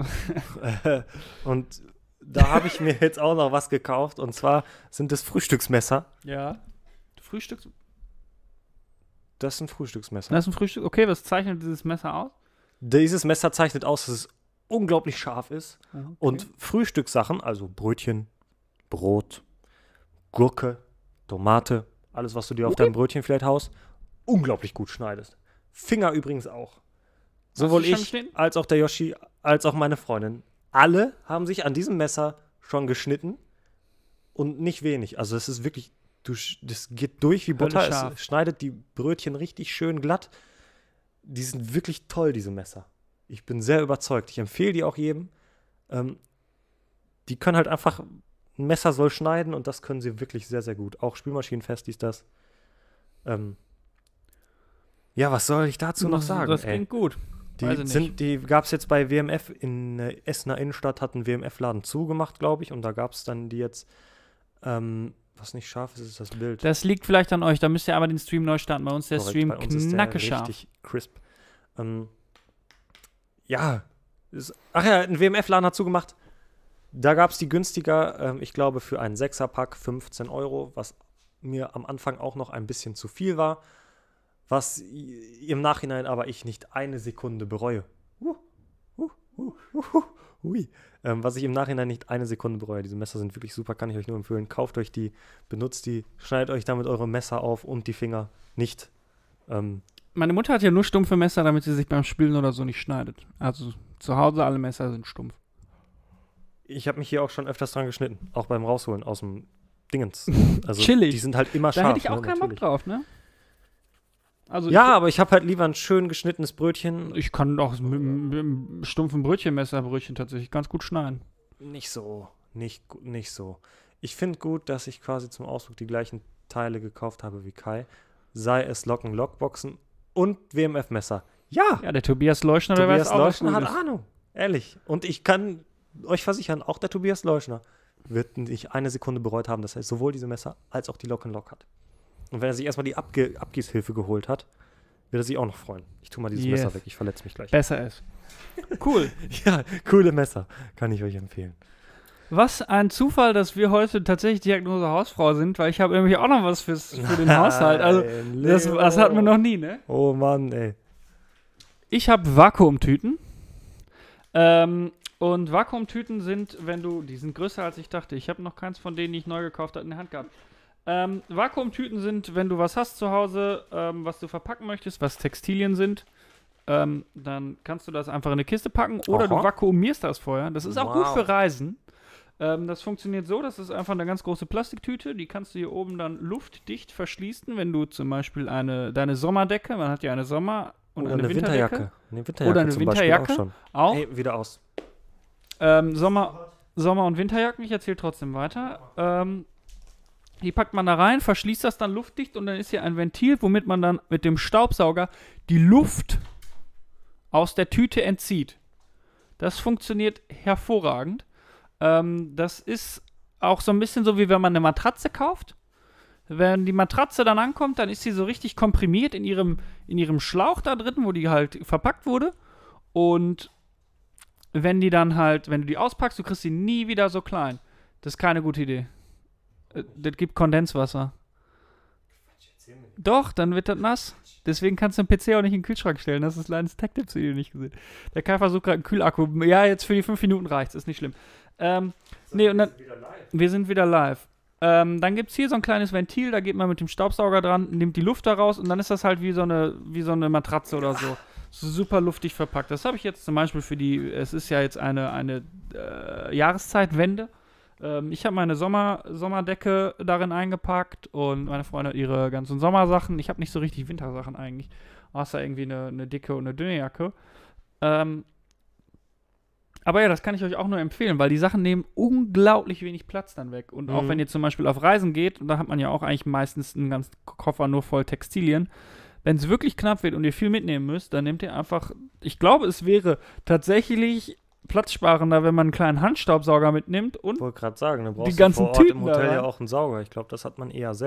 Und da habe ich mir jetzt auch noch was gekauft. Und zwar sind das Frühstücksmesser. Ja. Frühstücks... Das ist ein Frühstücksmesser. Das ist ein Frühstück. Okay, was zeichnet dieses Messer aus? Dieses Messer zeichnet aus, dass es unglaublich scharf ist. Okay. Und Frühstückssachen, also Brötchen, Brot, Gurke, Tomate, alles, was du dir auf dein Brötchen vielleicht haust, unglaublich gut schneidest. Finger übrigens auch. Sowohl du schon ich, geschnitten? als auch der Yoshi, als auch meine Freundin. Alle haben sich an diesem Messer schon geschnitten und nicht wenig. Also es ist wirklich, das geht durch wie Butter. scharf. Es schneidet die Brötchen richtig schön glatt. Die sind wirklich toll, diese Messer. Ich bin sehr überzeugt. Ich empfehle die auch jedem. Die können halt einfach, ein Messer soll schneiden und das können sie wirklich sehr, sehr gut. Auch spülmaschinenfest ist das. Ja, was soll ich dazu noch sagen? Das klingt gut. Weiß ich nicht. Die gab es jetzt bei WMF in Essener Innenstadt, hat ein WMF-Laden zugemacht, glaube ich. Und da gab es dann die jetzt, was nicht scharf ist, ist das Bild. Das liegt vielleicht an euch. Da müsst ihr aber den Stream neu starten. Bei uns ist der Korrekt, Stream bei uns ist der knackescharf. richtig crisp. Ja. Ach ja, ein WMF-Laden hat zugemacht. Da gab es die günstiger, ich glaube für einen 6er-Pack 15 €, was mir am Anfang auch noch ein bisschen zu viel war. Was im Nachhinein aber ich nicht eine Sekunde bereue. Hui. Was ich im Nachhinein nicht eine Sekunde bereue. Diese Messer sind wirklich super, kann ich euch nur empfehlen. Kauft euch die, benutzt die, schneidet euch damit eure Messer auf und die Finger nicht. Meine Mutter hat ja nur stumpfe Messer, damit sie sich beim Spülen oder so nicht schneidet. Also zu Hause alle Messer sind stumpf. Ich habe mich hier auch schon öfters dran geschnitten. Auch beim Rausholen aus dem Dingens. Also Chillig. Die sind halt immer Da scharf. hätte ich auch ne, keinen Bock natürlich. drauf, ne? Also Ja, aber ich habe halt lieber ein schön geschnittenes Brötchen. ich kann doch mit einem stumpfen Brötchenmesser Brötchen tatsächlich ganz gut schneiden. Nicht so. Nicht so. Ich finde gut, dass ich quasi zum Ausdruck die gleichen Teile gekauft habe wie Kai. Sei es Lockboxen und WMF-Messer. Ja, Ja, der Tobias Leuschner, der weiß Tobias auch, was Leuschner gut hat ist. Ahnung. Ehrlich. Und ich kann euch versichern, auch der Tobias Leuschner wird nicht eine Sekunde bereut haben, dass er sowohl diese Messer als auch die Lock hat. Und wenn er sich erstmal die Abgießhilfe geholt hat, wird er sich auch noch freuen. Ich tue mal dieses Yes. Messer weg, ich verletze mich gleich. Besser ist. Cool. Ja, coole Messer. Kann ich euch empfehlen. Was ein Zufall, dass wir heute tatsächlich Diagnose Hausfrau sind, weil ich habe irgendwie auch noch was für den Haushalt. Also das hatten wir noch nie, ne? Oh Mann, ey. Ich habe Vakuumtüten. Und Vakuumtüten sind, die sind größer als ich dachte. Ich habe noch keins von denen, die ich neu gekauft habe, in der Hand gehabt. Vakuumtüten sind, wenn du was hast zu Hause, was du verpacken möchtest, was Textilien sind, dann kannst du das einfach in eine Kiste packen oder du Aha. vakuumierst das vorher. Das ist auch gut Wow. für Reisen. Das funktioniert so, das ist einfach eine ganz große Plastiktüte, die kannst du hier oben dann luftdicht verschließen, wenn du zum Beispiel deine Sommerdecke, man hat ja eine Sommer- und Oder eine eine Winterdecke. Winterjacke. Oder eine zum Beispiel Winterjacke. auch schon. Auch. Ey, wieder aus. Sommer- und Winterjacken, ich erzähle trotzdem weiter. Die packt man da rein, verschließt das dann luftdicht und dann ist hier ein Ventil, womit man dann mit dem Staubsauger die Luft aus der Tüte entzieht. Das funktioniert hervorragend. Das ist auch so ein bisschen so, wie wenn man eine Matratze kauft. Wenn die Matratze dann ankommt, dann ist sie so richtig komprimiert in ihrem Schlauch da drin, wo die halt verpackt wurde. Und wenn du die auspackst, du kriegst sie nie wieder so klein. Das ist keine gute Idee. Das gibt Kondenswasser. Doch, dann wird das nass. Deswegen kannst du den PC auch nicht in den Kühlschrank stellen. Das ist ein kleines Tech-Tipp, den du nicht gesehen. Der Kai versucht gerade einen Kühlakku. Ja, jetzt für die 5 Minuten reicht's, ist nicht schlimm. Nee, und dann, wir sind wieder live. Dann gibt es hier so ein kleines Ventil, da geht man mit dem Staubsauger dran, nimmt die Luft da raus und dann ist das halt wie so eine Matratze oder so. Super luftig verpackt. Das habe ich jetzt zum Beispiel es ist ja jetzt eine Jahreszeitwende. Ich habe meine Sommerdecke darin eingepackt und meine Freundin hat ihre ganzen Sommersachen. Ich habe nicht so richtig Wintersachen eigentlich, außer irgendwie eine dicke und eine dünne Jacke. Aber ja, das kann ich euch auch nur empfehlen, weil die Sachen nehmen unglaublich wenig Platz dann weg. Und auch wenn ihr zum Beispiel auf Reisen geht, und da hat man ja auch eigentlich meistens einen ganzen Koffer nur voll Textilien, wenn es wirklich knapp wird und ihr viel mitnehmen müsst, dann nehmt ihr einfach, ich glaube, es wäre tatsächlich platzsparender, wenn man einen kleinen Handstaubsauger mitnimmt und Ich wollte gerade sagen, dann brauchst die du ganzen vor Ort Tüten im da Hotel ja rein. auch einen Sauger. Ich glaube, das hat man eher selten.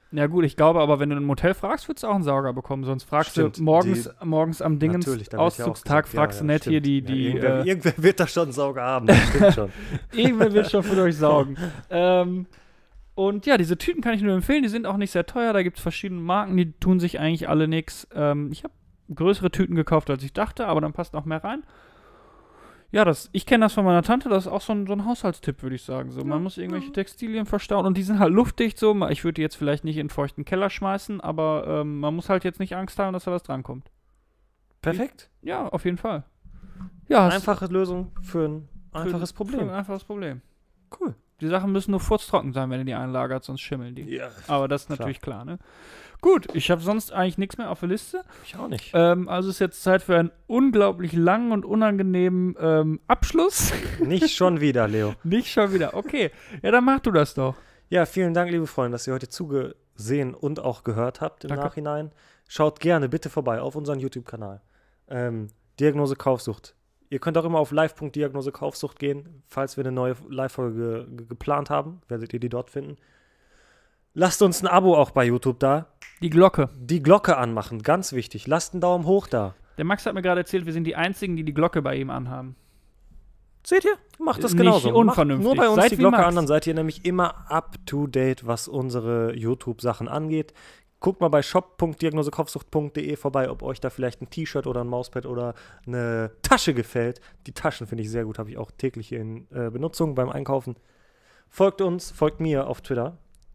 Ja gut, ich glaube aber, wenn du im Hotel fragst, würdest du auch einen Sauger bekommen. Sonst fragst Stimmt, du morgens am Dingens Natürlich, da wird ja auch Auszugstag, gesagt, fragst du nicht hier stimmt. die irgendwer wird da schon einen Sauger haben, das stimmt schon. irgendwer wird schon für euch saugen. Und ja, diese Tüten kann ich nur empfehlen, die sind auch nicht sehr teuer, da gibt es verschiedene Marken, die tun sich eigentlich alle nichts. Ich habe größere Tüten gekauft, als ich dachte, aber dann passt noch mehr rein. Ja, ich kenne das von meiner Tante, das ist auch so ein Haushaltstipp, würde ich sagen. So, man muss irgendwelche Textilien verstauen und die sind halt luftdicht so. Ich würde die jetzt vielleicht nicht in einen feuchten Keller schmeißen, aber man muss halt jetzt nicht Angst haben, dass da was drankommt. Perfekt. Ja, auf jeden Fall. Ja, Einfache Lösung für ein einfaches Problem. Für ein einfaches Problem. Cool. Die Sachen müssen nur furztrocken sein, wenn ihr die einlagert, sonst schimmeln die. Ja, Aber das ist natürlich klar, ne? Gut, ich habe sonst eigentlich nichts mehr auf der Liste. ich auch nicht. Also ist jetzt Zeit für einen unglaublich langen und unangenehmen Abschluss. Nicht schon wieder, Leo. Nicht schon wieder. Okay, ja, dann mach du das doch. Ja, vielen Dank, liebe Freunde, dass ihr heute zugesehen und auch gehört habt im Danke. Nachhinein. Schaut gerne bitte vorbei auf unseren YouTube-Kanal. Diagnose Kaufsucht. Ihr könnt auch immer auf live.diagnosekaufsucht gehen. Falls wir eine neue Live-Folge geplant haben, werdet ihr die dort finden. Lasst uns ein Abo auch bei YouTube da. Die Glocke. Die Glocke anmachen, ganz wichtig. Lasst einen Daumen hoch da. Der Max hat mir gerade erzählt, wir sind die Einzigen, die die Glocke bei ihm anhaben. Seht ihr? Macht das Nicht genauso. unvernünftig. Macht nur bei uns Seid die wie Glocke Max. an, dann seid ihr nämlich immer up to date, was unsere YouTube-Sachen angeht. Guckt mal bei shop.diagnosekaufsucht.de vorbei, ob euch da vielleicht ein T-Shirt oder ein Mauspad oder eine Tasche gefällt. Die Taschen finde ich sehr gut, habe ich auch täglich in Benutzung beim Einkaufen. Folgt uns, folgt mir auf Twitter.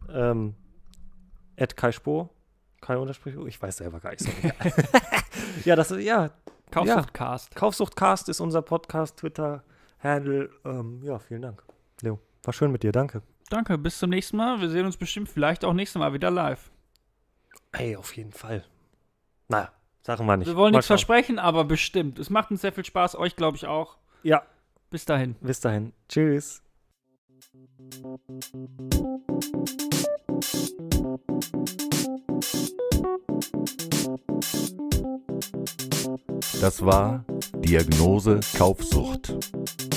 @KaiSpo. Kai_, ich weiß selber gar nicht so. Ja, Kaufsuchtcast. Kaufsuchtcast ist unser Podcast, Twitter-Handle. Ja, vielen Dank. Leo, war schön mit dir, danke. Danke, bis zum nächsten Mal. Wir sehen uns bestimmt vielleicht auch nächstes Mal wieder live. Ey, auf jeden Fall. Naja, sagen wir nicht. Wir wollen Mal nichts schauen. versprechen, aber bestimmt. Es macht uns sehr viel Spaß, euch glaube ich auch. Ja, Bis dahin. bis dahin. Tschüss. Das war Diagnose Kaufsucht.